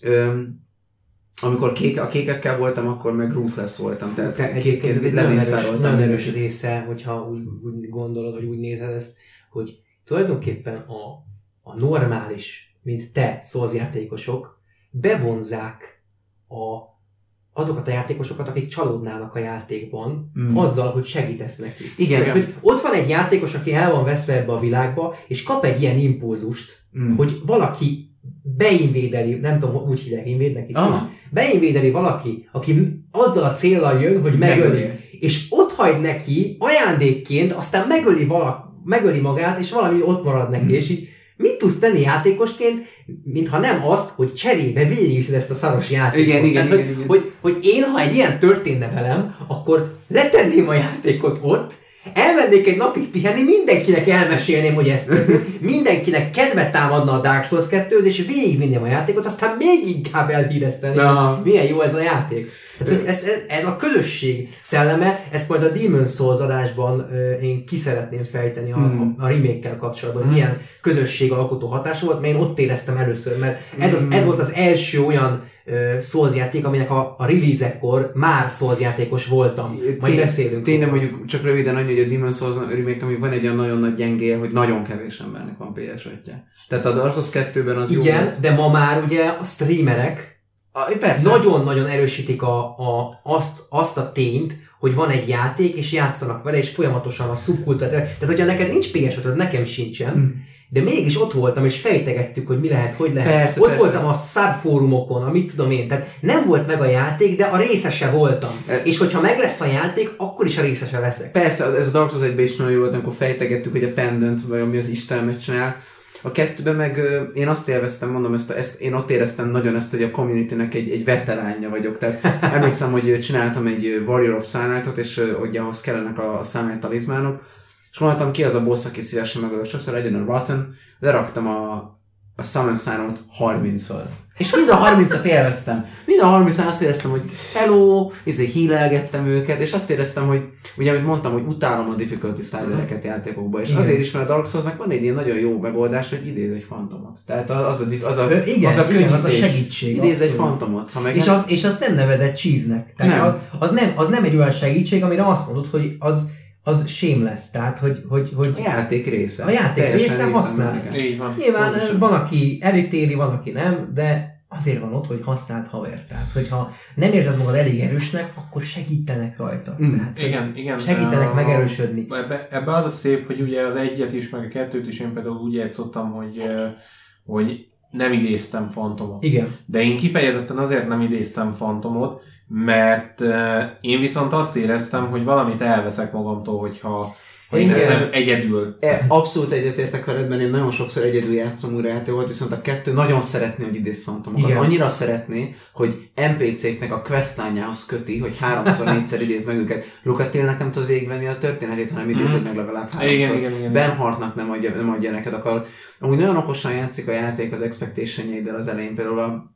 Öm, amikor kék, a kékekkel voltam, akkor meg ruthless voltam, tehát Te egyébként ez egy kékként nagyon erős, lemészároltam nagyon erős mindenkit. része, hogyha úgy, úgy gondolod, vagy úgy nézed ezt, hogy tulajdonképpen a, a normális, mint te szózjátékosok bevonzák a, azokat a játékosokat, akik csalódnának a játékban, Mm. azzal, hogy segítesz neki. Igen. Tehát, hogy ott van egy játékos, aki el van veszve ebbe a világba, és kap egy ilyen impulzust, Mm. hogy valaki beinvédeli, nem tudom, úgy hívják, invédnek itt is, Aha. beinvédeli valaki, aki azzal a céllal jön, hogy megöli, Megöli. és ott hagy neki ajándékként, aztán megöli, vala, megöli magát, és valami ott marad neki, Mm. és így mit tudsz tenni játékosként, mintha nem azt, hogy cserébe végigviszed ezt a szaros játékot. Igen, igen, Tehát, igen, hogy, igen. Hogy, hogy én, ha egy ilyen történne velem, akkor letenném a játékot ott, elmennék egy napig pihenni, mindenkinek elmesélném, hogy ezt történt, mindenkinek kedvet támadna a Dark Souls kettőhöz, és végigvinném a játékot, aztán még inkább elhírezteni, Na. hogy milyen jó ez a játék. Tehát, hogy ez, ez, ez a közösség szelleme, ezt majd a Demon's Souls adásban ö, én ki szeretném fejteni a, Mm. a, a remake-kel kapcsolatban, hogy Mm. milyen közösség alkotó hatása volt, mert én ott éreztem először, mert ez, az, Mm. ez volt az első olyan uh, Souls játék, aminek a, a release-ekkor már Souls játékos voltam. Majd Tény- beszélünk. Tényleg róla. mondjuk csak röviden annyi, hogy a Demon's Souls remake, ami van egy olyan nagyon nagy gyengéje, hogy nagyon kevés embernek van pé es ötje. Tehát a Dark Souls kettőben az jó Igen, volt. de ma már ugye a streamerek A, persze. nagyon-nagyon erősítik a, a, azt, azt a tényt, hogy van egy játék, és játszanak vele, és folyamatosan a szubkultúrát. Tehát, hogyha neked nincs pé es ötöd, nekem sincsen, Mm. de mégis ott voltam, és fejtegettük, hogy mi lehet, hogy lehet. Persze, ott persze. voltam a subfórumokon, amit tudom én. Tehát nem volt meg a játék, de a részese voltam. E- és hogyha meg lesz a játék, akkor is a részese leszek. Persze, ez a Dark Souls egyben is nagyon jó volt, amikor fejtegettük, hogy a Pendant, vagy ami az Istenmet csinál. A kettőben meg ö, én azt élveztem, mondom, ezt, ezt, én ott éreztem nagyon ezt, hogy a communitynek egy, egy veteránja vagyok. Tehát emlékszem, hogy csináltam egy Warrior of Sunlight-ot, és ö, ugye ahhoz kellenek a, a Sunlight talizmánok, és mondtam, ki az a boss, aki szívesen megadott. Sokszor legyen a Rotten, leraktam a, a Summon Sign-ot harmincszor. És mind a harmincat élveztem. Mind a harmincszor azt éreztem, hogy hello, izé hílelgettem őket, és azt éreztem, hogy ugye, amit mondtam, hogy utálom a difficulty slidereket játékokba, és Igen. azért is, mert a Dark Soulsnak van egy ilyen nagyon jó megoldás, hogy idéz egy fantomot. Tehát az, az, a, az, a, Ö, igen, az a igen, az a könnyítés. segítség, Idéz egy abszolút. fantomot. Ha meg És nem- azt, és azt nem nevezett cheese-nek. Tehát Nem. Az, az, nem, az nem egy olyan segítség, amire azt mondod, hogy az, az shameless. Tehát, hogy, hogy, hogy a játék része. A játék Teljesen része részem, használ. igen. Így van. nyilván Pontosan. van, aki elítéli, van, aki nem, de azért van ott, hogy használt haver. Tehát, hogyha nem érzed magad elég erősnek, akkor segítenek rajta. Mm. Tehát, Igen, igen. segítenek A- megerősödni. Ebbe, ebbe az a szép, hogy ugye az egyet is, meg a kettőt is én például úgy játszottam, hogy, eh, hogy nem idéztem fantomot. Igen. De én kifejezetten azért nem idéztem fantomot, mert eh, én viszont azt éreztem, hogy valamit elveszek magamtól, hogyha ha én ezt Igen. nem egyedül. E, Abszolút egyetértek veled, mert én nagyon sokszor egyedül játszom újra játékot, viszont a kettő nagyon szeretné, hogy idéz fantomokat. Igen. Annyira szeretné, hogy en pé cé-knek a questlányához köti, hogy háromszor, négyszer idéz meg őket. Luka, tényleg nem tudod végigvenni a történetét, hanem idézed meg legalább háromszor. Igen, igen, igen. Ben Hartnak nem adja, nem adja neked akar. Amúgy nagyon okosan játszik a játék az expectation-jeiddel az elején. Például a,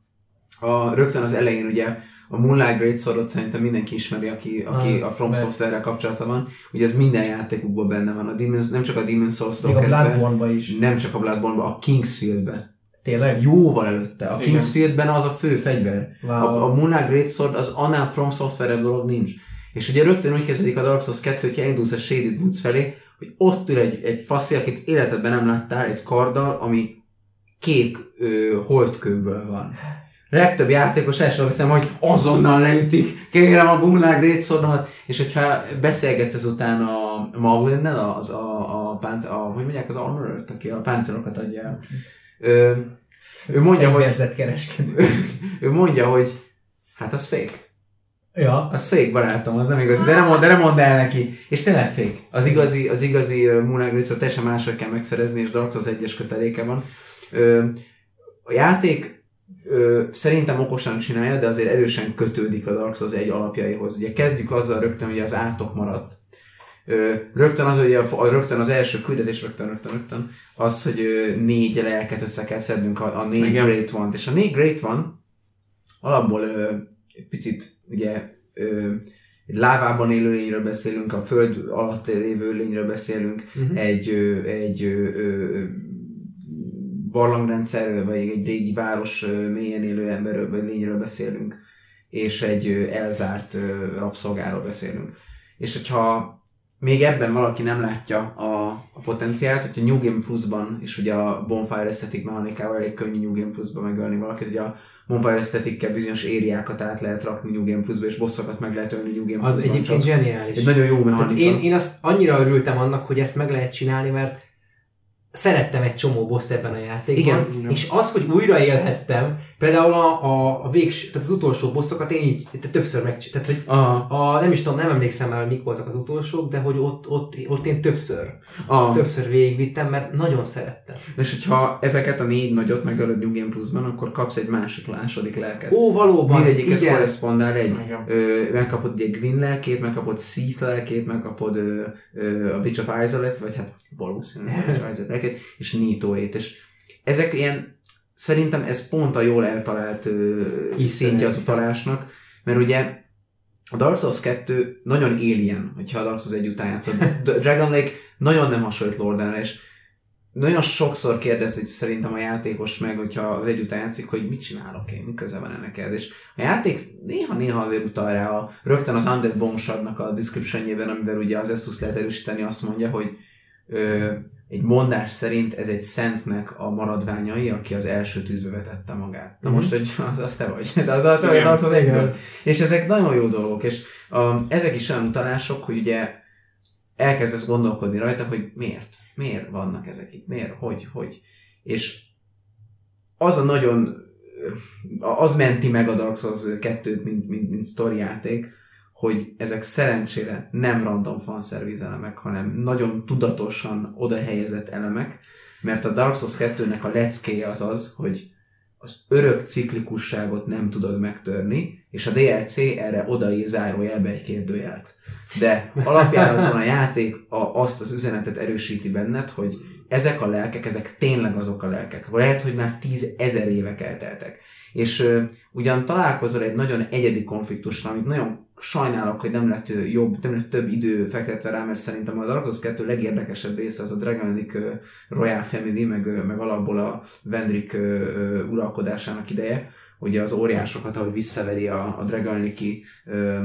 a, rögtön az elején ugye a Moonlight Greatswordot szerintem mindenki ismeri, aki, aki Ah, a From persze. Software-rel kapcsolata van. Ugye ez minden játékukban benne van. A Demon's, nem csak a Demon's Souls-tól Még a kezdve, Bloodborne-ba is. nem csak a Bloodborne-ban, a Kingsfield-ben. Tényleg? Jóval előtte. A Igen. Kingsfieldben az a fő fegyver. Wow. A, a Moon Knight Greatsword az annál From Software dolog nincs. És ugye rögtön úgy kezdődik a Dark Souls kettő, hogy elindulsz a Shaded Woods felé, hogy ott ül egy, egy faszi, akit életedben nem láttál, egy karddal, ami kék ö, holdkőből van. Legtöbb játékos elsőre hiszem, hogy azonnal leütik, kérem a Moon Knight Greatswordomat, és hogyha beszélgetsz ezután a Mauglinnel, az a, a, pánc, a, hogy mondják, az Armorert, aki a páncélokat adja el. Ö, ő mondja, hogy, kereskedő. ő, ő mondja, hogy hát az fake. Ja. Az fake, barátom, az nem igazi, de nem mond, de nem mondd el neki. És tényleg fake. Az igazi, az igazi uh, Moon Knight Greatsword teljesen másra kell megszerezni, és Dark Souls egyes köteléke van. Ö, a játék ö, szerintem okosan csinálja, de azért erősen kötődik a Dark Souls egy alapjaihoz. Ugye kezdjük azzal rögtön, hogy az átok maradt. Ö, rögtön az, hogy a, a, rögtön az első küldetés, rögtön, rögtön, rögtön, az, hogy ö, négy lelket össze kell szednünk, a, a négy Igen. Great One-t. És a négy Great One alapból ö, egy picit, ugye, ö, egy lávában élő lényről beszélünk, a föld alatt lévő lényről beszélünk, uh-huh. egy, ö, egy ö, ö, barlangrendszer, vagy egy régi város ö, mélyen élő emberről, vagy lényről beszélünk, és egy ö, elzárt ö, rabszolgáról beszélünk. És hogyha még ebben valaki nem látja a, a potenciált, hogyha New Game Plus-ban, és ugye a Bonfire Aesthetic mechanikával elég könnyű New Game Plus-ban megölni valakit, ugye a Bonfire Aesthetic-kel bizonyos ériákat át lehet rakni New Game Plus-ba, és bosszokat meg lehet ölni New Game Plus-ban. Az egyébként zseniális. Egy nagyon jó mechanika. Én, én azt annyira örültem annak, hogy ezt meg lehet csinálni, mert szerettem egy csomó boszt ebben a játékban, Igen, és az, hogy újra élhettem, például a, a, a végs, tehát az utolsó bosszokat én így többször megcsináltam, tehát hogy a, nem is tudom, nem emlékszem már, hogy mik voltak az utolsók, de hogy ott, ott, ott én többször, Aha. többször végigvittem, mert nagyon szerettem. És hogyha ezeket a négy nagyot megölöd New Game Plus-ban, akkor kapsz egy másik, második lelket. Ó, valóban, mindegyikhez korrespondál egy. Ö, megkapod egy Gwyn lelkét, megkapod Seath lelkét, megkapod ö, ö, a Witch of Isoleth, vagy hát valószínűleg a Witch of Isoleth lelkét, és Nitoét. És ezek ilyen, szerintem ez pont a jól eltalált ö, szintje az utalásnak, mert ugye a Dark Souls kettő nagyon alien, hogyha a Dark Souls egy után játszott. Dragon Lake nagyon nem hasonlít Lordára, és nagyon sokszor kérdezi szerintem a játékos meg, hogyha az egy után játszik, hogy mit csinálok én, mi köze van ennek ez. És a játék néha-néha azért utal rá, a, rögtön az Undead Boneshardnak a descriptionjében, amivel ugye az Estus lehet erősíteni, azt mondja, hogy ö, egy mondás szerint ez egy szentnek a maradványai, aki az első tűzbe vetette magát. Na mm-hmm. most, hogy az, az te vagy. De az, az, az, az, az egyből. És ezek nagyon jó dolgok, és a, ezek is olyan utalások, hogy ugye elkezdesz gondolkodni rajta, hogy miért? Miért vannak ezek itt? Miért? Hogy? Hogy? És az a nagyon, az menti meg a Dark Souls kettőt, mint, mint, mint sztori játék, hogy ezek szerencsére nem random fanszerviz elemek, hanem nagyon tudatosan odahelyezett elemek, mert a Dark Souls kettőnek a leckéje az az, hogy az örök ciklikusságot nem tudod megtörni, és a dé el cé erre odaír zárójelbe egy kérdőjelt. De alapjáraton a játék a, azt az üzenetet erősíti benned, hogy ezek a lelkek, ezek tényleg azok a lelkek. Lehet, hogy már tízezer évek elteltek. És uh, ugyan találkozol egy nagyon egyedi konfliktussal, amit nagyon sajnálok, hogy nem lett jobb, nem lett több idő fektetve rá, mert szerintem a Dark Souls kettő legérdekesebb része az a Dragon Lake uh, Royal Family, meg, meg alapból a Vendrick uh, uh, uralkodásának ideje, ugye az óriásokat, ahogy visszaveri a, a Dragon Lake-i uh,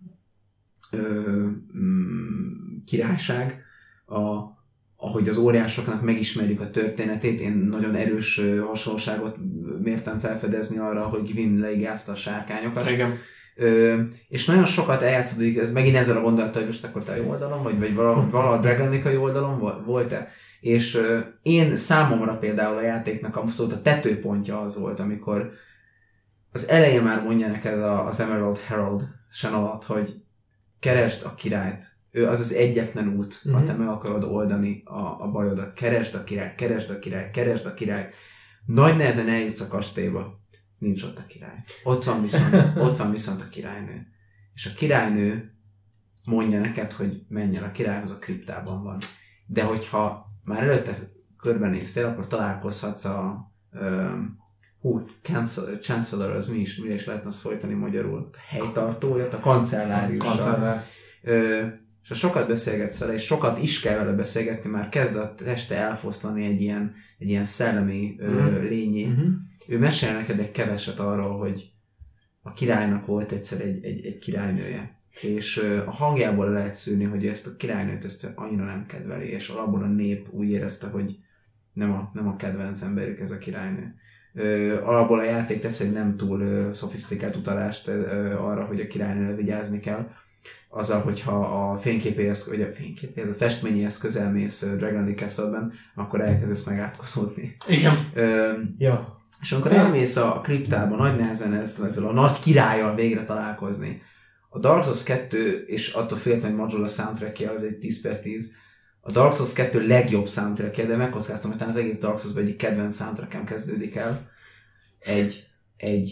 uh, um, királyság, a, ahogy az óriásoknak megismerjük a történetét, én nagyon erős uh, hasonlóságot mértem felfedezni arra, hogy Gwyn leigázta a sárkányokat. Igen. Ö, és nagyon sokat eljátszódik, ez megint ezzel a gondolattal, hogy most akkor te a jó oldalon, vagy, vagy valahogy vala a Dragon Lake a jó oldalon volt-e? És ö, én számomra például a játéknak a, szóval a tetőpontja az volt, amikor az elején már mondja neked az Emerald Herald sen alatt, hogy keresd a királyt. Ő az az egyetlen út, mm-hmm. ha te meg akarod oldani a, a bajodat. Keresd a királyt, keresd a királyt, keresd a királyt. Nagy nehezen eljutsz a kastélyba. Nincs ott a király. Ott van viszont, ott van viszont a királynő. És a királynő mondja neked, hogy menj el a királyhoz, a kriptában van. De hogyha már előtte körbenéztél, akkor találkozhatsz a um, hú, Chancellor, az mi is, mire is lehetne azt folytani magyarul? A helytartója, a kancelláriussal. Kancellár. Ö, és ha sokat beszélgetsz vele, és sokat is kell vele beszélgetni, már kezd a teste elfosztani egy ilyen, egy ilyen szellemi mm. ö, lényé. Mm-hmm. Ő mesél neked egy keveset arról, hogy a királynak volt egyszer egy, egy, egy királynője. És ö, a hangjából lehet szűrni, hogy ezt a királynőt ezt annyira nem kedveli, és alapból a nép úgy érezte, hogy nem a, nem a kedvenc emberük ez a királynő. Ö, alapból a játék tesz egy nem túl ö, szofisztikált utalást ö, arra, hogy a királynőre vigyázni kell. Azzal, hogyha a fényképéhez, vagy a fényképéhez, a festményéhez közelmész uh, Dragon Castle-ben, akkor elkezdesz meg átkozódni. Igen. Ö, ja. És amikor elmész a kriptába, nagy nehezen ezzel, ezzel a nagy királlyal végre találkozni. A Dark Souls kettő, és attól féltem, hogy Majula soundtrackje az egy tíz per tíz, a Dark Souls kettő legjobb soundtrackje, de megkockáztam, hogy talán az egész Dark Souls-ban egyik kedvenc soundtrackem kezdődik el. Egy, egy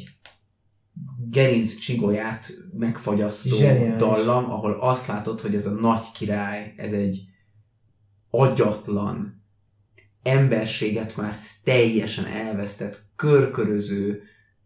gerinc csigolyát megfagyasztó Zseniális. dallam, ahol azt látod, hogy ez a nagy király, ez egy agyatlan, emberséget már teljesen elvesztett, körköröző,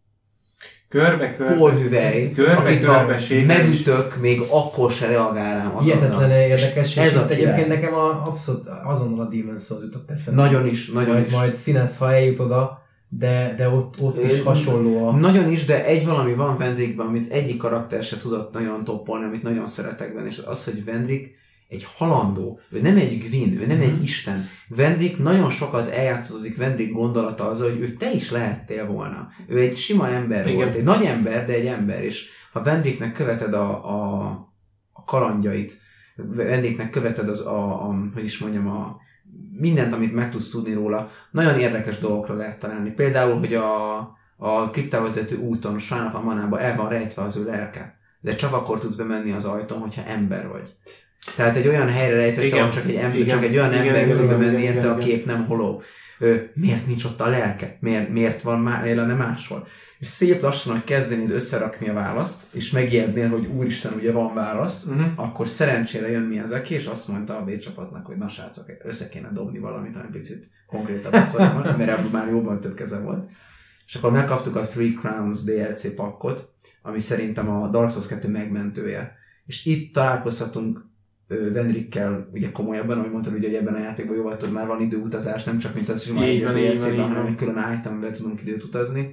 körbe-körbe, polhüvely, akit ha megütök, még akkor se reagál rám azonnal. Hihetetlen érdekes, és ez a egyébként király. nekem a, abszolút azonnal a Demon's Souls jutott eszembe. Nagyon is, nagyon majd, is. majd színez, ha eljut oda, de, de ott, ott is hasonló a... Nagyon is, de egy valami van Vendrickben, amit egyik karakter se tudott nagyon toppolni, amit nagyon szeretek benne, és az, hogy Vendrick egy halandó, ő nem egy Gwyn, ő nem mm-hmm. egy isten. Vendrick nagyon sokat eljátszódik Vendrick gondolata azzal, hogy ő te is lehettél volna. Ő egy sima ember Igen. volt, egy nagy ember, de egy ember, és ha Vendricknek követed a, a, a kalandjait, Vendricknek követed az a, a, hogy is mondjam, a mindent, amit meg tudsz tudni róla, nagyon érdekes dolgokra lehet találni. Például, hogy a, a kriptávezető úton, Shrine of Manában el van rejtve az ő lelke. De csak akkor tudsz bemenni az ajtón, hogyha ember vagy. Tehát egy olyan helyre rejtette, ahol csak egy, ember, igen, csak egy olyan igen, ember igen, tud igen, bemenni, érte a kép nem holó. Ő, miért nincs ott a lelke? Miért, miért van má, miért lenne máshol? És szép lassan, hogy kezdenéd összerakni a választ, és megijednél, hogy úristen, ugye van válasz, uh-huh. akkor szerencsére jön mi ezek, és azt mondta a B-csapatnak, hogy na srácok, össze kéne dobni valamit, ami picit konkrétabb a sztoriban, mert ebből már jóban több keze volt. És akkor megkaptuk a Three Crowns dé el cé pakkot, ami szerintem a Dark Souls kettő megmentője. És itt találkozhatunk Vendrickkel ugye komolyabban, ahogy mondtad, ugye, hogy ebben a játékban jóval több már van időutazás, nem csak mint az sima egy dé el cében, hanem egy külön item, amivel tudunk időt utazni.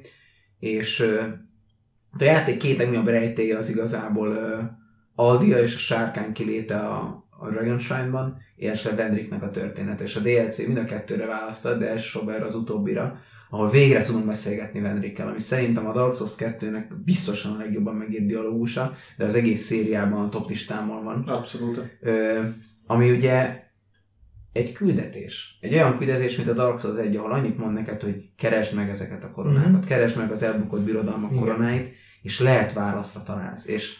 És uh, a játék két legnagyobb rejtélye az igazából uh, Aldia és a sárkány kiléte a, a Dragon Shrine-ban, illetve Vendricknek a történet. És a dé el cé mind a kettőre választad, de elsősorban erre az utóbbira, ahol végre tudunk beszélgetni Vendrickkel, ami szerintem a Dark Souls kettőnek biztosan a legjobban megírt dialógusa, de az egész szériában a top listámon van. Abszolút. Ö, ami ugye egy küldetés. Egy olyan küldetés, mint a Dark Souls egy, ahol annyit mond neked, hogy keresd meg ezeket a koronákat, mm-hmm. keresd meg az elbukott birodalmak Igen. koronáit, és lehet válaszra találsz. És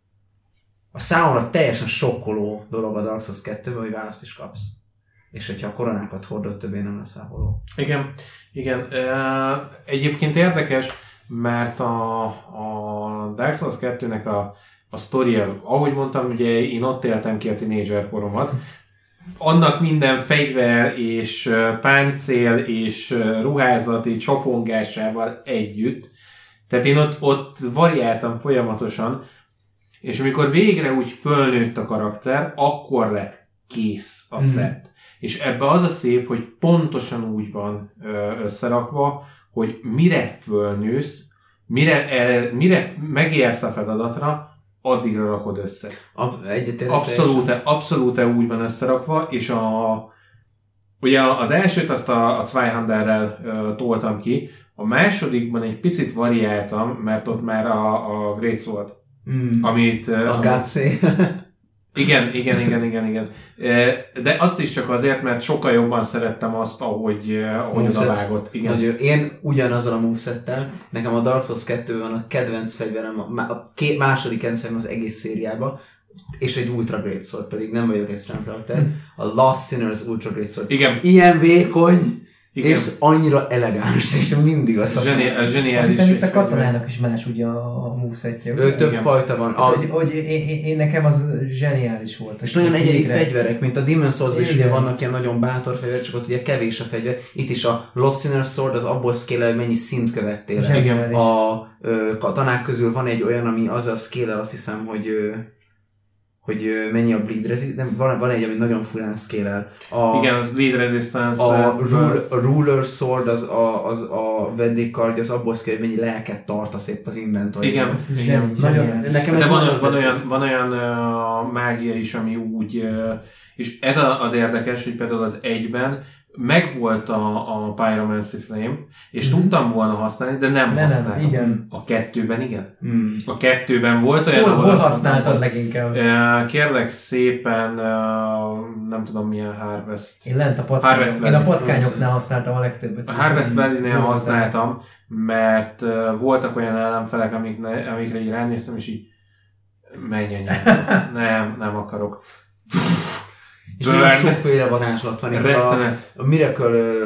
a számomra teljesen sokkoló dolog a Dark Souls kettőben, hogy választ is kapsz. És hogyha a koronákat hordod, többé nem lesz elholó. Igen, igen. Uh, egyébként érdekes, mert a, a Dark Souls kettőnek a, a sztoria, ahogy mondtam, ugye én ott éltem ki a tínédzser koromat, annak minden fegyver és páncél és ruházati csapongásával együtt. Tehát én ott, ott variáltam folyamatosan, és amikor végre úgy fölnőtt a karakter, akkor lett kész a szett. Mm. És ebbe az a szép, hogy pontosan úgy van összerakva, hogy mire fölnősz, mire, el, mire megérsz a feladatra, addigra rakod össze. Abszolút, abszolút úgy van összerakva, és a, ugye az elsőt azt a, a Zweihanderrel uh, toltam ki, a másodikban egy picit variáltam, mert ott már a, a Great Sword, mm. amit... Uh, a Gatsi. Igen, igen, igen, igen, igen. De azt is csak azért, mert sokkal jobban szerettem azt, ahogy, ahogy odavágott. Igen. Én ugyanazzal a movesettel, nekem a Dark Souls kettőben a kedvenc fegyverem, a két második rendszerem az egész szériában, és egy Ultra Great Sword, pedig nem vagyok egy strength karakter. A Lost Sinners Ultra Great Sword. Igen. Ilyen vékony, Igen. és annyira elegáns, és mindig azt használom. Zseniális. Azt hiszem, itt a katonának is más ugye a, a movesettje. Ő több Igen. fajta van. A... Hogy, hogy én, én, nekem az zseniális volt. És nagyon egyedi fegyverek, mint a Demon's Souls-ban is ugye vannak ilyen nagyon bátor fegyverek, csak ott ugye kevés a fegyver. Itt is a Lost Sinner Sword az abból scale, hogy mennyi szint követtél el. A ö, katonák közül van egy olyan, ami azzal scale, azt hiszem, hogy... Ö, hogy mennyi a bleed resistance, van, van egy, ami nagyon furán scale-el. A, igen, az bleed resistance. A, rule, a ruler sword, az a, az a vendégkardja, az abból scale, hogy mennyi lelket tartasz épp az inventory. Igen, igen. Nagyon, nekem ez de van, nagyon van olyan, van olyan uh, mágia is, ami úgy, uh, és ez az érdekes, hogy például az egyben megvolt a, a Pyromancy Flame, és mm-hmm. tudtam volna használni, de nem ne, használtam. Nem, igen. A kettőben igen. Mm. A kettőben volt olyan, hol, ahol hol használtad leginkább? Kérlek szépen, nem tudom milyen Harvest. Én lent a patkányok. Én a patkányoknál használtam a legtöbbet. A Harvest Valley-nél használtam, mert voltak olyan ellenfelek, amikre, amikre így ránéztem, és így menj anyám. nem, nem akarok. És olyan sokféle varázslat van. A, a Miracle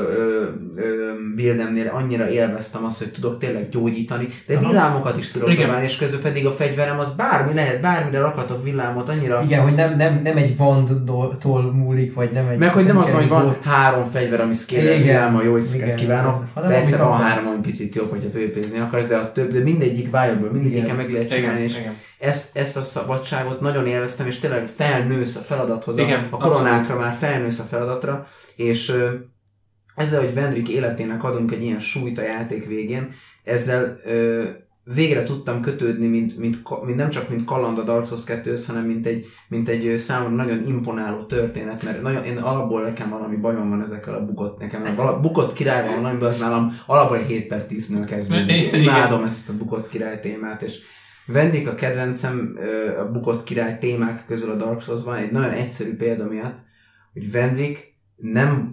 buildemnél annyira élveztem azt, hogy tudok tényleg gyógyítani, de villámokat is tudok dobálni, és közben pedig a fegyverem az bármi lehet, bármire rakhatok villámot, annyira... Igen, hogy nem, nem, nem egy vandtól múlik, vagy nem egy... Meg hogy nem az, hogy van bot. három fegyver, ami scale-el villámmal jó éjszakát kívánok, persze van három, ami picit jobb, hogyha pőpézni akarsz, de a több, de mindegyik viable, mindegyiken meg lehet csinálni, és ezt, ezt a szabadságot nagyon élveztem, és tényleg felnősz a feladathoz, igen, a, a koronákra már felnősz a feladatra, és ö, ezzel, hogy Vendrick életének adunk egy ilyen súlyt a játék végén, ezzel ö, végre tudtam kötődni, mint, mint, mint nem csak mint kaland a Dark Souls kettőhöz, hanem mint egy, mint egy számomra nagyon imponáló történet, mert nagyon, én alapból nekem valami bajom van ezekkel a bukott, nekem a bukott király van valamiben, az nálam alapból hét per tíznél kezdődik. Imádom ezt a bukott király témát, és Vendrick a kedvencem a bukott király témák közül a Dark Souls-ban egy nagyon egyszerű példa miatt, hogy Vendrick nem,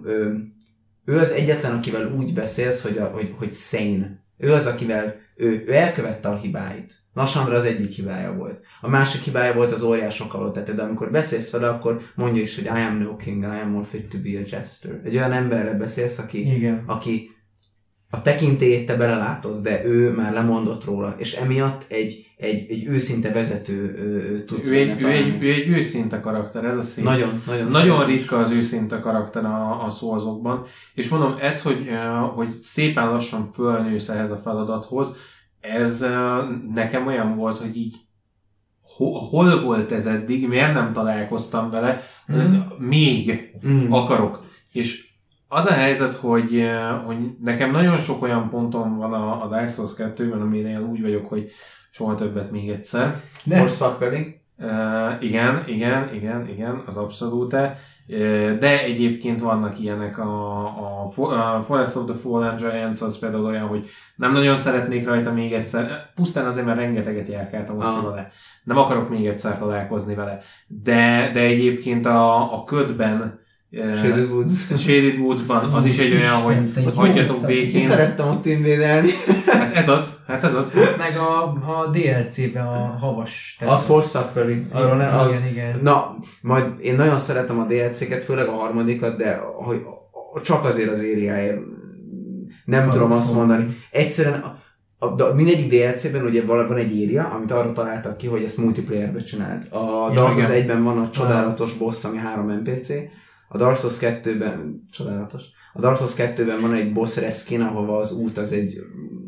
ő az egyetlen, akivel úgy beszélsz, hogy, a, hogy, hogy sane. Ő az, akivel ő, ő elkövette a hibáit. Lassandra az egyik hibája volt. A másik hibája volt az óriásokkal való tette, de amikor beszélsz vele, akkor mondja is, hogy I am no king, I am more fit to be a jester. Egy olyan emberrel beszélsz, aki, aki a tekintélyét te belelátod, de ő már lemondott róla, és emiatt egy, egy, egy őszinte vezető ö, tudsz ő egy, ő, egy, ő egy őszinte karakter, ez a szín. Nagyon, nagyon, nagyon ritka az őszinte karakter a, a Soulsokban, és mondom, ez, hogy, hogy szépen lassan fölnősz ehhez a feladathoz, ez nekem olyan volt, hogy így hol, hol volt ez eddig, miért nem találkoztam vele, mm. még mm. akarok. És az a helyzet, hogy, hogy nekem nagyon sok olyan ponton van a, a Dark Souls kettőben, amire én úgy vagyok, hogy soha többet még egyszer. Horsefuck Valley? Uh, igen, igen, igen, igen, az abszolút. Uh, de egyébként vannak ilyenek, a, a, a Forest of the Fallen Giants az például olyan, hogy nem nagyon szeretnék rajta még egyszer, pusztán azért, mert rengeteget járkáltam ott vele. Nem akarok még egyszer találkozni vele. De, de egyébként a, a ködben Shaded Woods. Shaded Woodsban az is egy olyan, hogy hagyjatok békén. Én szerettem ott invédelni. Hát ez az, hát ez az. Meg a, a dé el cé-ben a havas terület. Az Horsefuck Valley. Arról ne, az, igen, igen. Na, majd én nagyon szeretem a dé el cé-ket, főleg a harmadikat, de hogy csak azért az ériáért nem Valószínű. tudom azt mondani. Egyszerűen a, a, mindegyik dé el cé-ben ugye van egy éria, amit arra találtak ki, hogy ezt multiplayerbe csinált. A Dark Souls egyben van a csodálatos boss, ami három en pé cé. A Dark Souls kettőben, csodálatos, a Dark Souls kettőben van egy boss reskin, ahova az út az egy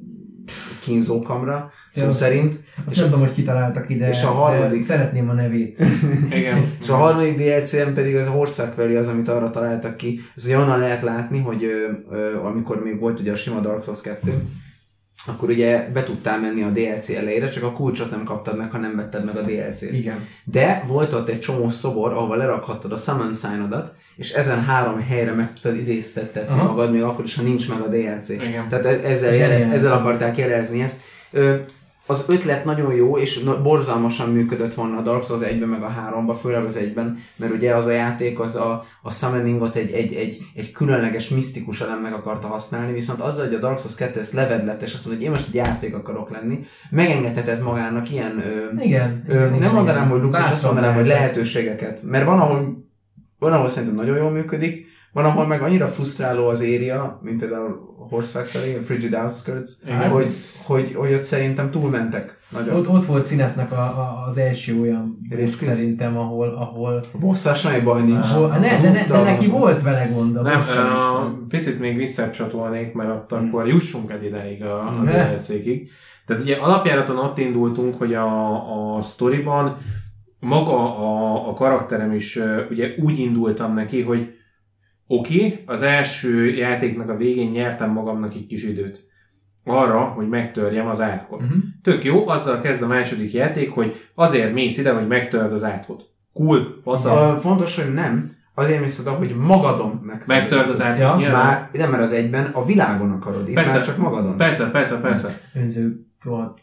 kínzókamra, szó ja, szerint. Azt, azt nem tudom, hogy kitaláltak ide, és a harmadik... szeretném a nevét. Igen. És a harmadik dé el cé-en pedig az a Horsefuck Valley az, amit arra találtak ki. Ez ugye onnan lehet látni, hogy ö, ö, amikor még volt ugye a sima Dark Souls kettő, akkor ugye be tudtál menni a dé el cé elejére, csak a kulcsot nem kaptad meg, ha nem vetted meg a dé el cét. Igen. De volt ott egy csomó szobor, ahol lerakhattad a summon signodat, és ezen három helyre meg tudtad idéztettetni uh-huh. magad, még akkor is, ha nincs meg a dé el cé. Igen. Tehát ezzel, jele, ezzel akarták jelezni ezt. Ö, az ötlet nagyon jó, és borzalmasan működött volna a Dark Souls egyben, meg a háromban, főleg az egyben, mert ugye az a játék az a, a summoningot egy, egy, egy, egy különleges, misztikus elem meg akarta használni, viszont azzal, hogy a Dark Souls kettő ezt levedlett, és azt mondja, hogy én most egy játék akarok lenni, megengedhetett magának ilyen, ö, igen, ö, igen, nem igen, mondanám, hogy luxus, azt mondanám, hogy lehetőségeket. Mert van, ahol, van, ahol szerintem nagyon jól működik, van, ahol meg annyira frusztráló az éria, mint például Horsefuck Valley, a Frigid Outskirts, hát hogy, hogy, hogy ott szerintem túlmentek nagyon. Ott, ott volt Színásznak a, a, az első olyan rész szerintem, ahol... ahol a bosszal semmi baj nincs. Ahol, ne, de, ne, de neki volt vele gond a nem, a, picit még visszacsatolnék, mert ott hmm. akkor jussunk el ideig a, a dé el cé-kig. Tehát ugye alapjáraton ott indultunk, hogy a, a sztoriban maga a, a karakterem is uh, ugye úgy indultam neki, hogy oké, okay, az első játéknak a végén nyertem magamnak egy kis időt arra, hogy megtörjem az átkot. Uh-huh. Tök jó, azzal kezd a második játék, hogy azért mész ide, hogy megtörd az átkot. Cool, faszal. Fontos, hogy nem. Azért mész oda, hogy magadon megtörd. Megtörd az átkot. Ja. Már nem, mert az egyben a világon akarod. Itt persze, már csak magadon. Persze, persze, persze. Önző volt.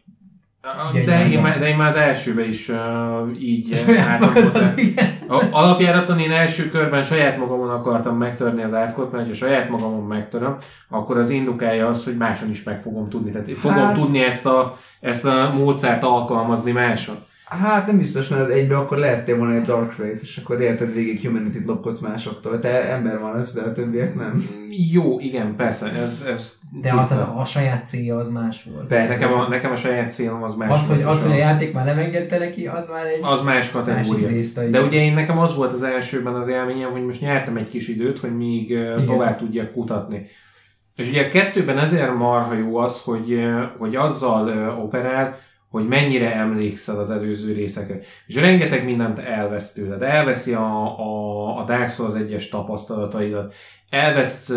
De én, már, de én már az elsőben is uh, így álltam hozzá. Alapjáraton én első körben saját magamon akartam megtörni az átkot, mert ha saját magamon megtöröm, akkor az indukálja az, hogy máson is meg fogom tudni. Tehát fogom hát... tudni ezt a, ezt a módszert alkalmazni máson. Hát nem biztos, mert az egyben akkor lehettél volna egy Dark Race, és akkor érted végig Humanity-t lopkodsz másoktól. Te ember van ez, de a többiek nem. Jó, igen, persze. Ez, ez de az a, a saját célja az más volt. Persze, nekem, a, nekem a saját célom az más az, volt. Hogy, az, hogy a játék már nem engedte neki, az már egy az más kategória. De ugye én nekem az volt az elsőben az élményem, hogy most nyertem egy kis időt, hogy még igen. tovább tudjak kutatni. És ugye a kettőben ezért marha jó az, hogy, hogy azzal operál, hogy mennyire emlékszel az előző részekre. És rengeteg mindent elvesz tőled. Elveszi a, a, a Dark Souls egyes tapasztalataidat. Elvesz,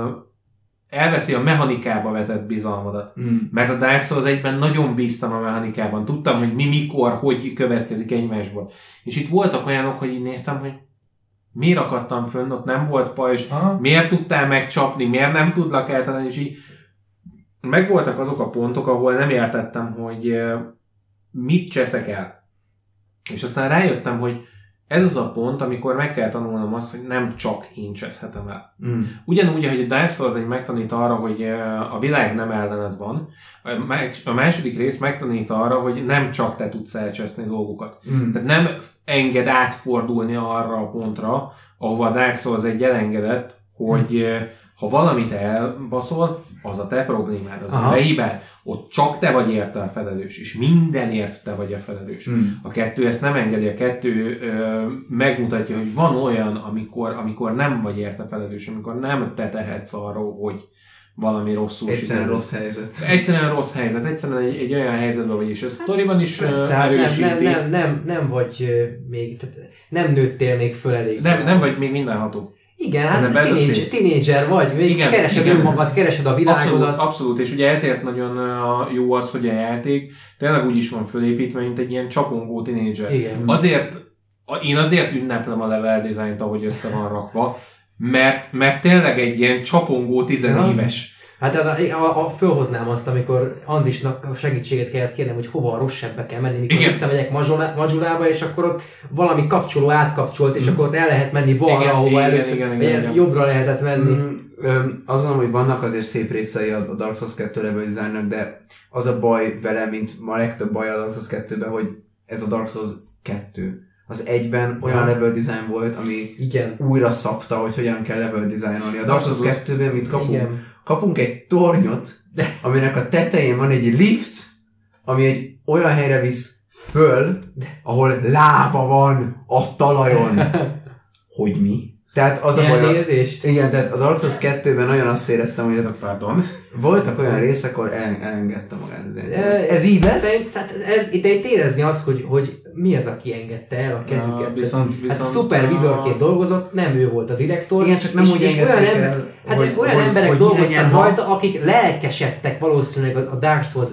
elveszi a mechanikába vetett bizalmadat. Mm. Mert a Dark Souls egyben nagyon bíztam a mechanikában. Tudtam, hogy mi, mikor, hogy következik egymásból. És itt voltak olyanok, hogy így néztem, hogy miért akadtam fönn, ott nem volt pajzs, miért tudtál megcsapni, miért nem tudlak eltenni, és így megvoltak azok a pontok, ahol nem értettem, hogy mit cseszek el. És aztán rájöttem, hogy ez az a pont, amikor meg kell tanulnom azt, hogy nem csak én cseszhetem el. Mm. Ugyanúgy, ahogy a Dark Souls egy megtanít arra, hogy a világ nem ellened van, a második rész megtanít arra, hogy nem csak te tudsz elcseszni dolgokat. Mm. Tehát nem enged átfordulni arra a pontra, ahova a Dark Souls egy elengedett, hogy mm. ha valamit elbaszol, az a te problémád, az Aha. a te hibád. Ott csak te vagy érte a felelős, és mindenért te vagy a felelős. Mm. A kettő ezt nem engedi, a kettő ö, megmutatja, hogy van olyan, amikor, amikor nem vagy érte felelős, amikor nem te tehetsz arról, hogy valami rosszul Egyszerűen sikerül. rossz helyzet. Egyszerűen rossz helyzet, egyszerűen egy, egy olyan helyzetben vagy, és a sztoriban is Persze, erősíti. Nem, nem, nem, nem, nem vagy még, tehát nem nőttél még föl elég. Nem, nem vagy még mindenható. Igen, hát tínédzser, tínédzser vagy, még igen, keresed igen. önmagad, keresed a világodat. Abszolút, abszolút, és ugye ezért nagyon jó az, hogy a játék tényleg úgy is van fölépítve, mint egy ilyen csapongó tínédzser. Azért, én azért ünneplem a level designt, ahogy össze van rakva, mert, mert tényleg egy ilyen csapongó tizenéves. Hát a, a, a, fölhoznám azt, amikor Andisnak segítséget kellett kérnem, hogy hova a Rossebbe kell menni, mikor igen. visszamegyek Majulába, és akkor ott valami kapcsoló átkapcsolt, és mm. akkor ott el lehet menni balra, igen, ahova igen, először, igen, igen, igen, igen. jobbra lehetett menni. Mm, öm, azt gondolom, hogy vannak azért szép részei a Dark Souls kettő level designnak, de az a baj vele, mint a legtöbb baj a Dark Souls kettőben, hogy ez a Dark Souls kettő. Az egyben olyan level design volt, ami igen. újra szabta, hogy hogyan kell level designolni. A Dark Souls kettőben, mint kapunk, igen. kapunk egy tornyot, aminek a tetején van egy lift, ami egy olyan helyre visz föl, ahol láva van a talajon. Hogy mi? Tehát az a baj, igen, tehát a Dark Souls kettőben nagyon azt éreztem, hogy ez, Pardon. voltak olyan részek, ahol el, elengedte magát az ember. Ez így lesz? Ez, ez, itt egy érezni az, hogy, hogy mi az, aki engedte el a kezüket. Ja, viszont, viszont, hát szupervizorként dolgozott, nem ő volt a direktor. Igen, csak nem és, úgy és olyan, ember, el, hát hogy, olyan hogy, emberek hogy dolgoztak rajta, akik lelkesedtek valószínűleg a Dark Souls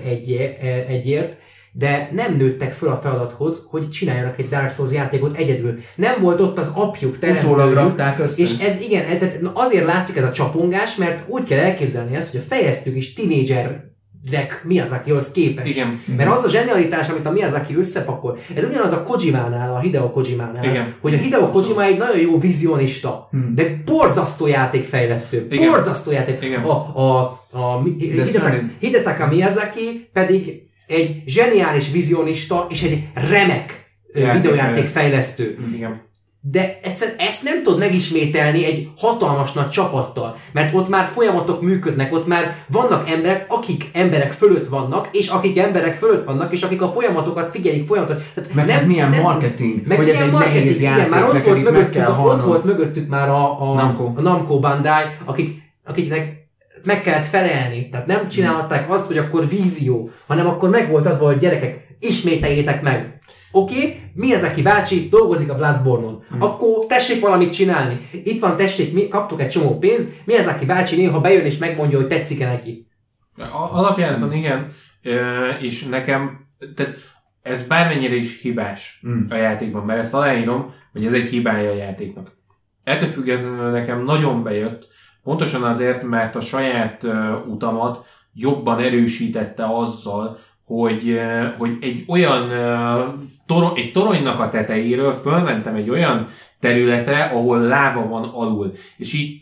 egyért, de nem nőttek föl a feladathoz, hogy csináljanak egy Dark Souls játékot egyedül. Nem volt ott az apjuk, teremtőjük, és ez igen, ez, azért látszik ez a csapongás, mert úgy kell elképzelni ezt, hogy a fejlesztők is tínédzserek Miyazakihoz képest. Igen. Mert az a zsenialitás, amit a Miyazaki összepakol, ez ugyanaz a Kojimánál, a Hideo Kojimánál, igen. hogy a Hideo Kojima egy nagyon jó vizionista, hmm. de borzasztó játékfejlesztő. Igen. Borzasztó játék. Igen. A, a, a Hidetaka, Hidetaka Miyazaki pedig egy zseniális vizionista és egy remek játék videójáték fejlesztő. Igen. De egyszerűen ezt nem tud megismételni egy hatalmas nagy csapattal, mert ott már folyamatok működnek, ott már vannak emberek, akik emberek fölött vannak, és akik emberek fölött vannak, és akik a folyamatokat figyelik folyamatokat. Meg nem, milyen nem, marketing, meg hogy ez egy nehéz játék, már ott volt, mögöttük, ott volt mögöttük már a, a, Namco. a Namco Bandai, akik, akiknek meg kellett felelni. Tehát nem csinálhatták azt, hogy akkor vízió, hanem akkor meg volt adva, hogy gyerekek, ismételjétek meg. Oké, okay, Miyazaki bácsi dolgozik a Bloodborne-on. Hmm. Akkor tessék valamit csinálni. Itt van, tessék, mi kaptuk egy csomó pénzt, Miyazaki bácsi néha bejön és megmondja, hogy tetszik-e neki. Alapjáraton igen, és nekem, tehát ez bármennyire is hibás hmm. a játékban, mert ezt aláírom, hogy ez egy hibája a játéknak. Ettől függetlenül nekem nagyon bejött, pontosan azért, mert a saját utamat jobban erősítette azzal, hogy, hogy egy olyan torony, egy toronynak a tetejéről fölmentem egy olyan területre, ahol láva van alul. És így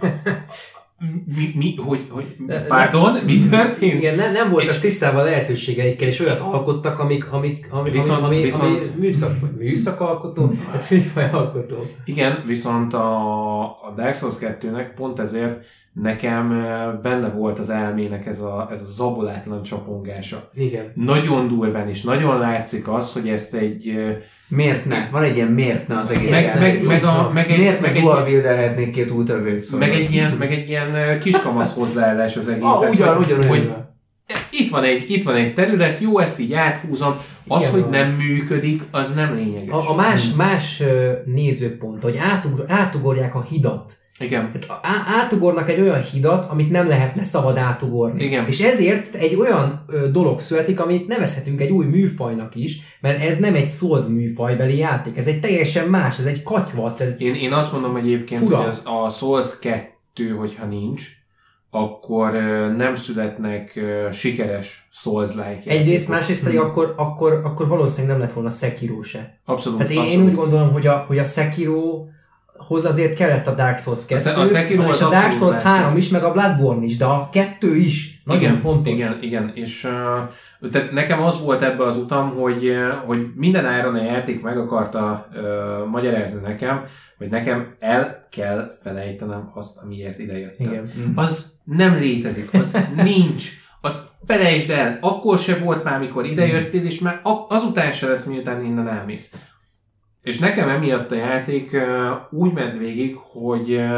mi, mi, hogy, hogy, pardon, mi történt? Igen, ne, nem voltak tisztában a lehetőségeikkel, és olyat alkottak, amik, amik, amik viszont, ami, viszont, ami műszak, műszakalkotó, hát műfaj alkotó. Igen, viszont a, a Dark Souls kettőnek pont ezért nekem benne volt az elmének ez a, ez a zabolátlan csapongása. Igen. Nagyon durván, és nagyon látszik az, hogy ezt egy... Miért ne? Van egy ilyen miért ne az egész meg, meg, meg, a, meg egy, miért meg meg dual wieldelhetnék két Ultra Great meg egy ilyen, meg egy ilyen kiskamasz hozzáállás az egész. Ah, ugyan, ugyan, hogy itt van, egy, itt van egy terület, jó, ezt így áthúzom, az, igen, hogy nem működik, az nem lényeges. A, a más, más nézőpont, hogy átugor, átugorják a hidat. Igen. Hát átugornak egy olyan hidat, amit nem lehetne szabad átugorni. Igen. És ezért egy olyan ö, dolog születik, amit nevezhetünk egy új műfajnak is, mert ez nem egy Souls műfajbeli játék, ez egy teljesen más, ez egy katyvasz. Ez én, én azt mondom egyébként, fura. Hogy az, a Souls kettő, hogyha nincs, akkor ö, nem születnek ö, sikeres Souls-like. Egyrészt, másrészt pedig akkor, akkor, akkor valószínűleg nem lett volna Sekiro se. Abszolút. Hát én, abszolút. én úgy gondolom, hogy a, hogy a Sekiro hoz azért kellett a Dark Souls kettő, a Sekiro és a Dark Souls három is, meg a Bloodborne is, de a kettő is nagyon igen, fontos. Igen, igen, és uh, tehát nekem az volt ebbe az utam, hogy, uh, hogy minden áron a játék meg akarta uh, magyarázni nekem, hogy nekem el kell felejtenem azt, amiért idejöttem. Igen. Az nem létezik, az nincs, az felejtsd el, akkor se volt már, mikor idejöttél, és már azután se lesz, miután innen elmész. És nekem emiatt a játék uh, úgy ment végig, hogy uh,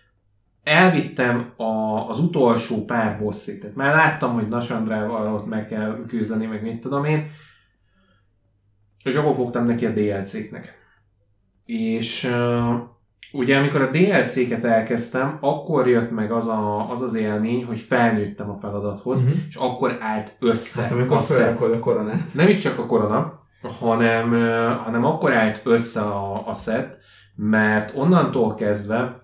elvittem a, az utolsó pár bosszig. Tehát már láttam, hogy Nasandrával ott meg kell küzdeni, meg mit tudom én. És akkor fogtam neki a dé el cé-knek. És uh, ugye amikor a dé el cé-ket elkezdtem, akkor jött meg az a, az, az élmény, hogy felnőttem a feladathoz, uh-huh. és akkor állt össze. Hát amikor felrakod a koronát. Nem is csak a korona, hanem, hanem akkor állt össze a, a set, mert onnantól kezdve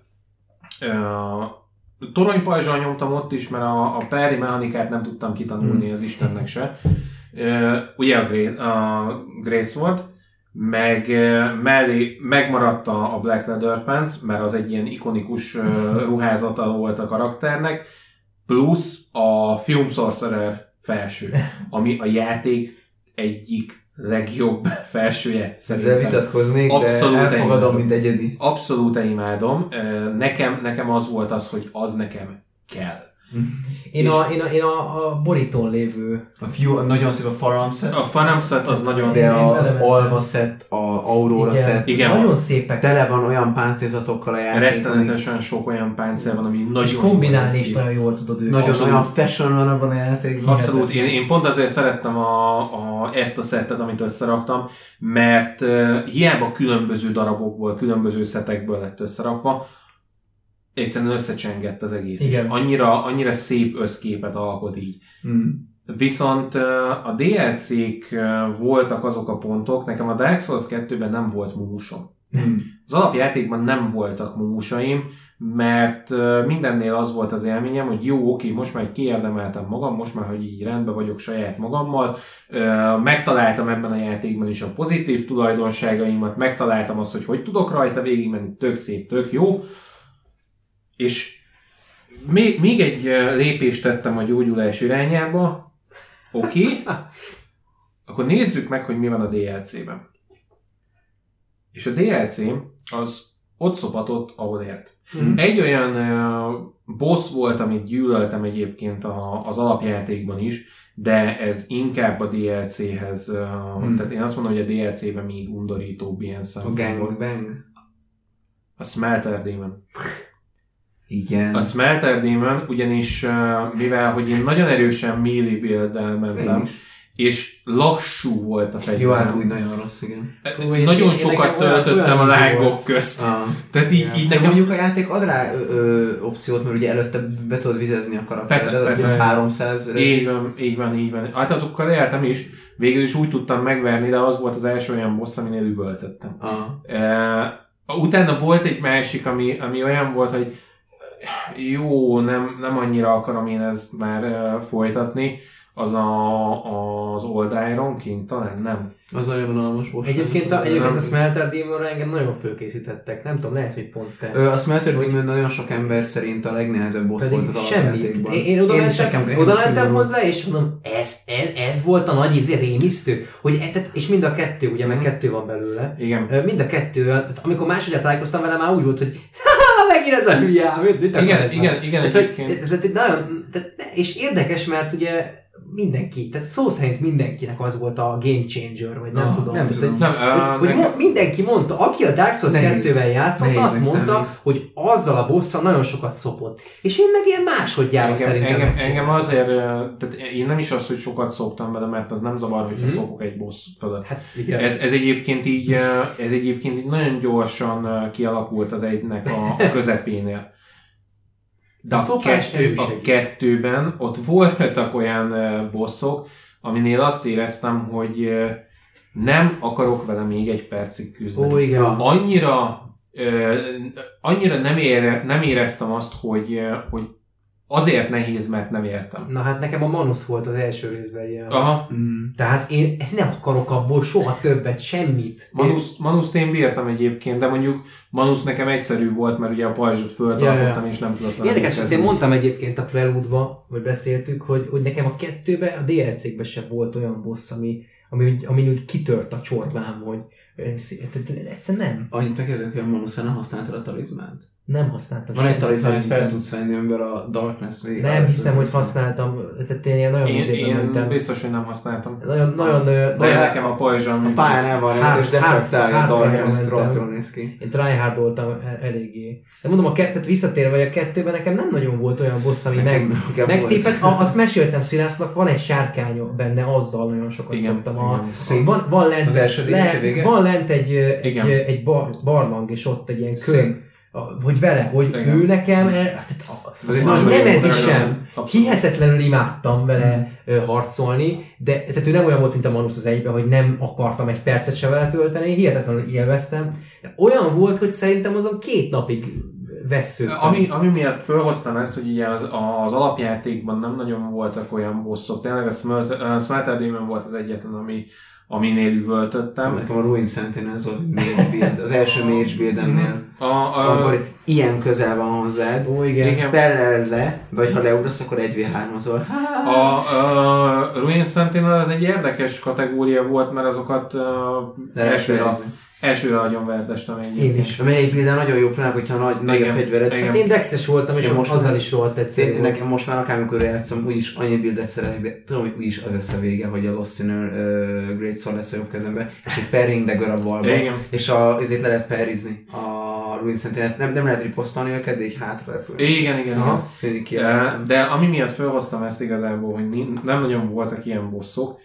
uh, toronypajzsal nyomtam ott is, mert a, a parry mechanikát nem tudtam kitanulni az Istennek se. Uh, ugye a Great, a Great Sword, meg uh, mellé megmaradt a, a Black Leather Pants, mert az egy ilyen ikonikus uh, ruházata volt a karakternek, plusz a Fume Sorcerer felső, ami a játék egyik legjobb felsője. Ezzel vitatkoznék, abszolút de elfogadom, mint egyedi. Abszolút imádom. Nekem, nekem az volt az, hogy az nekem kell. Én, a, én, a, én a, a borítón lévő... A fiú, nagyon szép a Faram set. A Faram set az nagyon szép. De az Alva set, a Aurora igen, set. Igen, nagyon szépek. Tele van olyan páncélzatokkal a játék. Rettenetesen sok olyan páncél van, ami nagyon... És kombinálni is nagyon jól tudod őket. Nagyon abszolút. Olyan fashion van abban a játékban. Abszolút. Én, én pont azért szerettem a, a, ezt a szettet, amit összeraktam, mert uh, hiába különböző darabokból, különböző szetekből lett összerakva, egyszerűen összecsengett az egész. Igen. És annyira, annyira szép összképet alkot így. Mm. Viszont a dé el cé-k voltak azok a pontok, nekem a Dark Souls kettőben nem volt mumusom. Mm. Az alapjátékban nem voltak mumusaim, mert mindennél az volt az élményem, hogy jó, oké, most már kiérdemeltem magam, most már, hogy így rendben vagyok saját magammal, megtaláltam ebben a játékban is a pozitív tulajdonságaimat, megtaláltam azt, hogy hogy tudok rajta végigmenni, tök szép, tök jó. És még, még egy lépést tettem a gyógyulás irányába. Oké. Okay. Akkor nézzük meg, hogy mi van a dé el cé-ben. És a dé el cé az ott szopatott, ahol ért. Mm. Egy olyan uh, boss volt, amit gyűlöltem egyébként a, az alapjátékban is, de ez inkább a dé el cé-hez, uh, mm. tehát én azt mondom, hogy a dé el cé-ben még undorítóbb ilyen szempontból. A Gangbang? A Smelter Demon. Igen. A Smelter Demon, ugyanis mivel, hogy én nagyon erősen melee build-del mentem, és lassú volt a fegyver. Jó, hát úgy nagyon rossz, igen. Fú, én, nagyon én, sokat én töltöttem a lángok közt. Ah. Tehát így, ja. így nekem... mondjuk a játék ad rá ö, ö, opciót, mert ugye előtte be tudod vizezni a karakteret, de az, az háromszáz így van, így van, így van. Hát azokkal éltem is, végül is úgy tudtam megverni, de az volt az első olyan boss, aminél üvöltöttem. Ah. Uh, utána volt egy másik, ami, ami olyan volt, hogy jó, nem, nem annyira akarom én ezt már uh, folytatni, az a, az Old Iron King, talán nem. Az olyan vonalmas boss. Egyébként a, egyébként a Smelter Demonra engem nagyon fölkészítettek. Nem tudom, lehet, hogy pont te. Ö, a Smelter hogy... Demon nagyon sok ember szerint a legnehezebb boss volt az alapjátékban. Én, én oda én mentem, oda mentem hozzá, és mondom, ez, ez, ez volt a nagy izé rémisztő, hogy et, és mind a kettő, ugye, meg kettő van belőle. Igen. Mind a kettő, tehát amikor másodjára találkoztam vele, már úgy volt, hogy ha megint ez a hülye, mit, mit igen, ez igen, igen, ez, ez, ez, nagyon, tehát, és érdekes, mert ugye mindenki, tehát szó szerint mindenkinek az volt a game changer, vagy nem no, tudom. Nem tehát, tudom. Nem, uh, hogy mo- mindenki mondta, aki a Dark Souls kettővel játszott, nehéz, azt mondta, számít. Hogy azzal a bosszal nagyon sokat szopott. És én meg ilyen másodjára engem, szerintem engem, engem azért, tehát én nem is az, hogy sokat szoptam vele, mert az nem zavar, hogyha hmm. szopok egy boss fölött. Hát, ez, ez, egyébként így, ez egyébként így nagyon gyorsan kialakult az egynek a, a közepénél. De a, a, kettő, a kettőben ott voltak olyan uh, bosszok, aminél azt éreztem, hogy uh, nem akarok vele még egy percig küzdeni. Ó, igen. Annyira, uh, annyira nem, ére, nem éreztem azt, hogy, uh, hogy azért nehéz, mert nem értem. Na hát nekem a Manus volt az első részben ilyen. Aha. Mm. Tehát én nem akarok abból soha többet, semmit. Manus, Manust én bírtam egyébként, de mondjuk Manus nekem egyszerű volt, mert ugye a pajzsot föltartottam, ja, ja. és nem tudottam. Érdekes, hogy én mondtam egyébként a Prelude-ba, vagy beszéltük, hogy, hogy nekem a kettőben, a dé el cé-ben sem volt olyan boss, ami, ami, ami úgy kitört a csorlám, hogy egyszerűen nem. Annyit megkérdezek, hogy a Manusra nem használtad a talizmánt? Nem használtam. Van egy talizmán, amit fel tudsz venni, amiben a Darkness végig. Nem hiszem, hogy használtam. Tehát én ilyen nagyon én, én biztos, hogy nem használtam. Nagyon, nagyon... De nagyon, nekem a pajzsam... A pályán el van rá, és deflektálja a Darkness, rohadtul néz ki. Én tryhardoltam eléggé. De mondom, a kettőt visszatérve, hogy a kettőben nekem nem nagyon volt olyan boss, ami meg, megtépett. Azt meséltem Szilásznak, van egy sárkány benne, azzal nagyon sokat igen, szoktam. A, igen. Van, van lent, az első dé el cé vége? Van lent egy, egy, egy bar, barlang, és ott egy ilyen kör. Hogy vele, hogy igen. Ő nekem, az nem ez is sem. Hihetetlenül imádtam vele hmm. harcolni, de tehát ő nem olyan volt, mint a Manus az egyben, hogy nem akartam egy percet se vele tölteni, hihetetlenül élveztem. De olyan volt, hogy szerintem azon két napig vessződtem. Ami, ami miatt felhoztam ezt, hogy ugye az, az alapjátékban nem nagyon voltak olyan bosszok, tényleg a Smelter Demon volt az egyetlen, ami aminél üvöltöttem. Nekem a Ruin Sentinel volt build, az első mage buildemnél. Akkor ilyen közel van hozzád, ó, igen. spellel le, vagy ha leugrasz, akkor egy vé három-azol. A, a Ruin Sentinel az egy érdekes kategória volt, mert azokat uh, elsőre, elsőre agyonvertestem egyébként. Én is. A melyik builden nagyon jó, főleg, hogyha nagy, nagy a fegyvered. Hát én dexes voltam, és most azzal is rohadt egyszerű. Nekem most már akármikor játszom, úgyis annyi buildet szeretek, de tudom, hogy úgyis az lesz a vége, hogy a Lost Sinner uh, Great Sword lesz a jobb kezembe, és egy parrying dagger a balba, és a, ezért le lehet parrizni a Ruin Sentinel. Nem, nem lehet riposztolni őket, de így hátra repül. Igen, igen. Aha, de, de ami miatt felhoztam ezt igazából, hogy nem nagyon voltak ilyen bosszok,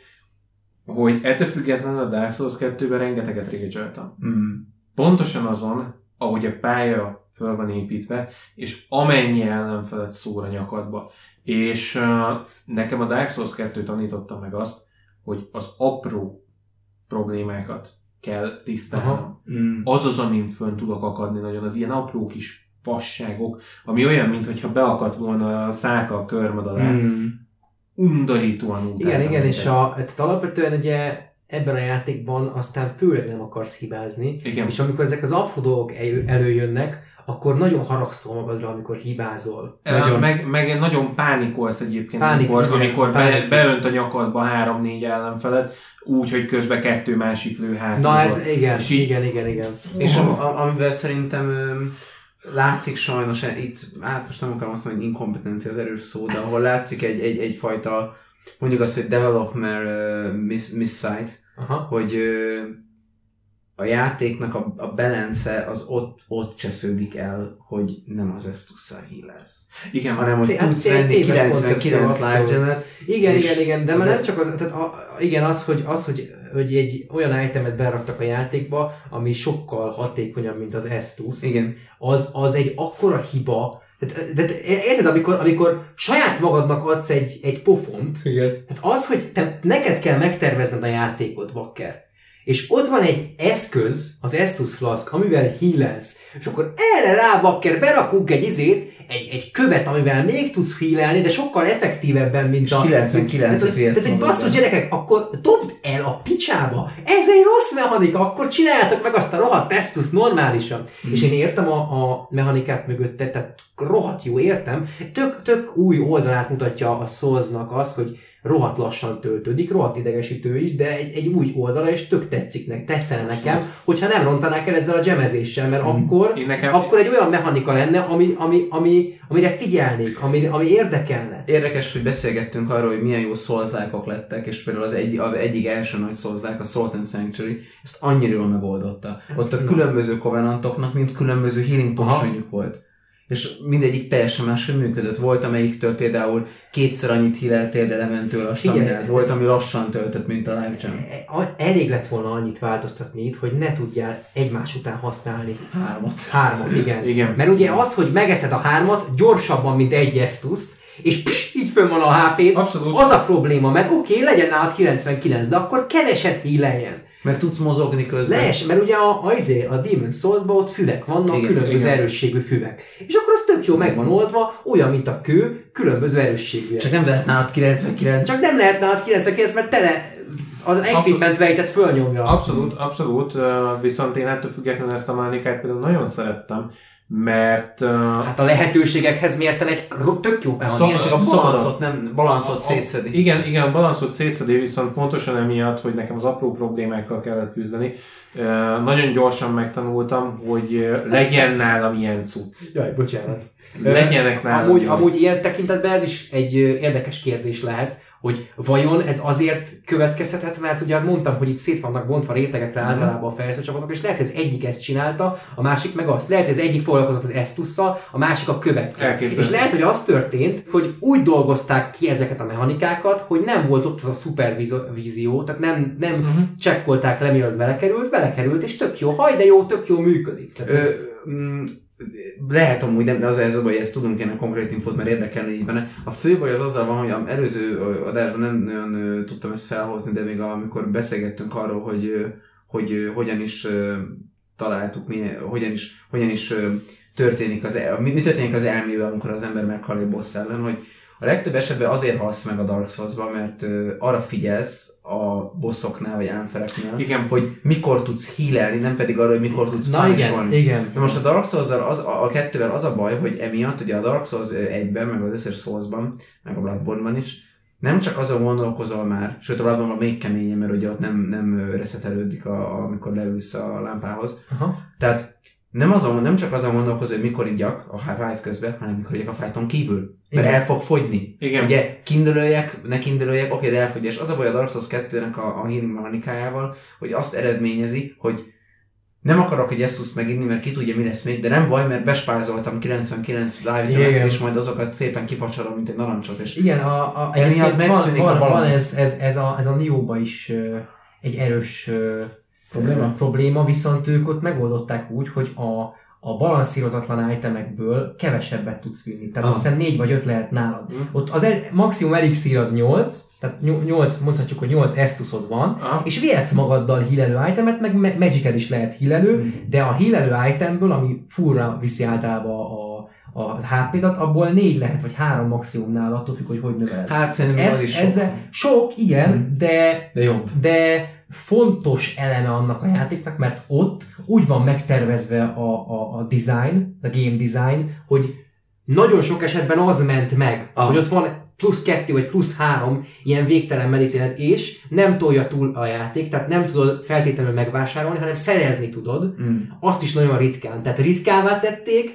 hogy ettől függetlenül a Dark Souls kettőben rengeteget rage-eltem. Mm. Pontosan azon, ahogy a pálya föl van építve, és amennyi ellenfelet szór a nyakadba. És uh, nekem a Dark Souls kettő tanította meg azt, hogy az apró problémákat kell tisztálnom. Mm. Az az, amin fönn tudok akadni nagyon, az ilyen apró kis fasságok, ami olyan, mintha beakadt volna a száka a körmöd alá. Mm. Undorítóan utáltam. Igen, igen, és a, tehát alapvetően ugye ebben a játékban aztán főleg nem akarsz hibázni, igen. És amikor ezek az apró dolgok előjönnek, akkor nagyon haragszol magadra, amikor hibázol. Nagyon. Meg, meg nagyon pánikolsz egyébként, Pánik, amikor, igen, amikor be, beönt a nyakadba három-négy ellenfelet, úgy, hogy közben kettő másik lő hátulról. Na ez igen, és igen, igen, igen. És a, a, amiben szerintem látszik sajnos, itt, hát most nem akarom azt mondani, hogy inkompetencia az erős szó, de ahol látszik egy, egy, egyfajta, mondjuk azt, hogy developer uh, miss, missight, hogy uh, a játéknak a, a balance az ott, ott csesződik el, hogy nem az Estus-szal hílez. Igen, hanem hogy hát tudsz té- venni téves kilencvenkilenc koncepció, live abszolút. genet. Igen, igen, igen, de már azért- nem csak az, tehát a, igen, az, hogy, az hogy, hogy egy olyan itemet beraktak a játékba, ami sokkal hatékonyabb, mint az Estus, Igen. az, az egy akkora hiba. Tehát, tehát érted, amikor, amikor saját magadnak adsz egy, egy pofont, Igen. hát az, hogy te, neked kell megtervezned a játékot, bakker, és ott van egy eszköz, az Estus Flask, amivel healelsz, és akkor erre rá, bakker, berakunk egy izét, egy, egy követ, amivel még tudsz healelni, de sokkal effektívebben, mint És a... kilencvenkilencet Tehát, tehát egy basszus gyerekek, akkor dobd el a picsába! Ez egy rossz mechanika, akkor csináljátok meg azt a rohadt Estus normálisan. Hmm. És én értem a, a mechanikát mögötte, tehát rohadt jó, értem. Tök, tök új oldalát mutatja a Soulsnak az, hogy rohadt lassan töltődik, rohadt idegesítő is, de egy, egy új oldala, és tök tetszik nek, tetszene nekem, hogyha nem rontanák el ezzel a gemezéssel, mert Hmm. akkor, nekem... akkor egy olyan mechanika lenne, ami, ami, ami, amire figyelnék, ami, ami érdekelne. Érdekes, hogy beszélgettünk arról, hogy milyen jó szolzákok lettek, és például az, egy, az egyik első nagy szolzák, a Salt and Sanctuary, ezt annyira jól megoldotta. Ott a különböző covenantoknak mind különböző healing potionjuk volt. És mindegyik teljesen máshogy működött. Volt, amelyiktől például kétszer annyit healeltél, de lementől a staminát. Volt, ami lassan töltött, mint a live gem. Elég lett volna annyit változtatni itt, hogy ne tudjál egymás után használni. Hármat. Hármat, igen. Igen. Mert ugye azt, hogy megeszed a hármat gyorsabban, mint egy Estuszt, és pss, így fönn van a há péd, Abszolút. az a probléma, mert oké, okay, legyen nálad kilencvenkilenc, de akkor keveset healeljen. Mert tudsz mozogni közben. Lees, mert ugye a, a, a Demon's Souls-ban ott füvek vannak, Igen, különböző igen. erősségű füvek. És akkor az tök jó meg van oldva, olyan, mint a kő, különböző erősségűek. Csak nem lehet nálad kilencvenkilenc. Csak nem lehet nálad kilencvenkilenc, mert tele az equipment vejtet fölnyomja. Abszolút, abszolút, viszont én ettől függetlenül ezt a mechanikát például nagyon szerettem, mert... Hát a lehetőségekhez mérten egy tök jó mechanika. Igen, csak a balanszot, nem, balanszot szétszedi. Igen, igen, a balanszot szétszedi, viszont pontosan emiatt, hogy nekem az apró problémákkal kellett küzdeni, nagyon gyorsan megtanultam, hogy legyen nálam ilyen cucc. Jaj, bocsánat. Legyenek nálam. Amúgy, amúgy ilyen tekintetben ez is egy érdekes kérdés lehet, hogy vajon ez azért következhetett, mert ugye mondtam, hogy itt szét vannak bontva rétegekre általában a fejlesztő csapatok, és lehet, hogy az egyik ezt csinálta, a másik meg azt. Lehet, hogy az egyik foglalkozott az Estusszal, a másik a kövekkel. És lehet, hogy az történt, hogy úgy dolgozták ki ezeket a mechanikákat, hogy nem volt ott az a szupervízió, tehát nem, nem uh-huh. csekkolták le, mielőtt belekerült, belekerült, és tök jó, haj, de jó, tök jó működik. Tehát, Ö, mm, lehet amúgy, de az ez a baj, hogy ezt tudunk ennek konkrét infót, mert érdekelni így benne. A fő baj az azzal van, hogy az előző adásban nem nagyon tudtam ezt felhozni, de még amikor beszélgettünk arról, hogy, hogy hogyan is találtuk, milyen, hogyan is, hogyan is történik az, mi, mi történik az elmével, amikor az ember meghal egy boss ellen, hogy a legtöbb esetben azért halsz meg a Dark Souls-ba, mert uh, arra figyelsz a bossoknál vagy ánfereknél, igen. hogy mikor tudsz healelni, nem pedig arra, hogy mikor tudsz na igen, igen. Na most a Dark Souls-al az, a, a kettővel az a baj, hogy emiatt ugye a Dark Souls egyben, meg az összes Souls-ban, meg a Bloodborne-ban is, nem csak azon gondolkozol már, sőt a Bloodborne-ban még keményen, mert ugye ott nem, nem reszetelődik, a, a, amikor leülsz a lámpához. Aha. Tehát nem, azon, nem csak azon gondolkozol, hogy mikor igyak a fight közben, hanem mikor igyak a fighton kívül. Mert igen. el fog fogyni. Igen. Ugye kindölöljek, ne kindölöljek, oké, de elfogy. És az a baj a Dark Souls kettőnek a, a healing mechanikájával, hogy azt eredményezi, hogy nem akarok egy Estus meginni, mert ki tudja, mi lesz még, de nem baj, mert bespázoltam kilencvenkilenc live gemet, és majd azokat szépen kifacsarom, mint egy narancsot. És igen, a, a, emiatt megszűnik van, a van, van balansz. ez, ez, ez, a, ez a Nioh-ba is uh, egy erős uh, Probléma? probléma, viszont ők ott megoldották úgy, hogy a a balanszírozatlan itemekből kevesebbet tudsz vinni. Tehát ah. azt hiszem négy vagy öt lehet nálad. Mm. Ott az el, maximum elixír az nyolc, tehát nyolc, mondhatjuk, hogy nyolc Estusod van, ah. és vihetsz magaddal hílelő itemet, meg magiced is lehet hílelő, mm. de a hílelő itemből, ami fullra viszi általában a, a há pédat, abból négy lehet, vagy három maximumnál, attól függ, hogy hogy növeled. Hát szerintem Ez, az is sok. ezzel, sok, igen, mm. de, de jobb. De fontos eleme annak a játéknak, mert ott úgy van megtervezve a, a, a design, a game design, hogy nagyon sok esetben az ment meg, ah. hogy ott van plusz kettő vagy plusz három ilyen végtelen medicínet, és nem tolja túl a játék, tehát nem tudod feltétlenül megvásárolni, hanem szerezni tudod, mm. azt is nagyon ritkán. Tehát ritkává tették,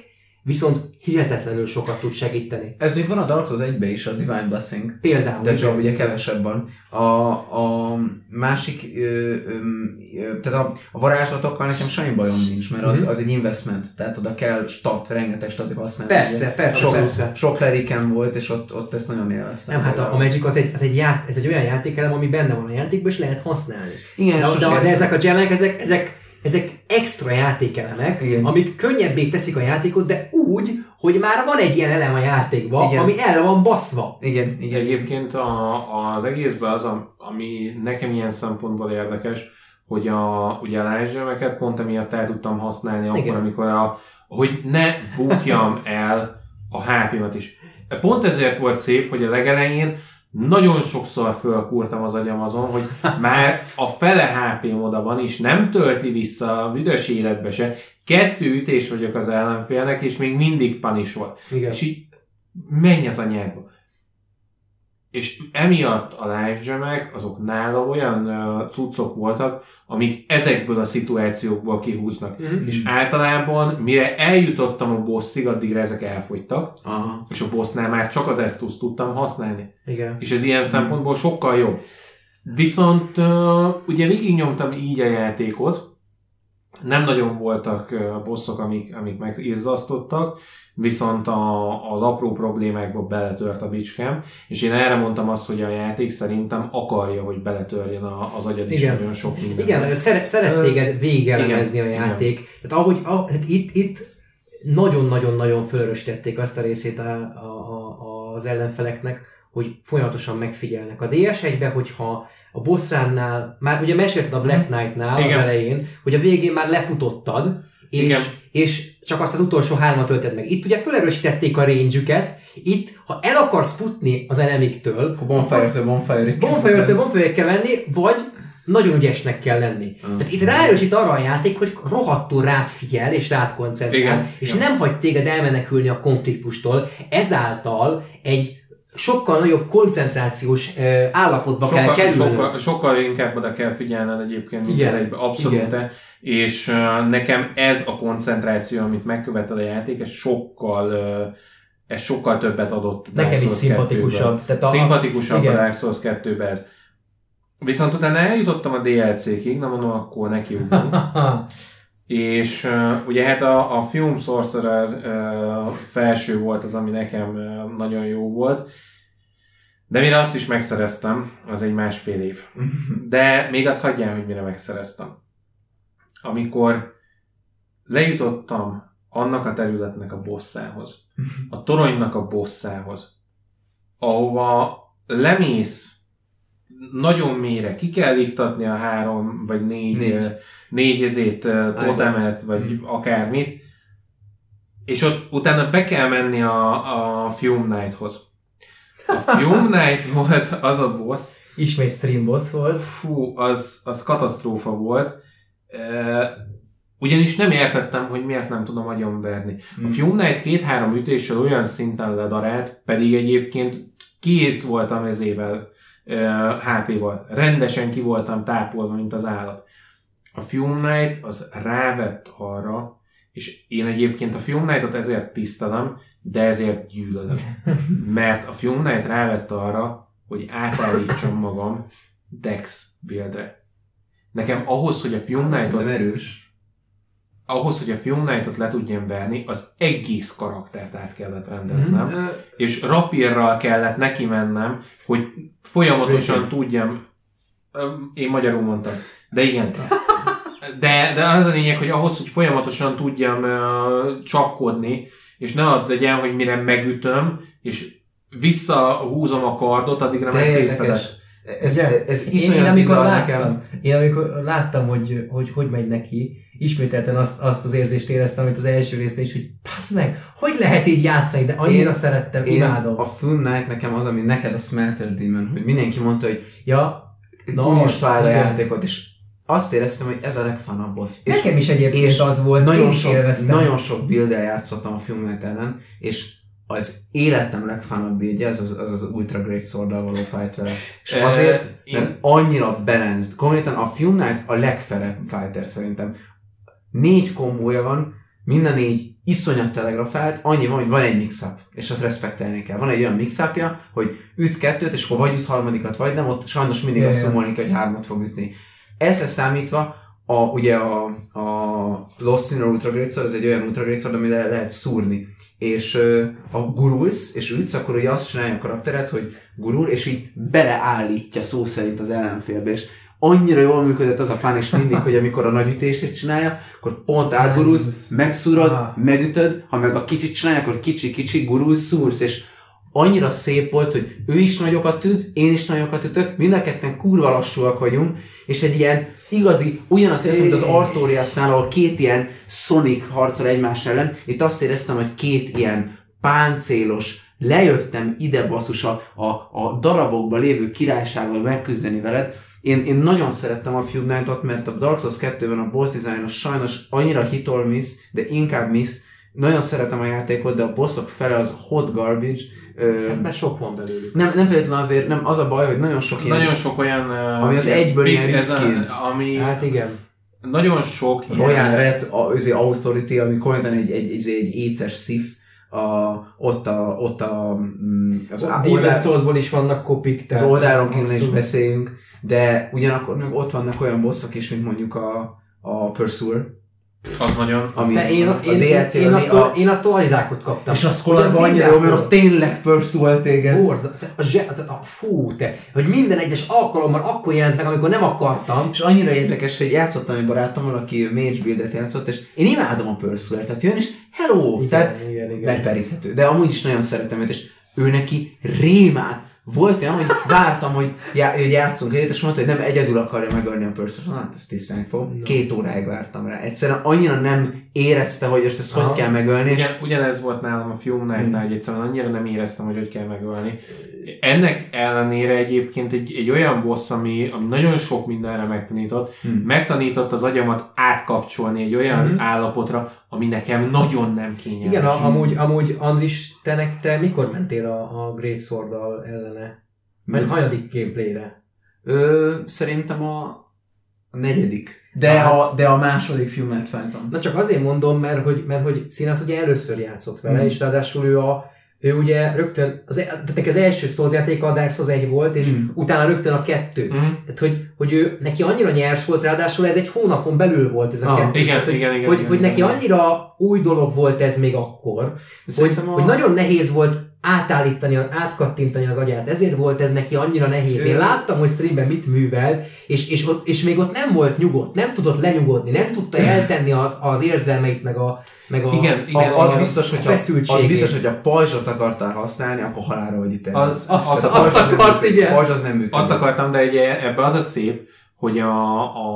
viszont hihetetlenül sokat tud segíteni. Ez még van a Dark Souls egyben is, a Divine Blessing. Például. De csak ugye kevesebb van. A, a másik, ö, ö, ö, tehát a, a varázslatokkal nekem semmi bajom nincs, mert az, az egy investment, tehát oda kell stat, rengeteg statot használni. Persze, ugye. persze, sok, persze. Sok klerikem volt, és ott, ott ezt nagyon élveztem. Nem, hát a, a Magic az egy, az egy, ját, ez egy olyan játékelem, ami benne van a játékban, és lehet használni. Igen, de, de, de ezek a gemek, ezek, ezek, ezek extra játékelemek, igen. amik könnyebbé teszik a játékot, de úgy, hogy már van egy ilyen elem a játékban, igen. ami el van baszva. Igen, igen. Egyébként a, az egészben az, ami nekem ilyen szempontból érdekes, hogy a, ugye a live jam-eket pont emiatt el tudtam használni igen. akkor, amikor a, hogy ne bukjam el a há pé-mat is. Pont ezért volt szép, hogy a legelején nagyon sokszor fölkúrtam az agyam azon, hogy már a fele há pé oda van, és nem tölti vissza a büdös életbe se. Kettő ütés vagyok az ellenfélnek, és még mindig panisol. Igen. És így menj az anyádba. És emiatt a live jam-ek, azok nála olyan uh, cuccok voltak, amik ezekből a szituációkból kihúznak. Mm-hmm. És általában, mire eljutottam a bosszig, addigra ezek elfogytak, aha. és a bossnál már csak az Estus tudtam használni. Igen. És ez ilyen szempontból sokkal jobb. Viszont uh, ugye végignyomtam így a játékot, nem nagyon voltak uh, bosszok, amik, amik megizzasztottak, viszont a, az apró problémákba beletört a bicskám, és én erre mondtam azt, hogy a játék szerintem akarja, hogy beletörjön a, az agyad is nagyon sok minden. Igen, szeret, szeret téged végigelemezni a játék. Igen. Tehát ahogy ah, hát itt, itt nagyon-nagyon-nagyon fölröstették azt a részét a, a, a, az ellenfeleknek, hogy folyamatosan megfigyelnek. A dé es egyben, hogyha a boss runnál, már ugye mesélted a Black Knight-nál igen. az elején, hogy a végén már lefutottad, és, és csak azt az utolsó hármat tölted meg. Itt ugye felerősítették a range-üket, itt, ha el akarsz futni az enemiktől, akkor bonfire-től bonfire-ig bonfire-től bonfire-ig kell venni, vagy nagyon ügyesnek kell lenni. Uh. Tehát itt ráerősít arra a játék, hogy rohadtul rád figyel, és rád koncentrál, igen. és igen. nem hagy téged elmenekülni a konfliktustól, ezáltal egy sokkal nagyobb koncentrációs uh, állapotba sokkal, kell kerülnöd. Sokkal, sokkal inkább oda kell figyelned egyébként, mint az egyben. Abszolút. És uh, nekem ez a koncentráció, amit megkövetel a játék, ez sokkal, uh, ez sokkal többet adott. Nekem is szimpatikusabb. Tehát a, szimpatikusabb igen. a Dark Souls kettőben ez. Viszont utána eljutottam a dé el cé-kig, na mondom, akkor nekiugrunk. És uh, ugye hát a, a Film Sorcerer uh, felső volt az, ami nekem uh, nagyon jó volt. De mire azt is megszereztem, az egy másfél év. De még azt hagyjál, hogy mire megszereztem. Amikor lejutottam annak a területnek a bosszához, a toronynak a bosszához, ahova lemész nagyon mélyre, ki kell iktatni a három vagy négy, négy. négy ezét, totemet, vagy mm. akármit, és ott utána be kell menni a, a Fume Knight-hoz. A Fume Knight volt az a boss. Ismét stream boss volt. Fú, az, az katasztrófa volt. Uh, ugyanis nem értettem, hogy miért nem tudom agyonverni. Mm. A Fume Knight két-három ütéssel olyan szinten ledarált, pedig egyébként kész voltam ezével há pé-val. Rendesen ki voltam tápolva, mint az állat. A Fume Knight az rávett arra, és én egyébként a Fume Knight-ot ezért tisztelem, de ezért gyűlölöm. Mert a Fume Knight rávett arra, hogy átállítsam magam Dex buildre. Nekem ahhoz, hogy a Fume Knight-ot erős. ahhoz, hogy a Fume Knight-ot le tudjam verni, az egész karaktert át kellett rendeznem, mm-hmm. és rapírral kellett neki mennem, hogy folyamatosan Rögtön. tudjam, én magyarul mondtam, de igen, de, de az a lényeg, hogy ahhoz, hogy folyamatosan tudjam uh, csapkodni, és ne az legyen, hogy mire megütöm, és visszahúzom a kardot, addigra már szétszedett. Ez, ez, ez én, én, amikor láttam, én amikor láttam, hogy, hogy hogy megy neki, ismételten azt, azt az érzést éreztem, amit az első résznél is, hogy passz meg, hogy lehet így játszani, de annyira én, szerettem, én imádom. A Fume Knight nekem az, ami neked a Smelter Demon, hogy mindenki mondta, hogy ja, uninstall a játékot, és azt éreztem, hogy ez a legfanabb boss. Nekem is egyébként és az volt, nagyon sok, nagyon sok build-el játszottam a Fume Knight ellen, és az életem legfanabb buildje, az az, az az Ultra Great Sword-dal való fight vele. És azért, mert annyira balanced. Konkrétan a Fume Knight a legfelebb fighter szerintem. Négy kombója van, mind a négy iszonyat telegrafált, annyi van, hogy van egy mix-up, és azt respektelni kell. Van egy olyan mix-upja, hogy üt kettőt, és akkor vagy üt harmadikat, vagy nem, ott sajnos mindig azt szomolni kell, hogy hármat fog ütni. Ezzel számítva, a, ugye a, a Lost Sinner Ultra Great Sword, ez egy olyan Ultra Great Sword, amire le, lehet szúrni. És ö, a gurulsz, és ütsz, akkor ugye azt csinálja a karakteret, hogy gurul, és így beleállítja szó szerint az ellenfélbe, és annyira jól működött az a punish mindig, hogy amikor a nagy ütést csinálja, akkor pont átgurulsz, megszúrod, megütöd, ha meg a kicsit csinálja, akkor kicsi-kicsi gurulsz, szúrsz, és annyira szép volt, hogy ő is nagyokat üt, én is nagyokat ütök, mind a ketten kurva lassúak vagyunk, és egy ilyen igazi, ugyanazt éreztem, mint az Artoriasnál, ahol két ilyen Sonic harcol egymás ellen, itt azt éreztem, hogy két ilyen páncélos, lejöttem ide basszus a, a, a darabokban lévő királysággal megküzdeni veled. Én, én nagyon szerettem a Fugue Knight-ot, mert a Dark Souls kettőben a boss design sajnos annyira hit or miss, de inkább miss. Nagyon szeretem a játékot, de a bossok fele az hot garbage. Hát mert sok van belőlük. Nem, nem feltétlenül azért, nem az a baj, hogy nagyon sok ilyen... Nagyon sok olyan... Ami az egyből ilyen riszkin. Ami... Hát igen. Nagyon sok Royal ilyen... Red, az Authority, ami konkrétan egy, egy, egy, egy éces szif. A, ott a... Ott a az Demon's Souls-ból is vannak kopik. Az oldalról kéne is beszéljünk. De ugyanakkor meg ott vannak olyan bosszok is, mint mondjuk a, a Pursuer. Az nagyon... Ami de én, a, én, a dé el cé, én, ami attól, a... én attól agyrákot kaptam. És az az annyira jó, mert ott tényleg Pursuer téged. Borza, a zse, a, a, fú, te, hogy minden egyes alkalommal akkor jelent meg, amikor nem akartam. És annyira érdekes, hogy játszottam egy barátommal, aki Mage Buildet játszott, és én imádom a Pursuer, tehát jön és hello! Igen, tehát igen, igen. beperizhető. De amúgy is nagyon szeretem őt, és ő neki rémán. Volt olyan, hogy vártam, hogy, já, hogy játszunk egyet, és mondta, hogy nem egyedül akarja megölni a Pursuer. Hát ezt tisztelni fog. No. Két óráig vártam rá. Egyszerűen annyira nem érezte, hogy ezt, ezt hogy kell megölni. Ugyan, ugyanez volt nálam a Fugue Knight-nál, hogy egyszerűen annyira nem éreztem, hogy hogy kell megölni. Ennek ellenére egyébként egy, egy olyan boss, ami, ami nagyon sok mindenre megtanított, hmm. megtanított az agyamat átkapcsolni egy olyan hmm. állapotra, ami nekem nagyon nem kényelmes. Igen, a, amúgy, amúgy Andris, te, nek, te mikor mentél a, a Great Sword-dal ellene? Vagy hanyadik gameplayre? Ö, szerintem a, a negyedik. De, hát, a, de a második Fugue Knight Phantom. Na csak azért mondom, mert hogy, mert hogy Színász ugye először játszott vele, hmm. és ráadásul ő a ő ugye rögtön, az, tehát az első Souls játéka a Dark Souls egy volt, és mm. utána rögtön a kettő. Mm. Tehát, hogy, hogy ő, neki annyira nyers volt, ráadásul ez egy hónapon belül volt ez a ah, kettő. Igen, tehát, igen, hogy, igen, hogy, igen, hogy igen, neki igen. annyira új dolog volt ez még akkor, hogy, a... hogy nagyon nehéz volt átállítani, átkattintani az agyát. Ezért volt ez neki annyira nehéz. Én láttam, hogy streamben mit művel, és, és, ott, és még ott nem volt nyugodt, nem tudott lenyugodni, nem tudta eltenni az, az érzelmeit, meg a, meg a, igen, igen, a, az, igen. biztos, hogy a, az biztos, hogy a pajzsot akartál használni, akkor halálra vagy itt el. Az, azt, azt, azt, azt akart, igen. Pajzs az nem működik. Azt akartam, de ugye ebben az a szép, hogy a, a,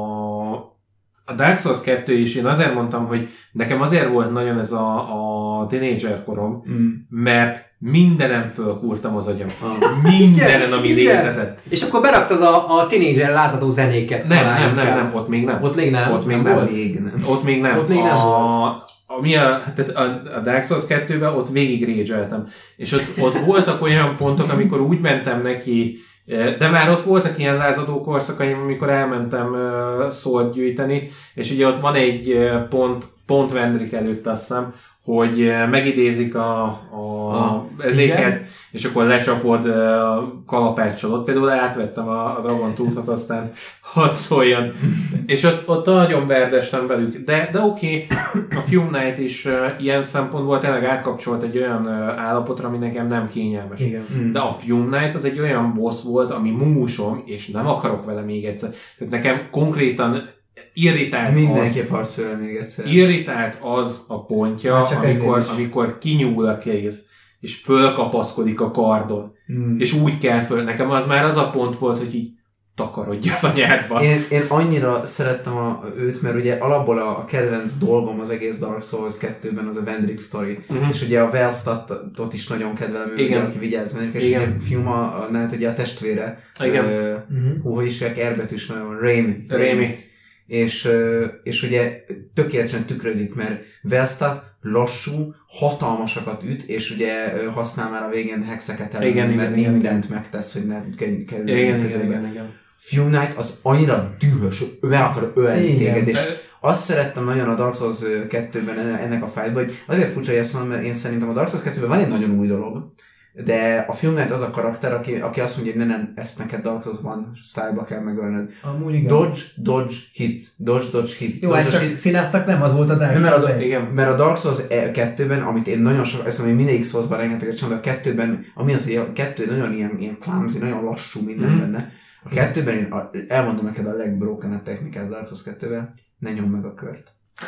a Dark Souls kettő is, én azért mondtam, hogy nekem azért volt nagyon ez a, a tínédzser korom, mm. mert mindenem fölkúrtam az agyam. Ah. Mindenen, ami igen, létezett. És akkor beraktad a, a tínédzser lázadó zenéket. Nem, nem, nem, nem, ott még nem. Ott még nem. Ott még nem. nem. Még nem. Ott még nem. Ott még nem a, volt. Ami a, a, a Dark Souls kettőben ott végig rage-eltem. És ott, ott voltak olyan pontok, amikor úgy mentem neki, de már ott voltak ilyen lázadó korszakaim, amikor elmentem uh, szót gyűjteni, és ugye ott van egy uh, pont, pont Vendrik előtt, azt hiszem, hogy uh, megidézik a, a ah, ezéket, igen? És akkor lecsapod uh, kalapáccsal. Ott például átvettem a, a Dragon Tooth-ot, aztán hadd szóljon. És ott, ott nagyon verdestem velük. De, de oké, okay, a Fugue Knight is uh, ilyen szempontból tényleg átkapcsolt egy olyan uh, állapotra, ami nekem nem kényelmes. Igen. De a Fugue Knight az egy olyan boss volt, ami músom, és nem akarok vele még egyszer. Tehát nekem konkrétan irritált mindenképp harcolja még egyszer. Irritált az a pontja, amikor, amikor kinyúl a kéz, és fölkapaszkodik a kardon. Hmm. És úgy kell föl. Nekem az már az a pont volt, hogy így takarodja az anyádba. Én, én annyira szerettem a, őt, mert ugye alapból a, a kedvenc dolgom az egész Dark Souls kettőben az a Vendrick story. Uh-huh. És ugye a Velstadt-ot is nagyon kedvelem, ő ugye, aki vigyáz Vendrick, és ugye Fiuma, hát ugye a testvére. Igen. Ö, uh-huh. Hú, hogy is R betűs nagyon, Raimi. Raimi. És, és ugye tökéletesen tükrözik, mert Velstadt lassú, hatalmasakat üt, és ugye használ már a végén hexeket ellen, igen, mert igen, mindent igen. megtesz, hogy ne kerüljön igen, közelébe. igen, igen, igen. Fugue Knight az annyira dühös, ő meg akar ölni igen. téged, és Azt szerettem nagyon a Dark Souls kettőben ennek a fájtban, hogy azért furcsa, hogy ezt mondom, mert én szerintem a Dark Souls kettőben van egy nagyon új dolog, de a filmnek az a karakter, aki, aki azt mondja, hogy ne, nem, ezt neked Dark Souls van style-ba kell megölnöd. Dodge, dodge, hit. Dodge, dodge, hit. Jó, hát csak hit. Színáztak nem, az volt a Dark Souls mert, igen. mert a Dark Souls kettőben, amit én nagyon sok, ezt mondom, mindegyik Souls-ban rengeteget csinálom, de a kettőben, ami az, hogy a kettő nagyon ilyen, ilyen clumsy, nagyon lassú minden mm. benne. A kettőben én a, elmondom neked a legbrokenebb technikát Dark Souls kettőben, ne nyomd meg a kört.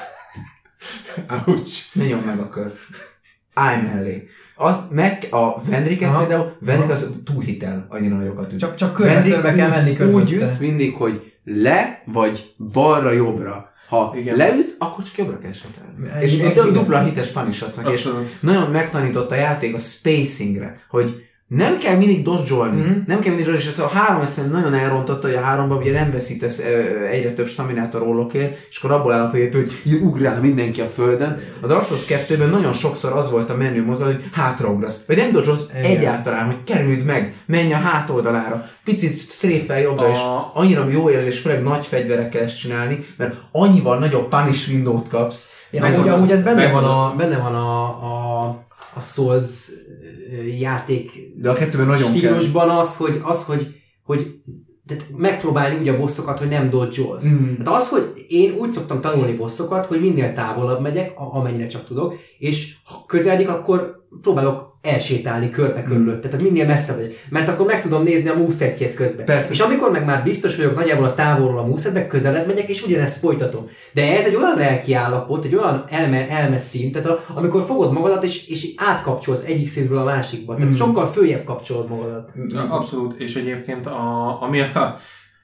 Ouch. Ne nyomd meg a kört. Állj mellé. Az, meg a Vendriket aha, például, Vendrik az túlhitel, annyira nagyokat üt. Csak, csak körbe kell menni körbe. Úgy üt mindig, hogy le, vagy balra-jobbra. Ha igen. leüt, akkor csak jobbra kell esetni. És én dupla hites punishatsznak, és nagyon megtanított a játék a spacingre, hogy nem kell mindig dodge-olni, mm-hmm. nem kell mindig dodge-olni, és a három eszem nagyon elrontotta, hogy a háromban ugye nem veszítesz egyre több staminát a rollokért, és akkor abból áll a pé vé pé, hogy ugrál mindenki a földön. A Dark Souls kettőben nagyon sokszor az volt a menü mozdul, hogy hátraugrasz, vagy nem dodge-olsz egyáltalán, hogy kerüld meg, menj a hátoldalára, picit stréffel jobbra, a... és annyira jó érzés, főleg nagy fegyverekkel ezt csinálni, mert annyival nagyobb punish window-t kapsz. Ja, amúgy, amúgy ez benne van a, benne van a, a, a Souls játék de a kettőben nagyon stílusban kell. az, hogy, az, hogy, hogy tehát megpróbálni úgy a bosszokat, hogy nem dodge-olsz. Mm. Tehát az, hogy én úgy szoktam tanulni bosszokat, hogy minél távolabb megyek, amennyire csak tudok, és ha közeledik, akkor próbálok elsétálni körbe körülötte, tehát minél messze vagy. Mert akkor meg tudom nézni a movesetjét közben. Persze. És amikor meg már biztos vagyok nagyjából a távolról a movesetbe, közelebb megyek, és ugyanezt folytatom. De ez egy olyan lelki állapot, egy olyan elme, elme szint, tehát a, amikor fogod magadat, és, és átkapcsolsz egyik szintről a másikba. Tehát mm. sokkal följebb kapcsolod magadat. Abszolút, és egyébként a, ami a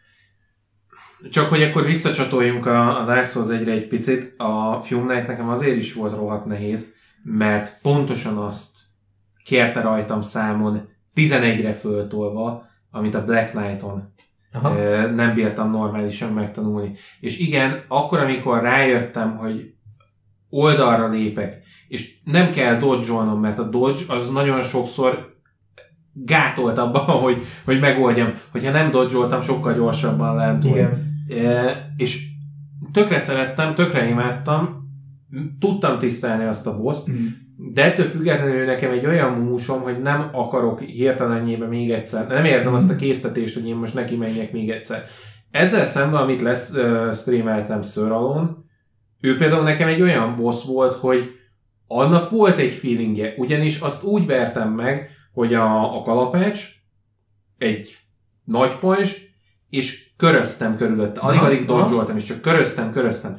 csak hogy akkor visszacsatoljunk a, a Dark Souls egyre egy picit, a Fume Night nekem azért is volt rohadt nehéz, mert pontosan azt kérte rajtam számon tizenegyre föltolva, amit a Black Knight-on Aha. nem bírtam normálisan megtanulni. És igen, akkor, amikor rájöttem, hogy oldalra lépek, és nem kell dodge-olnom, mert a dodge az nagyon sokszor gátolt abban, hogy, hogy megoldjam. Hogyha nem dodge-oltam, sokkal gyorsabban lent volt. És tökre szerettem, tökre imádtam, tudtam tisztelni azt a boss-t, mm. de ettől függetlenül nekem egy olyan músom, hogy nem akarok hirtelenjében még egyszer, nem érzem azt a késztetést, hogy én most neki menjek még egyszer. Ezzel szemben, amit lesz uh, streameltem Sir Alon, ő például nekem egy olyan boss volt, hogy annak volt egy feelingje, ugyanis azt úgy vertem meg, hogy a, a kalapács, egy nagy pajzs, és köröztem körülötte. Alig-alig dodge-oltam, és csak köröztem, köröztem.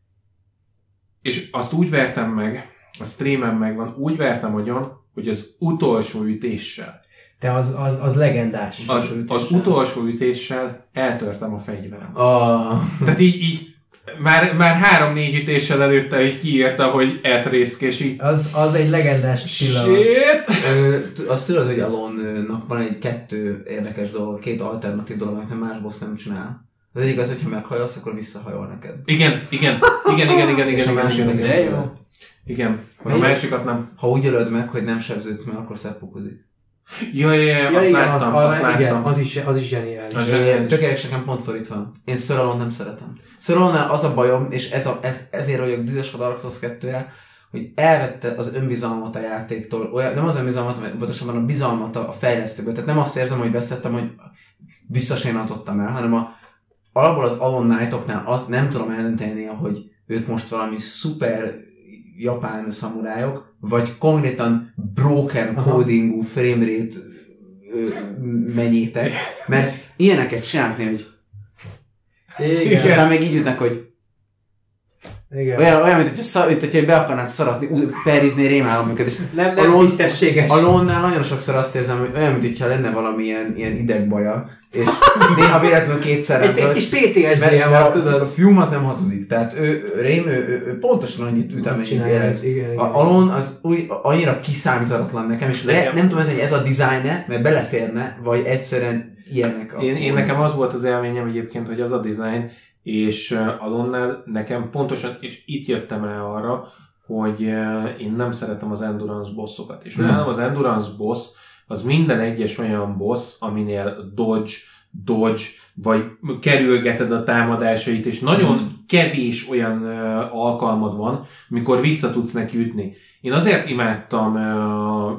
És azt úgy vertem meg, a streamen megvan, úgy vertem agyon, hogy az utolsó ütéssel. Te az, az, az legendás. Az, az utolsó ütéssel eltörtem a fegyverem. Oh. Tehát így, így már, már három-négy ütéssel előtte, hogy kiírta, hogy etrészkesi. Az, az egy legendás pillanat. Shit! Azt tudod, hogy Alonnak van egy kettő érdekes dolog, két alternatív dolog, amit más boss nem csinál. Az egyik az, hogyha meghajolsz, akkor visszahajol neked. Igen, igen, igen, igen, igen, igen, igen, igen, igen, igen, igen, igen. Igen, a másikat nem. Ha úgy ölöd meg, hogy nem sebződsz meg, akkor szeppukozik. Jaj, jaj, jaj, azt igen, láttam, az, azt láttam. Igen, az is, az is zseniális. Az zseniális. Tökéletes, nekem pont fordítva. Én Sir Alon nem szeretem. Sir Alonnál az a bajom, és ez a, ez, ezért vagyok dühös a Dark Souls kettőre, hogy elvette az önbizalmat a játéktól, olyan, nem az önbizalmat, mert pontosabban a bizalmat a fejlesztőből. Tehát nem azt érzem, hogy veszettem, hogy visszasénatottam el, hanem a, alapból az Alon Knight-oknál azt nem tudom eldönteni, hogy ők most valami szuper japán szamurájok, vagy konkrétan broken codingú framerate menyétek, mert ilyeneket csinálni, hogy igen. És aztán még így jutnak, hogy igen. Olyan, olyan, mint hogyha, szar, mint hogyha be akarnák szaratni, perizni rémálomjukat. És nem, nem Alon, tisztességes. Alonnál nagyon sokszor azt érzem, hogy olyan, mint hogyha lenne valamilyen ilyen idegbaja, és néha véletlenül kétszer egy, egy kis pé té es dé-je van, tudod. A Fume az nem hazudik, tehát ő, rém, ő, ő, ő pontosan annyit üt, amennyit érez. A Alon az úgy, annyira kiszámítatlan nekem, és le, nem tudom, hogy ez a design-e, mert beleférne, vagy egyszerűen ilyenek. Én, én nekem az volt az élményem egyébként, hogy az a design, és Alonnál nekem pontosan, és itt jöttem rá arra, hogy én nem szeretem az endurance bossokat. És nálam az endurance boss az minden egyes olyan boss, aminél dodge, dodge, vagy kerülgeted a támadásait, és nagyon kevés olyan uh, alkalmad van, mikor vissza tudsz neki ütni. Én azért imádtam uh,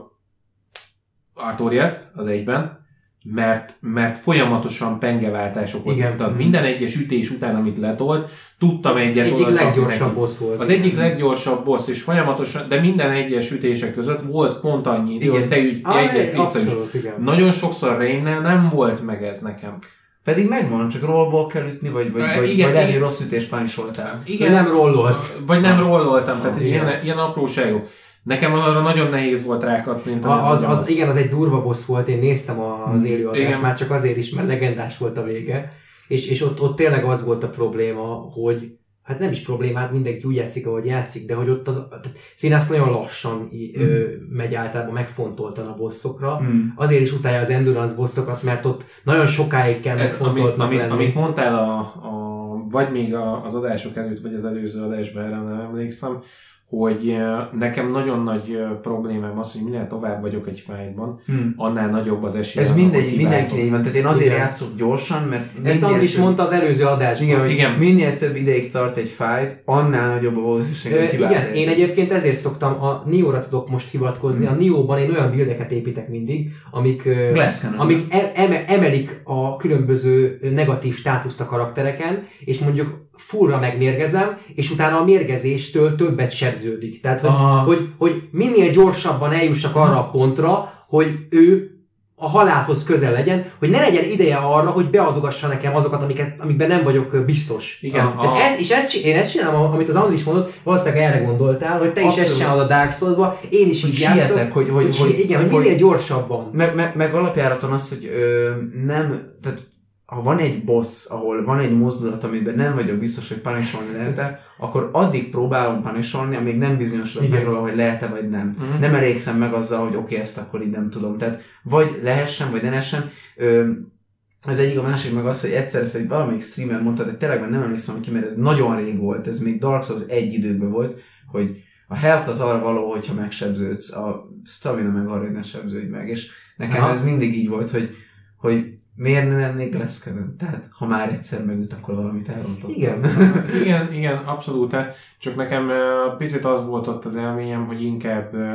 Artoriast az egyben, mert, mert folyamatosan pengeváltásokat tudtam. Minden egyes ütés után, amit letolt, tudtam egyet egyik leggyorsabb boss volt. Az egyik leggyorsabb boss, és folyamatosan, de minden egyes ütések között volt pont annyi idő, hogy te ügy, ah, egyet vissza. Nagyon sokszor Rain-nel nem volt meg ez nekem. Pedig megvan, csak rollból kell ütni, vagy, vagy, vagy, igen, vagy lehet, hogy rossz ütés pánisoltál. Igen, nem rollolt. Vagy nem rolloltam, tehát ah, ilyen, ilyen apróságok. Nekem arra nagyon nehéz volt rákattintani. Az, az, az, igen, az egy durva boss volt, én néztem az élőadást, már csak azért is, mert legendás volt a vége. És, és ott, ott tényleg az volt a probléma, hogy hát nem is problémát, mindenki úgy játszik, ahogy játszik, de hogy ott az színász nagyon lassan mm. ö, megy általában megfontoltan a bosszokra. Mm. Azért is utálja az endurance bosszokat, mert ott nagyon sokáig kell megfontoltnak amit, lenni. Amit mondtál, a, a, vagy még a, az adások előtt, vagy az előző adásban, erre nem emlékszem, hogy nekem nagyon nagy problémám az, hogy minél tovább vagyok egy fightban, hmm. annál nagyobb az esély. Ez mindegy, mindenki így van, tehát én azért igen. játszok gyorsan, mert ezt Andris is mondta az előző adásban. Igen, igen. Minél több ideig tart egy fight, annál nagyobb a valószínűség, hogy hibát. Igen, én egyébként ezért szoktam, a Nioh-ra tudok most hivatkozni, hmm. a Nioh-ban én olyan buildeket építek mindig, amik, amik em- emelik a különböző negatív státuszt a karaktereken, és mondjuk fullra megmérgezem, és utána a mérgezéstől többet sebződik. Tehát, hogy, hogy, hogy minél gyorsabban eljussak arra a pontra, hogy ő a halálhoz közel legyen, hogy ne legyen ideje arra, hogy beadogassa nekem azokat, amiket, amikben nem vagyok biztos. Igen. Ah. Ez, és ezt, én ezt csinálom, amit az Andris mondott, valószínűleg erre gondoltál, hogy te abszolút. Is ezt csinálod a Dark Souls-ba, én is hogy így játszok. Hogy, hogy, hogy, hogy, igen, hogy minél gyorsabban. Meg, meg, meg alapjáraton az, hogy ö, nem, tehát ha van egy boss, ahol van egy mozdulat, amiben nem vagyok biztos, hogy punisholni lehet-e, akkor addig próbálom punisholni, amíg nem bizonyosodok meg róla, hogy lehet-e vagy nem. Uh-huh. Nem elégszem meg azzal, hogy oké, okay, ezt akkor így nem tudom. Tehát vagy lehessen, vagy ne lehessen. Ö, ez egyik, a másik meg az, hogy egyszer ezt egy valamelyik streamer mondta, de tényleg nem emlékszem ki, mert ez nagyon rég volt, ez még Dark Souls egy időben volt, hogy a health az arra való, hogyha megsebződsz, a stamina meg arra, hogy ne sebződj meg. És nekem aha. ez mindig így volt, hogy, hogy miért ne lennék leszkedő? Tehát, ha már egyszer megüt, akkor valamit elrontottam. Igen. igen, igen, abszolút. Csak nekem uh, picit az volt ott az élményem, hogy inkább uh,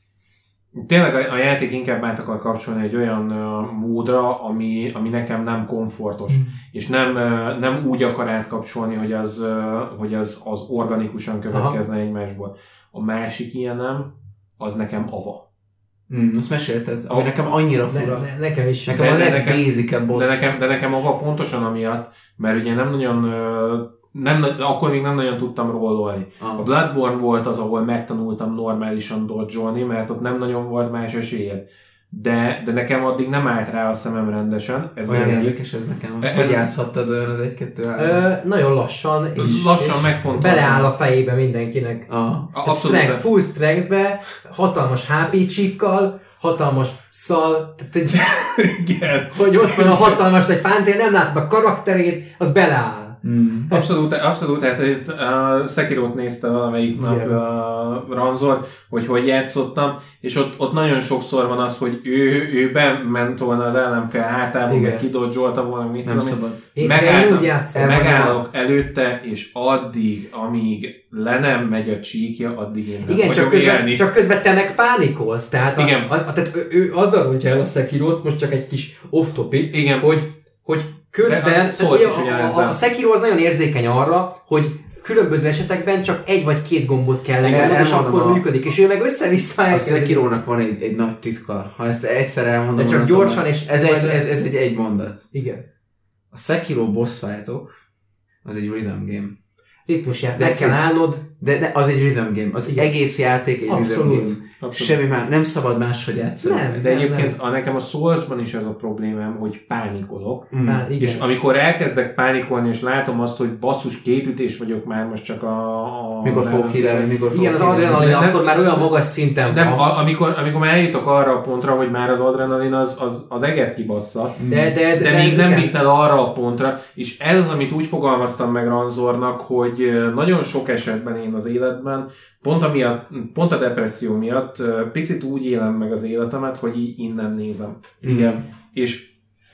tényleg a, a játék inkább át akar kapcsolni egy olyan uh, módra, ami, ami nekem nem komfortos. Mm. És nem, uh, nem úgy akar átkapcsolni, hogy az, uh, hogy az, az organikusan következne aha. egymásból. A másik ilyenem, az nekem ava. Mm, azt mesélted, ami nekem annyira fura. De, de, nekem is. Nekem de, a legbasic-ebb boss. De nekem, de nekem ava pontosan amiatt, mert ugye nem nagyon, nem, akkor még nem nagyon tudtam rollolni. Ah. A Bloodborne volt az, ahol megtanultam normálisan dodge-olni, mert ott nem nagyon volt más esélyed. De, de nekem addig nem állt rá a szemem rendesen. Ez olyan érdekes ez nekem. Ez, hogy játszhattad olyan az egy-kettő Nagyon lassan, és, lassan és megfontolom. beleáll a fejébe mindenkinek. Ah. Strength, full strengthbe, hatalmas há pé csíkkal, hatalmas szal, tehát egy, igen. hogy ott van a hatalmas egy páncél, nem látod a karakterét, az beleáll. Mm. Abszolút, abszolút, hát itt uh, Sekirót nézte valamelyik nap uh, Ranzor, hogy hogy játszottam, és ott, ott nagyon sokszor van az, hogy ő, ő bement volna az ellenfél hátába, meg kidodzsolta volna, mit nem szabad. Megállok, megállok előtte, és addig, amíg le nem megy a csíkja, addig én nem igen, csak közben, csak közben te meg pánikolsz, tehát, igen. A, a, tehát ő, ő azzal rontja el a Sekirót, most csak egy kis off-topic, igen. hogy, hogy közben, a, a, a, a Sekiro az nagyon érzékeny arra, hogy különböző esetekben csak egy vagy két gombot kell lenyomnod, és akkor a... működik, és ő meg össze-vissza elkezd. A Sekirónak van egy, egy nagy titka, ha ezt egyszer elmondom. De csak gyorsan, és ez, ez, ez, ez egy egy mondat. Igen. A Sekiro boss fightok, az egy rhythm game. Ritmusjáték, meg kell állnod. De ne, az egy rhythm game, az egy egész játék egy abszolút. Rhythm game. Abszolút. Semmi már, nem szabad máshogy játszani. Nem, de nem, egyébként nem. A, nekem a Soulsban is ez a problémám, hogy pánikolok. Mm. Pá, és amikor elkezdek pánikolni, és látom azt, hogy basszus, két ütés vagyok már most csak a... a mikor fog hírelni, mikor fog igen, az adrenalin nem, akkor már olyan magas szinten nem, van. A, amikor, amikor már eljutok arra a pontra, hogy már az adrenalin az, az, az eget kibassza. De, de, ez, de de még ez nem igen. viszel arra a pontra, és ez az, amit úgy fogalmaztam meg Ranzornak, hogy nagyon sok esetben én az életben Pont, amiatt, pont a depresszió miatt picit úgy élem meg az életemet, hogy így innen nézem. Igen. És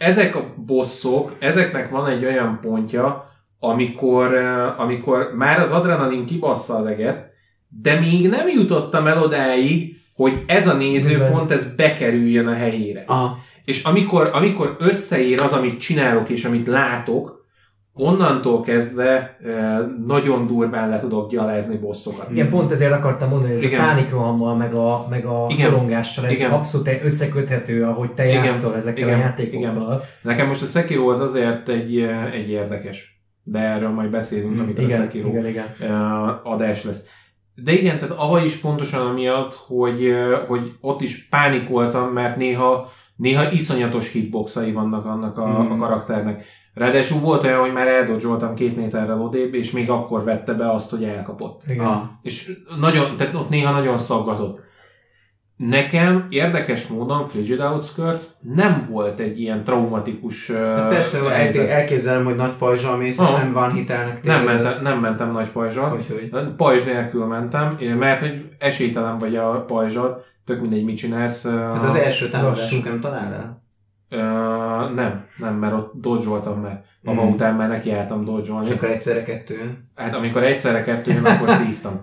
ezek a bosszok, ezeknek van egy olyan pontja, amikor, amikor már az adrenalin kibassza az eget, de még nem jutottam el odáig, hogy ez a nézőpont, ez bekerüljön a helyére. Aha. És amikor, amikor összeér az, amit csinálok és amit látok, onnantól kezdve nagyon durván le tudok gyalázni bosszokat. Igen, pont ezért akartam mondani, hogy ez igen. a pánikrohammal, meg a, meg a szorongással, ez igen. abszolút összeköthető, ahogy te igen. játszol ezekkel igen. a játékokkal. Igen. Nekem most a Sekiro az azért egy, egy érdekes, de erről majd beszélünk, amikor igen, a Sekiro igen, igen. adás lesz. De igen, tehát avagy is pontosan amiatt, hogy, hogy ott is pánikoltam, mert néha, néha iszonyatos hitboxai vannak annak a, hmm. a karakternek. Ráadásul volt olyan, hogy már eldodzsoltam két méterrel odébb, és még akkor vette be azt, hogy elkapott. Ah. És nagyon, tehát ott néha nagyon szaggatott. Nekem érdekes módon Frigid Outskirts nem volt egy ilyen traumatikus hát persze, uh, elképzelem, hogy nagy pajzsal mész, és nem van hitelnek tényleg. Nem mentem, nem mentem nagy pajzsal. Hogy, hogy? Pajzs nélkül mentem, mert hogy esélytelen vagy a pajzsal, tök mindegy, mit csinálsz. Hát az első támadásuk nem talál el? Uh, nem, nem, mert ott dodge-oltam már. Ava mm. után már nekiálltam dodge-olni. És akkor egyszerre kettőn? Hát amikor egyszerre kettőn, akkor szívtam.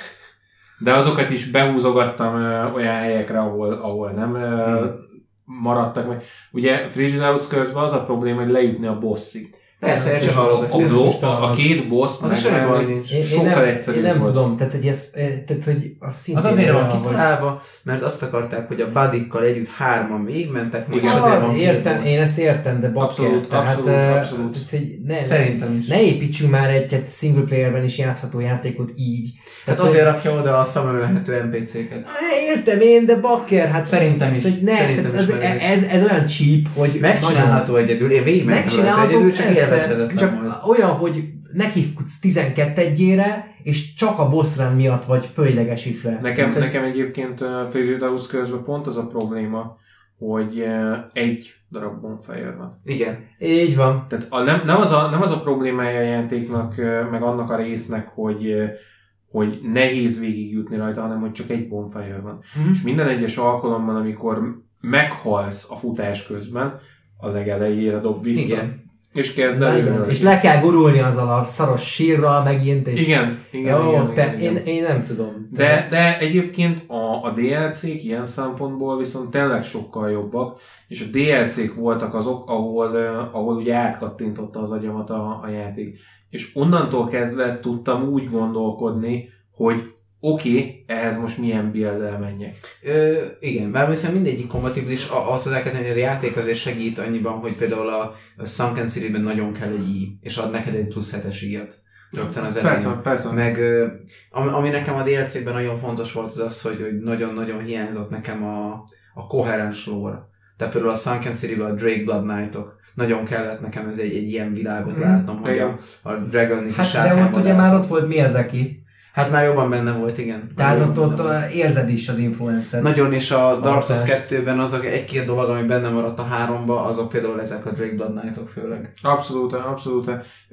De azokat is behúzogattam uh, olyan helyekre, ahol, ahol nem uh, mm. maradtak meg. Ugye Frigid Outskirts-ben az a probléma, hogy lejutni a bosszig. Persze, csak arról beszélsz. A, a két boss az a semmi baj nincs. Sokkal egyszerűbb volt. Én nem volt. tudom, tehát hogy, ez, tehát, hogy az szintén... Az azért van kitalálva, mert azt akarták, hogy a budikkal együtt hárman végigmentek, és azért van értem, én ezt értem, de bakker. Abszolút, tehát, abszolút, uh, abszolút. Tehát, ne, szerintem is. Ne építsünk már egy, egy single playerben is játszható játékot így. Hát azért rakja oda a summonölhető en pé cé-ket. Értem én, de bakker, hát szerintem is. Ne, szerintem ez, is ez, ez, ez olyan cheap, hogy... Megcsinálható egyedül, én végigmentem egyedül, csak élvezhetetlen volt. Olyan, hogy nekifutsz tizenkettő egyére, és csak a boss run miatt vagy fölidegesítve. Nekem, Te... nekem egyébként uh, Frigid Outskirts-ben pont az a probléma, hogy uh, egy darab bonfire van. Igen. Így van. Tehát a, nem, nem, az a, nem az a problémája a játéknak, uh, meg annak a résznek, hogy, uh, hogy nehéz végigjutni rajta, hanem hogy csak egy bonfire van. Mm. És minden egyes alkalommal, amikor meghalsz a futás közben, a legelejére dob vissza. Igen. És kezd előről. És le kell gurulni azzal a szaros sírral megint. És igen, igen, jó, igen, te, igen, én, én nem tudom. De, de egyébként a, a dé el cé-k ilyen szempontból viszont tényleg sokkal jobbak, és a dé el cé-k voltak azok, ahol, uh, ahol ugye átkattintotta az agyamat a, a játék. És onnantól kezdve tudtam úgy gondolkodni, hogy oké, okay, ehhez most milyen build-el menjek. Ö, igen, bár viszont mindegyik kompatibilis, azt el kell tenni, hogy a játék azért segít annyiban, hogy például a, a Sunken City-ben nagyon kell egy i, és ad neked egy plusz hetes i-at. Rögtön az elején. Persze, persze. Meg ami, ami nekem a dé el cé-ben nagyon fontos volt, az az, hogy, hogy nagyon-nagyon hiányzott nekem a, a koherens lore. Tehát például a Sunken City-ben a Drake Blood Knight-ok. Nagyon kellett nekem ez egy, egy ilyen világot látnom, mm, hogy a, a Dragon-nik hát de ott ugye már ott volt Miyazaki. Hát már jobban benne volt, igen. Tehát ott, ott érzed is az influencet. Nagyon, és a Dark Souls kettőben azok egy-két dolog, ami benne maradt a háromba, azok például ezek a Drake Blood Knight-ok főleg. Abszolút, abszolút.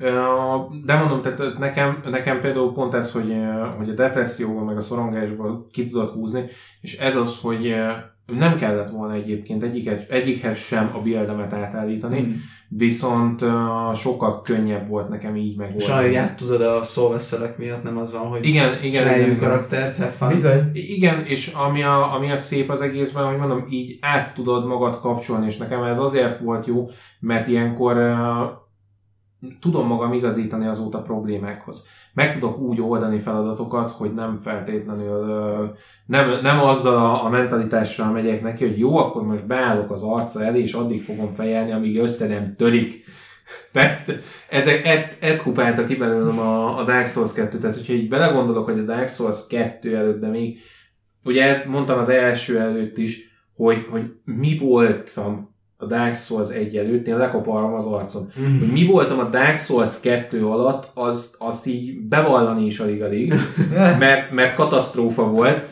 De mondom, tehát nekem, nekem például pont ez, hogy, hogy a depresszióban meg a szorongásban ki tudod húzni, és ez az, hogy nem kellett volna egyébként egyikhez, egyikhez sem a buildemet átállítani, hmm. viszont uh, sokkal könnyebb volt nekem így megoldani. Sajnálják, tudod, a szóveszelek miatt nem az van, hogy igen, igen, csináljunk karaktert, have fun. Bizony. Igen, és ami a, ami a szép az egészben, hogy mondom, így át tudod magad kapcsolni, és nekem ez azért volt jó, mert ilyenkor uh, tudom magam igazítani azóta problémákhoz. Meg tudok úgy oldani feladatokat, hogy nem feltétlenül, nem, nem azzal a, a mentalitással megyek neki, hogy jó, akkor most beállok az arca elé, és addig fogom fejelni, amíg össze nem törik. Tehát ezek, ezt, ezt kupálta ki belőlem a, a Dark Souls kettő. Tehát, hogyha így belegondolok, hogy a Dark Souls kettő előtt, de még, ugye ezt mondtam az első előtt is, hogy, hogy mi voltam a Dark Souls egy előtt, én lekaparom az arcom. Mm. Hogy mi voltam a Dark Souls kettő alatt, azt, azt így bevallani is alig-alig, mert, mert katasztrófa volt,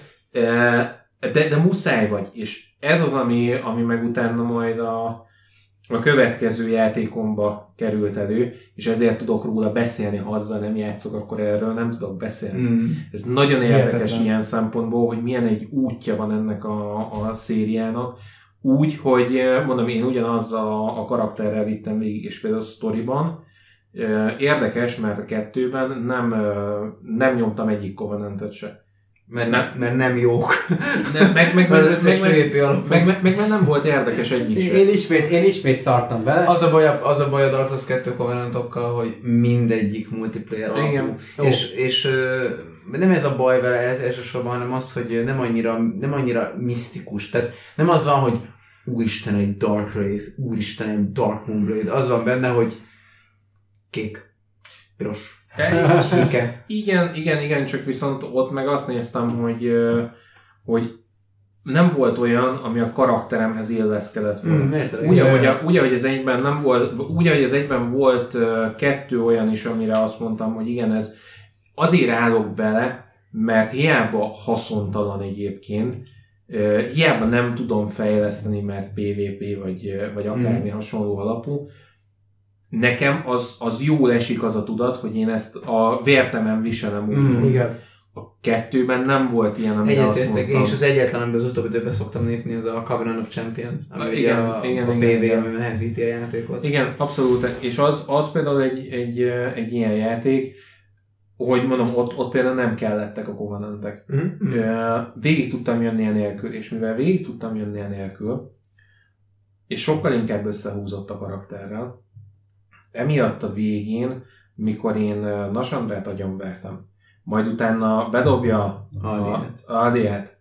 de, de muszáj vagy. És ez az, ami, ami meg utána majd a, a következő játékomba került elő, és ezért tudok róla beszélni, ha azzal nem játszok, akkor erről nem tudok beszélni. Mm. Ez nagyon érdekes ilyen szempontból, hogy milyen egy útja van ennek a, a szériának, úgy, hogy mondom, én ugyanazzal a, a karakterrel vittem végig, és például a sztoriban érdekes, mert a kettőben nem, nem nyomtam egyik Covenantet se. Mert nem, mert nem jók. Nem, meg, meg, meg, meg, meg, meg, meg, meg, meg, meg nem volt érdekes egyik se. Én ismét, én ismét szartam bele. Az a baj, az a, baj a Dark Souls kettő Covenantokkal, hogy mindegyik multiplayer alapú. Igen. És, és nem ez a baj vele elsősorban, hanem az, hogy nem annyira, nem annyira misztikus. Tehát nem az van, hogy úristen egy Dark Wraith, úristen egy Dark Moonblade. Az van benne, hogy kék, piros. Szüke. Igen, igen, igen, csak viszont ott meg azt néztem, hogy, hogy nem volt olyan, ami a karakteremhez illeszkedett volna. Mm, úgy, ahogy, úgy, ahogy ez egyben nem volt, úgy, ahogy ez egyben volt kettő olyan is, amire azt mondtam, hogy igen, ez azért állok bele, mert hiába haszontalan egyébként, hiába nem tudom fejleszteni, mert pé vé pé vagy, vagy akármi mm. hasonló alapú, nekem az, az jól esik az a tudat, hogy én ezt a vértemen viselem úgy. Mm, igen. A kettőben nem volt ilyen, amire azt mondtam. Én is az egyetlen, amiben az utóbbi időben szoktam nézni, az a Covenant of Champions, ami igen, a, igen, a igen, pé vé, igen. ami nehezíti a játékot. Igen, abszolút. És az, az például egy, egy, egy ilyen játék, hogy mondom, ott, ott például nem kellettek a Covenantek. Mm-hmm. Végig tudtam jönni enélkül, és mivel végig tudtam jönni enélkül, és sokkal inkább összehúzott a karakterrel, emiatt a végén, mikor én Nasandrát agyonvertem, majd utána bedobja a Aldiát.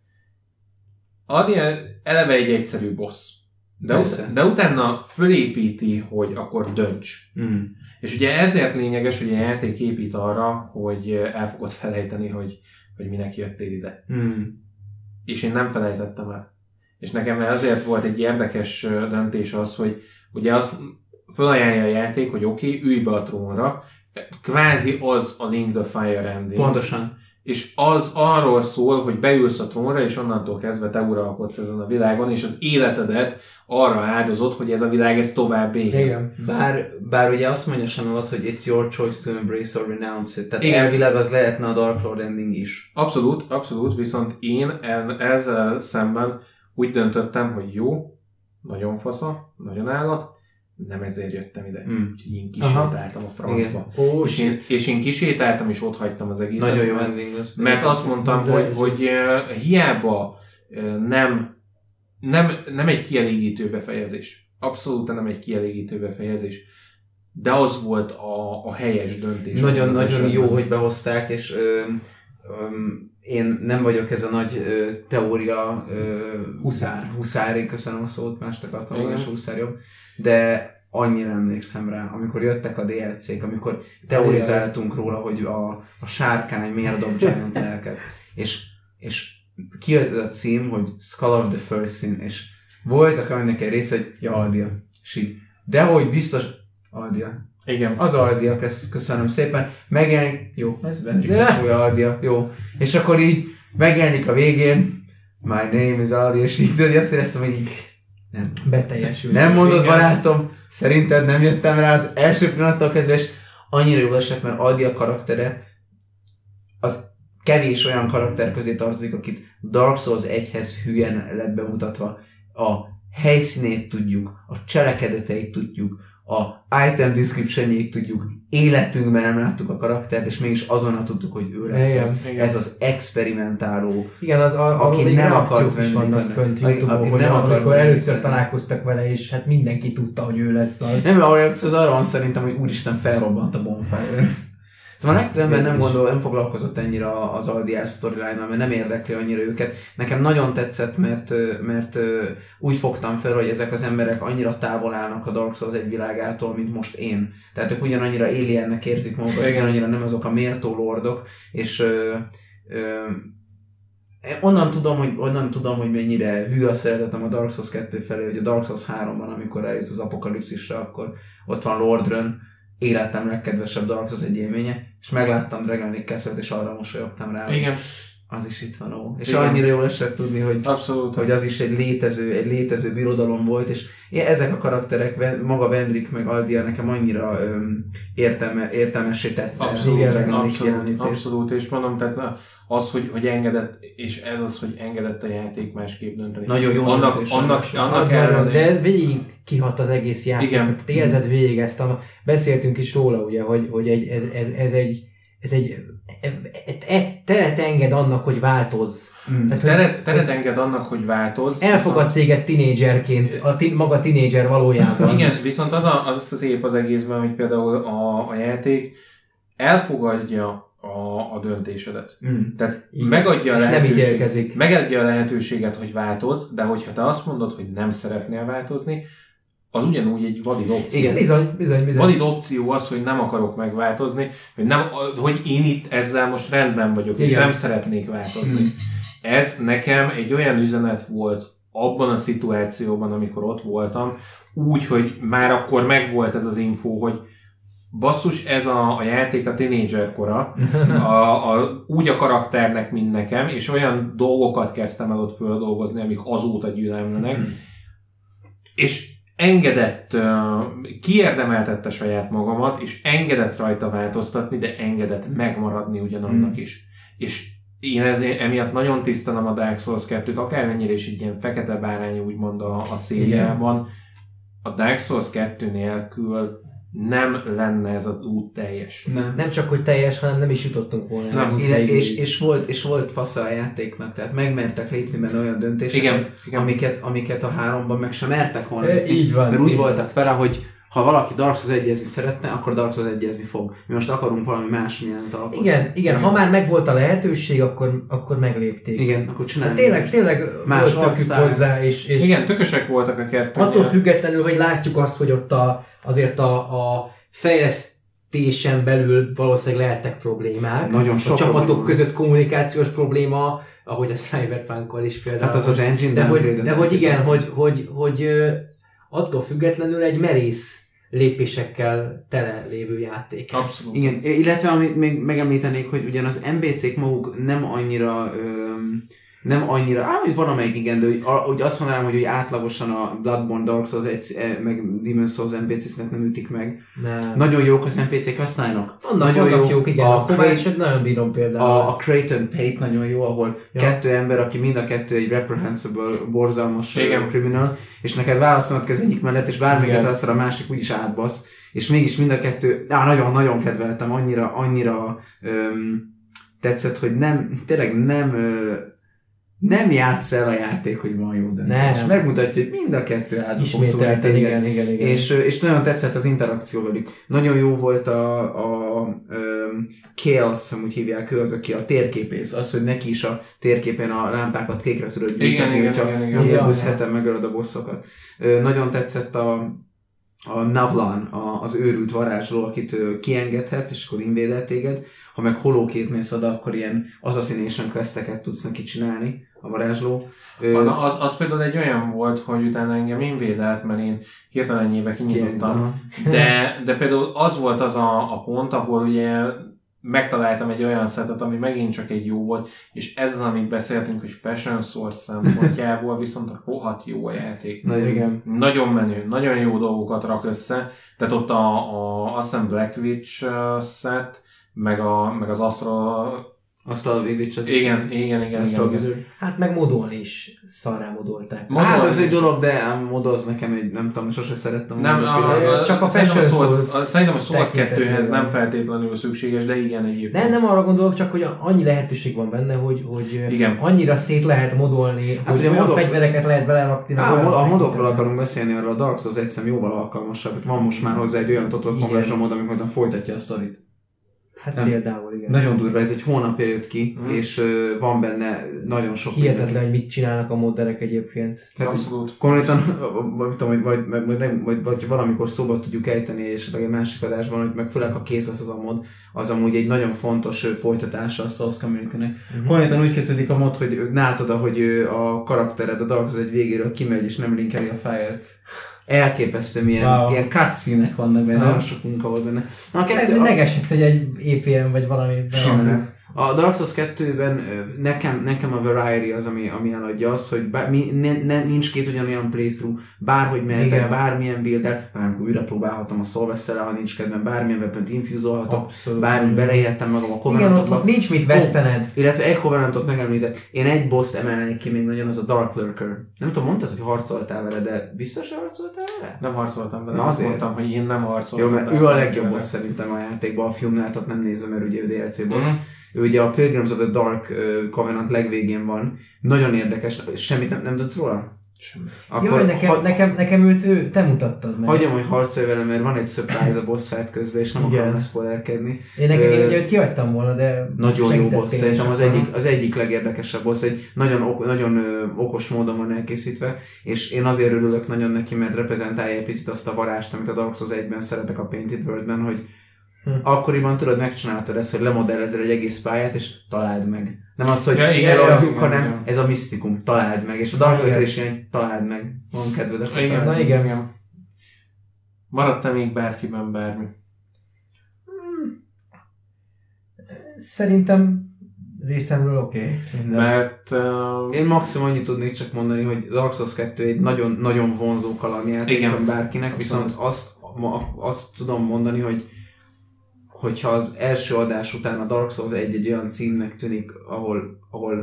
Aldiát eleve egy egyszerű boss. De, ut- de utána fölépíti, hogy akkor dönts. Mm. És ugye ezért lényeges, hogy a játék épít arra, hogy el fogod felejteni, hogy, hogy minek jöttél ide. Mm. És én nem felejtettem el. És nekem ezért volt egy érdekes döntés az, hogy ugye azt felajánlja a játék, hogy oké, okay, ülj be a trónra, kvázi az a Link the Fire ending. Pontosan. És az arról szól, hogy beülsz a trónra, és onnantól kezdve te uralkodsz ezen a világon, és az életedet arra áldozod, hogy ez a világ ez tovább éljen. Igen. Bár, bár ugye azt mondja sem alatt, hogy it's your choice to embrace or renounce it. Tehát igen. Elvileg az lehetne a Dark Lord ending is. Abszolút, abszolút, viszont én ezzel szemben úgy döntöttem, hogy jó, nagyon fasza, nagyon állat, nem ezért jöttem ide. Mm. Úgyhogy én kisétáltam a francba. Oh, és, én, és én kisétáltam, és ott hagytam az egészet. Nagyon jó ending az. Mert azt mondtam, az hogy, hogy uh, hiába uh, nem, nem, nem egy kielégítő befejezés. Abszolút nem egy kielégítő befejezés. De az volt a, a helyes döntés. Nagyon-nagyon jó, hogy behozták, és ö, ö, én nem vagyok ez a nagy ö, teória ö, huszár. Huszári, köszönöm a szót, más akartam, és huszár jobb. De annyira emlékszem rá, amikor jöttek a dé el cé-k, amikor teorizáltunk róla, hogy a, a sárkány miért dob giant lelket. És, és kijött a cím, hogy Skull of the First Sin, és voltak annak egy része, hogy ja, Aldia. És így, dehogy biztos Aldia. Igen. Az Aldia, köszönöm szépen. Megjelenik, jó, ez bennük a Aldia, jó. És akkor így megjelenik a végén, my name is Aldia, és így tudod, azt éreztem, hogy így nem. Beteljesült. Nem mondod, barátom, szerinted nem jöttem rá az első pillanattól kezdve, és annyira jól esett, mert Aldia karaktere az kevés olyan karakter közé tartozik, akit Dark Souls egyhez hülyen lett bemutatva. A helyszínét tudjuk, a cselekedeteit tudjuk, a item descriptionjét tudjuk, életünkben nem láttuk a karaktert, és mégis azonnal tudtuk, hogy ő lesz igen, az. Igen. Ez az experimentáló, igen, az, a, aki nem akart is vannak fönt YouTube-on, hogy nem amikor először venni. Találkoztak vele, és hát mindenki tudta, hogy ő lesz az. Nem, a reakció az arra van szerintem, hogy úristen felrobbant a bonfire. Szóval legtöbben nem gondol, nem foglalkozott ennyire az Aldiár storyline-nal, mert nem érdekli annyira őket. Nekem nagyon tetszett, mert, mert úgy fogtam fel, hogy ezek az emberek annyira távol állnak a Dark Souls egy világától, mint most én. Tehát ők ugyanannyira aliennek érzik magukat, ugyanannyira nem azok a méltó lordok, és ö, ö, onnan tudom, hogy, onnan tudom, hogy mennyire hű a szeretetem a Dark Souls kettő felé, hogy a Dark Souls háromban, amikor eljut az apokalipszisre, akkor ott van Lord Rön, életem legkedvesebb Dark Souls egy élménye, és megláttam Dragon Lake Castle-t, és arra mosolyogtam rá. Igen. Az is itt van, ó. És igen. Annyira jól esett tudni, hogy, abszolút, hogy az is egy létező, egy létező birodalom volt, és ezek a karakterek, maga Vendrick meg Aldia nekem annyira öm, értelme, értelmessé tette. Abszolút, abszolút, abszolút, és mondom, tehát az, hogy, hogy engedett, és ez az, hogy engedett a játék másképp dönteni. Nagyon jó annak, annak, annak ellen, de végig kihat az egész játék. Igen. Tehát érzed végig ezt, a, beszéltünk is róla, ugye, hogy, hogy egy, ez, ez, ez egy ez egy teret enged annak, hogy változz. Mm. Tehát, teret, teret hogy enged annak, hogy változz. Elfogad viszont téged tinédzserként, a ti, maga tinédzser valójában. Igen, viszont az a, az, az szép az egészben, hogy például a, a játék elfogadja a, a döntésedet. Mm. Tehát igen. megadja a, lehetőség, megadja a lehetőséget, hogy változz, de hogyha te azt mondod, hogy nem szeretnél változni, az ugyanúgy egy valid opció. Igen, bizony, bizony, bizony. Valid opció az, hogy nem akarok megváltozni, hogy, nem, hogy én itt ezzel most rendben vagyok, igen. és nem szeretnék változni. Ez nekem egy olyan üzenet volt abban a szituációban, amikor ott voltam, úgy, hogy már akkor megvolt ez az info, hogy basszus, ez a, a játék a tínédzser kora, a, a, úgy a karakternek, mint nekem, és olyan dolgokat kezdtem el ott földolgozni, amik azóta gyűlömlenek, mm. és engedett, uh, kiérdemeltette saját magamat, és engedett rajta változtatni, de engedett megmaradni ugyanannak mm. is. És én ezért, emiatt nagyon tisztelem a Dark Souls kettőt, akármennyire is egy ilyen fekete bárány úgymond a, a szériában. A Dark Souls kettő nélkül nem lenne ez az út teljes. Nem. nem csak, hogy teljes, hanem nem is jutottunk volna. Nem, én, és, és, volt, és volt fasza a játéknak, tehát megmertek lépni benne olyan döntéseket, igen, igen. Amiket, amiket a háromban meg sem mertek volna lépni. Így van. Mert úgy voltak vele, hogy ha valaki Dark Souls egyezni szeretne, akkor Dark Souls egyezni fog. Mi most akarunk valami más mindent alkotni. Igen, igen, igen, ha már megvolt a lehetőség, akkor, akkor meglépték. Igen, akkor csináljuk. Tényleg, tényleg más volt tökük hozzá, és, és igen, tökösek voltak a kettő. Attól függetlenül, hogy látjuk azt, hogy ott a, azért a, a fejlesztésen belül valószínűleg lehettek problémák. Nagyon sok a csapatok probléma. Között kommunikációs probléma, ahogy a Cyberpunk-kal is például. Hát az az engine, de hogy, de hogy igen, hogy, hogy, hogy attól függetlenül egy merész lépésekkel tele lévő játék. Abszolút. Igen, illetve amit még megemlítenék, hogy ugyan az en pé cék maguk nem annyira öm, nem annyira, ám még van amelyik igen, de úgy, úgy azt mondanám, hogy úgy átlagosan a Bloodborne, Dark Souls, egy, meg Demon's Souls en pé céknek nem ütik meg. Nem. Nagyon jók az en pé cék használnak. Annak nagyon jók, jók, igen. A, a Kovácsot nagyon bírom például. A, a Creighton Pate nagyon jó, ahol ja. kettő ember, aki mind a kettő egy reprehensible, borzalmas igen. criminal, és neked válaszolnod kell az egyik mellett, és bármelyiket azt a másik úgyis átbasz. És mégis mind a kettő, á, nagyon-nagyon kedveltem, annyira, annyira öm, tetszett, hogy nem, tényleg nem ö, nem játsz el a játék, hogy van jó döntés. Megmutatja, hogy mind a kettő átba fog szólni téged. Igen, igen, igen. És, és nagyon tetszett az interakció velük. Nagyon jó volt a, a, a Kale, azt hiszem úgy hívják, ő az, aki a térképész. Az, hogy neki is a térképen a lámpákat kékre tudod gyűjteni, hogyha nyilvúsz heten megölöd a bosszokat. Nagyon tetszett a, a Navlan, a, az őrült varázsló, akit kiengedhet, és akkor invédel téged. Ha meg holóként mész oda, akkor ilyen assassination questeket tudsz neki csinálni, a varázsló. Az, az például egy olyan volt, hogy utána engem invédelt, mert én hirtelen ennyibe kinyitottam. De, de például az volt az a, a pont, ahol ugye megtaláltam egy olyan szetet, ami megint csak egy jó volt, és ez az, amit beszéltünk, hogy Fashion Source szempontjából viszont a rohadt jó a játék. Na, igen. Nagyon menő, nagyon jó dolgokat rak össze. Tehát ott a, a azt hiszem Black Witch set, meg, a, meg az Astral... Astral Witch, az igen, is. Igen, igen, igen, igen. Hát meg modolni is szarrá modolták. Modolni hát ez egy dolog, de modoz nekem egy, nem tudom, sose szerettem. Nem, a, a, csak a Fashion Source. Szerintem a Source kettőhez nem feltétlenül szükséges, de igen egyébként. Nem, nem arra gondolok, csak hogy annyi lehetőség van benne, hogy, hogy annyira szét lehet modolni, hát, hogy olyan modok... fegyvereket lehet belerakni. Á, a, a modokról akarunk beszélni, arra a Dark Souls egyszerűen jóval alkalmasabb. Van most már hozzá egy olyan Total Conversion mod, amikor folytatja a sztorit. Hát nem. Például, igen. Nagyon durva, ez egy hónapja jött ki, mm. és uh, van benne nagyon sok hihetetlen, minden. Hogy mit csinálnak a modderek egyébként. Hát, abszolút. Konkrétan, vagy, vagy, vagy, vagy, vagy, vagy valamikor szóba tudjuk ejteni, és egy másik adásban, hogy meg főleg a kész az az a mod, az amúgy egy nagyon fontos folytatása a Souls Community-nek. Mm-hmm. Konkrétan úgy kezdődik a mod, hogy látod, hogy a karaktered a Dark Souls egy végéről kimegy, és nem linkeli a Fire. Elképesztő, milyen wow. ilyen cutscene-ek vannak benne, nagyon sok munka volt benne. Na, kettő, a... Negesett, hogy egy é pé em vagy valami. Simán. A Dark Souls kettőben nekem, nekem a variety az, ami, ami eladja az, hogy bár, mi, ne, ne, nincs két ugyanolyan playthrough, bárhogy mehetek, bármilyen build-el, bármikor újra próbálhatom a Soul-Vessel-el, ha nincs kedvem, bármilyen weapont infuse-olhatok, bármi beleéltem magam a Covenantokba. Igen, ott nincs mit vesztened. Oh, illetve egy Covenantot megemlítek. Én egy boss-t emelnék ki még nagyon, az a Dark Lurker. Nem tudom, mondtad, hogy harcoltál vele, de biztos, hogy harcoltál vele? Nem harcoltam vele, Na azt azért. mondtam, hogy én nem harcoltam. Jó, mert ő a legjobb boss szerintem a játékban, a filmnátot nem nézem, mert ugye ő dé el cé boss. Mm. Ő ugye a Pilgrims of the Dark uh, Covenant legvégén van. Nagyon érdekes, semmit nem, nem tudsz róla? Semmi. Jó, nekem, ha, nekem, nekem őt ő, te mutattad meg. Hagyjam, hogy harcolj vele, mert van egy surprise a boss fight közben, és nem Igen. akarom spoilerkedni. Én nekem én ugye őt kihagytam volna, de nagyon jó boss, szerintem az sokan. egyik, az egyik legérdekesebb boss, egy nagyon, ok, nagyon ö, okos módon van elkészítve, és én azért örülök nagyon neki, mert reprezentálja egy picit azt a varást, amit a Dark Souls egyben szeretek a Painted World-ben, hogy hm. akkoriban tudod, megcsináltad ezt, hogy lemodellezel egy egész pályát, és találd meg. Nem az, hogy ja, igen, eladjuk, igen, hanem igen. ez a misztikum, találd meg. És a Dark Lurker is ilyen, találd meg. Van kedved, akkor Igen, na igen. igen. Maradt-e még bárkiben bármi? Hmm. Szerintem részemről oké. Okay. Mert... Uh... Én maximum annyit tudnék csak mondani, hogy Dark Souls kettő egy nagyon, nagyon vonzó kalandjáték van bárkinek, viszont azt, azt tudom mondani, hogy hogyha az első adás után a Dark Souls egy egy olyan címnek tűnik, ahol, ahol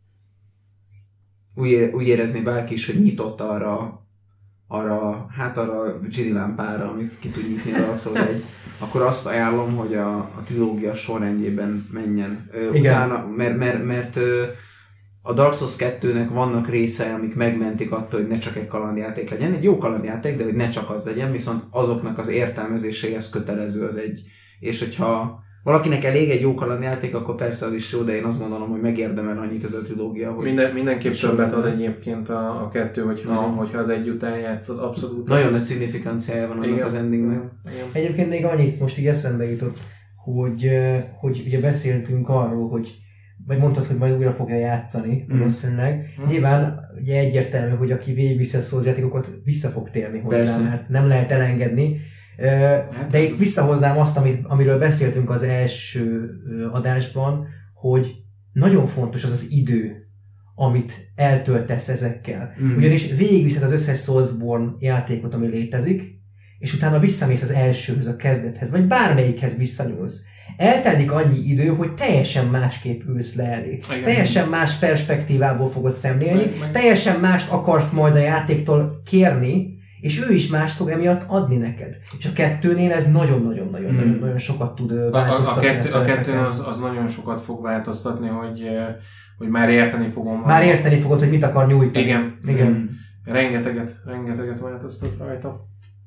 úgy, é, úgy érezni bárki is, hogy nyitott arra, arra hát arra a Jedi lámpára, amit ki tud nyitni a Dark Souls egy, akkor azt ajánlom, hogy a, a trilógia sorrendjében menjen. Utána, mert, mert, mert a Dark Souls kettőnek vannak részei, amik megmentik attól, hogy ne csak egy kalandjáték legyen. Egy jó kalandjáték, de hogy ne csak az legyen, viszont azoknak az értelmezéséhez kötelező az egy. És hogyha valakinek elég egy jó kalandjáték, akkor persze az is jó, de én azt gondolom, hogy megérdemel annyit ez a trilógia. Hogy Minden, mindenképp többet ad egyébként a, a kettő, hogyha, hogyha az egy után játszod, abszolút. Nagyon nagy szignifikánciája van annak az endingnek. Igen. Egyébként még annyit most így eszembe jutott, hogy, hogy ugye beszéltünk arról, hogy vagy mondtad, hogy majd újra fogja játszani, mm. valószínűleg. Mm. Nyilván ugye egyértelmű, hogy aki végigviszi a Souls játékokat, vissza fog térni hozzá, persze. Mert nem lehet elengedni. De itt visszahoznám azt, amit, amiről beszéltünk az első adásban, hogy nagyon fontos az az idő, amit eltöltesz ezekkel. Mm. Ugyanis végigviszed az összes Soulsborne játékot, ami létezik, és utána visszamész az elsőhöz, a kezdethez, vagy bármelyikhez visszanyúlsz. Eltelik annyi idő, hogy teljesen másképp ülsz le elé. Igen. Teljesen más perspektívából fogod szemlélni, meg, meg. teljesen mást akarsz majd a játéktól kérni, és ő is mást fog emiatt adni neked. És a kettőnél ez nagyon-nagyon-nagyon hmm. nagyon sokat tud változtatni. A, a, kettő, a kettőn az, az nagyon sokat fog változtatni, hogy, hogy már érteni fogom. Már érteni fogod, hogy mit akar nyújtani. Igen. Igen. Hmm. Rengeteget, rengeteget változtat rajta.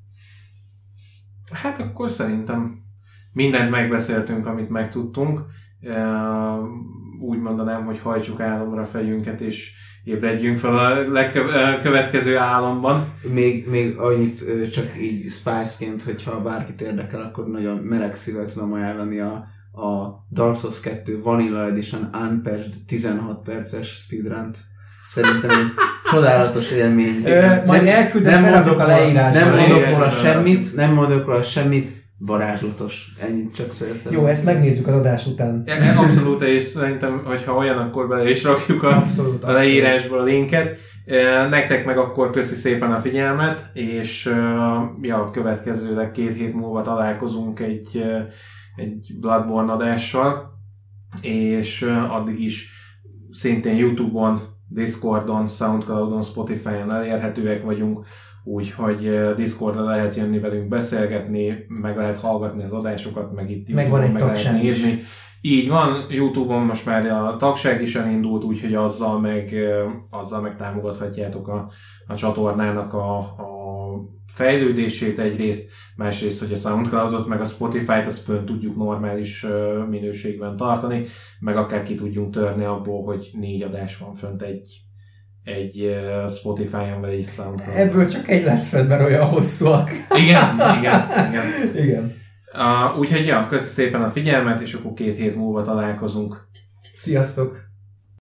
Hát akkor szerintem mindent megbeszéltünk, amit megtudtunk. Úgy mondanám, hogy hajtsuk álomra a fejünket, és ébredjünk fel a legkövetkező álomban. Még, még annyit csak így spice-ként, hogyha bárkit érdekel, akkor nagyon meleg szívvel tudom ajánlani a, a Dark Souls kettő Vanilla Edition Unpatched tizenhat perces speedrunt. Szerintem egy csodálatos élmény. Ö, majd elküldem, nem mondok a leírásban. Nem mondok róla semmit, nem mondok róla semmit. Varázslatos. Ennyit csak szeretem. Jó, ezt megnézzük az adás után. Abszolút, és szerintem, hogyha olyan, akkor bele is rakjuk a, abszolút, a leírásból a linket. Nektek meg akkor köszi szépen a figyelmet, és ja, következőleg két hét múlva találkozunk egy, egy Bloodborne adással, és addig is szintén YouTube-on, Discordon, Soundcloudon, Spotify-on elérhetőek vagyunk, úgyhogy Discordra lehet jönni velünk beszélgetni, meg lehet hallgatni az adásokat, meg itt meg, van egy meg lehet nézni. Így van, YouTube-on most már a tagság is elindult, úgyhogy azzal meg, azzal meg támogathatjátok a, a csatornának a, a fejlődését egyrészt, másrészt, hogy a Soundcloudot, meg a Spotify-t azt fönn tudjuk normális minőségben tartani, meg akár ki tudjunk törni abból, hogy négy adás van fönt egy egy Spotify-on, vagy egy Soundcloud. Ebből csak egy lesz fent, mert olyan hosszúak. Igen, igen, igen. igen. Uh, úgyhogy ja, köszi szépen a figyelmet, és akkor két hét múlva találkozunk. Sziasztok!